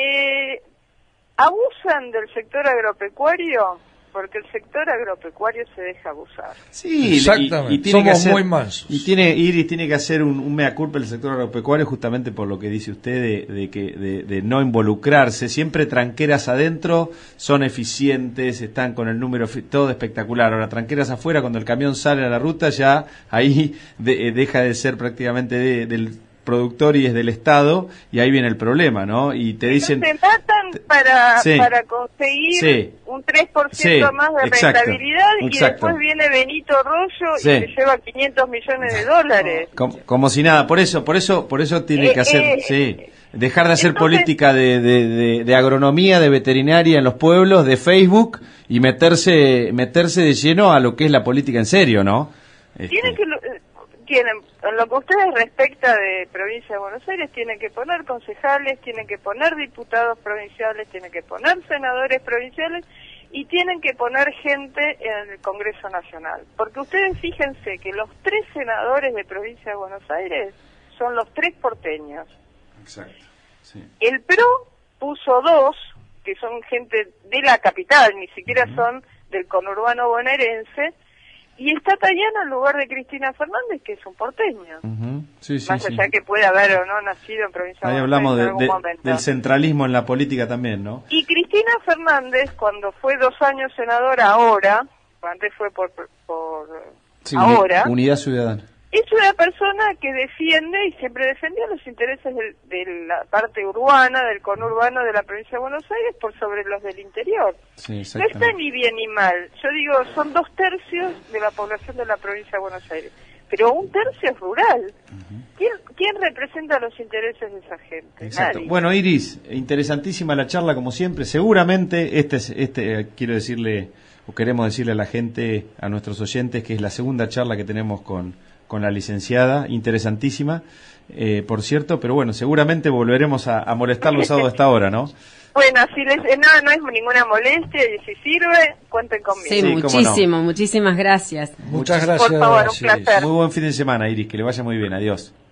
Abusan del sector agropecuario porque el sector agropecuario se deja abusar. Sí, Exactamente. y tiene Somos que hacer, muy mansos. Y Iris tiene que hacer un mea culpa el sector agropecuario justamente por lo que dice usted de no involucrarse. Siempre tranqueras adentro son eficientes, están con el número, todo espectacular. Ahora, tranqueras afuera, cuando el camión sale a la ruta, ya ahí deja de ser prácticamente del productor y es del Estado, y ahí viene el problema, ¿no? Y te dicen... Se matan para Sí. conseguir Sí. un 3% Sí, más de exacto, rentabilidad y exacto. después viene Benito Rollo Sí. y se lleva 500 millones de dólares. Como si nada, por eso tiene que hacer, sí, dejar de hacer política de agronomía, de veterinaria en los pueblos, de Facebook y meterse de lleno a lo que es la política en serio, ¿no? Tienen, en lo que a ustedes respecta de provincia de Buenos Aires, tienen que poner concejales, tienen que poner diputados provinciales, tienen que poner senadores provinciales y tienen que poner gente en el Congreso Nacional. Porque ustedes fíjense que los 3 senadores de provincia de Buenos Aires son los 3 porteños. Exacto. Sí. El PRO puso 2, que son gente de la capital, ni siquiera son del conurbano bonaerense, y está Tayana en lugar de Cristina Fernández, que es un porteño. Sí, sí, Más sí. allá que puede haber o no nacido en provincia Ahí de Buenos hablamos Aires en algún momento. del centralismo en la política también, ¿no? Y Cristina Fernández, cuando fue 2 años senadora ahora, antes fue por Sí, ahora, Unidad Ciudadana. es una persona que defiende y siempre defendió los intereses de la parte urbana, del conurbano de la provincia de Buenos Aires por sobre los del interior. Sí, No exactamente. está ni bien ni mal. Yo digo, son 2/3 de la población de la provincia de Buenos Aires. Pero 1/3 es rural. ¿Quién representa los intereses de esa gente? Exacto. Nadie. Bueno, Iris, interesantísima la charla como siempre. Seguramente quiero decirle o queremos decirle a la gente, a nuestros oyentes, que es la segunda charla que tenemos con la licenciada, interesantísima, por cierto, pero bueno, seguramente volveremos a molestarlos sábado a esta hora, ¿no? Bueno, si no es ninguna molestia y si sirve, cuenten conmigo. Sí, muchísimas gracias. Muchas gracias. Por favor, un Iris. placer. Muy buen fin de semana, Iris, que le vaya muy bien, adiós.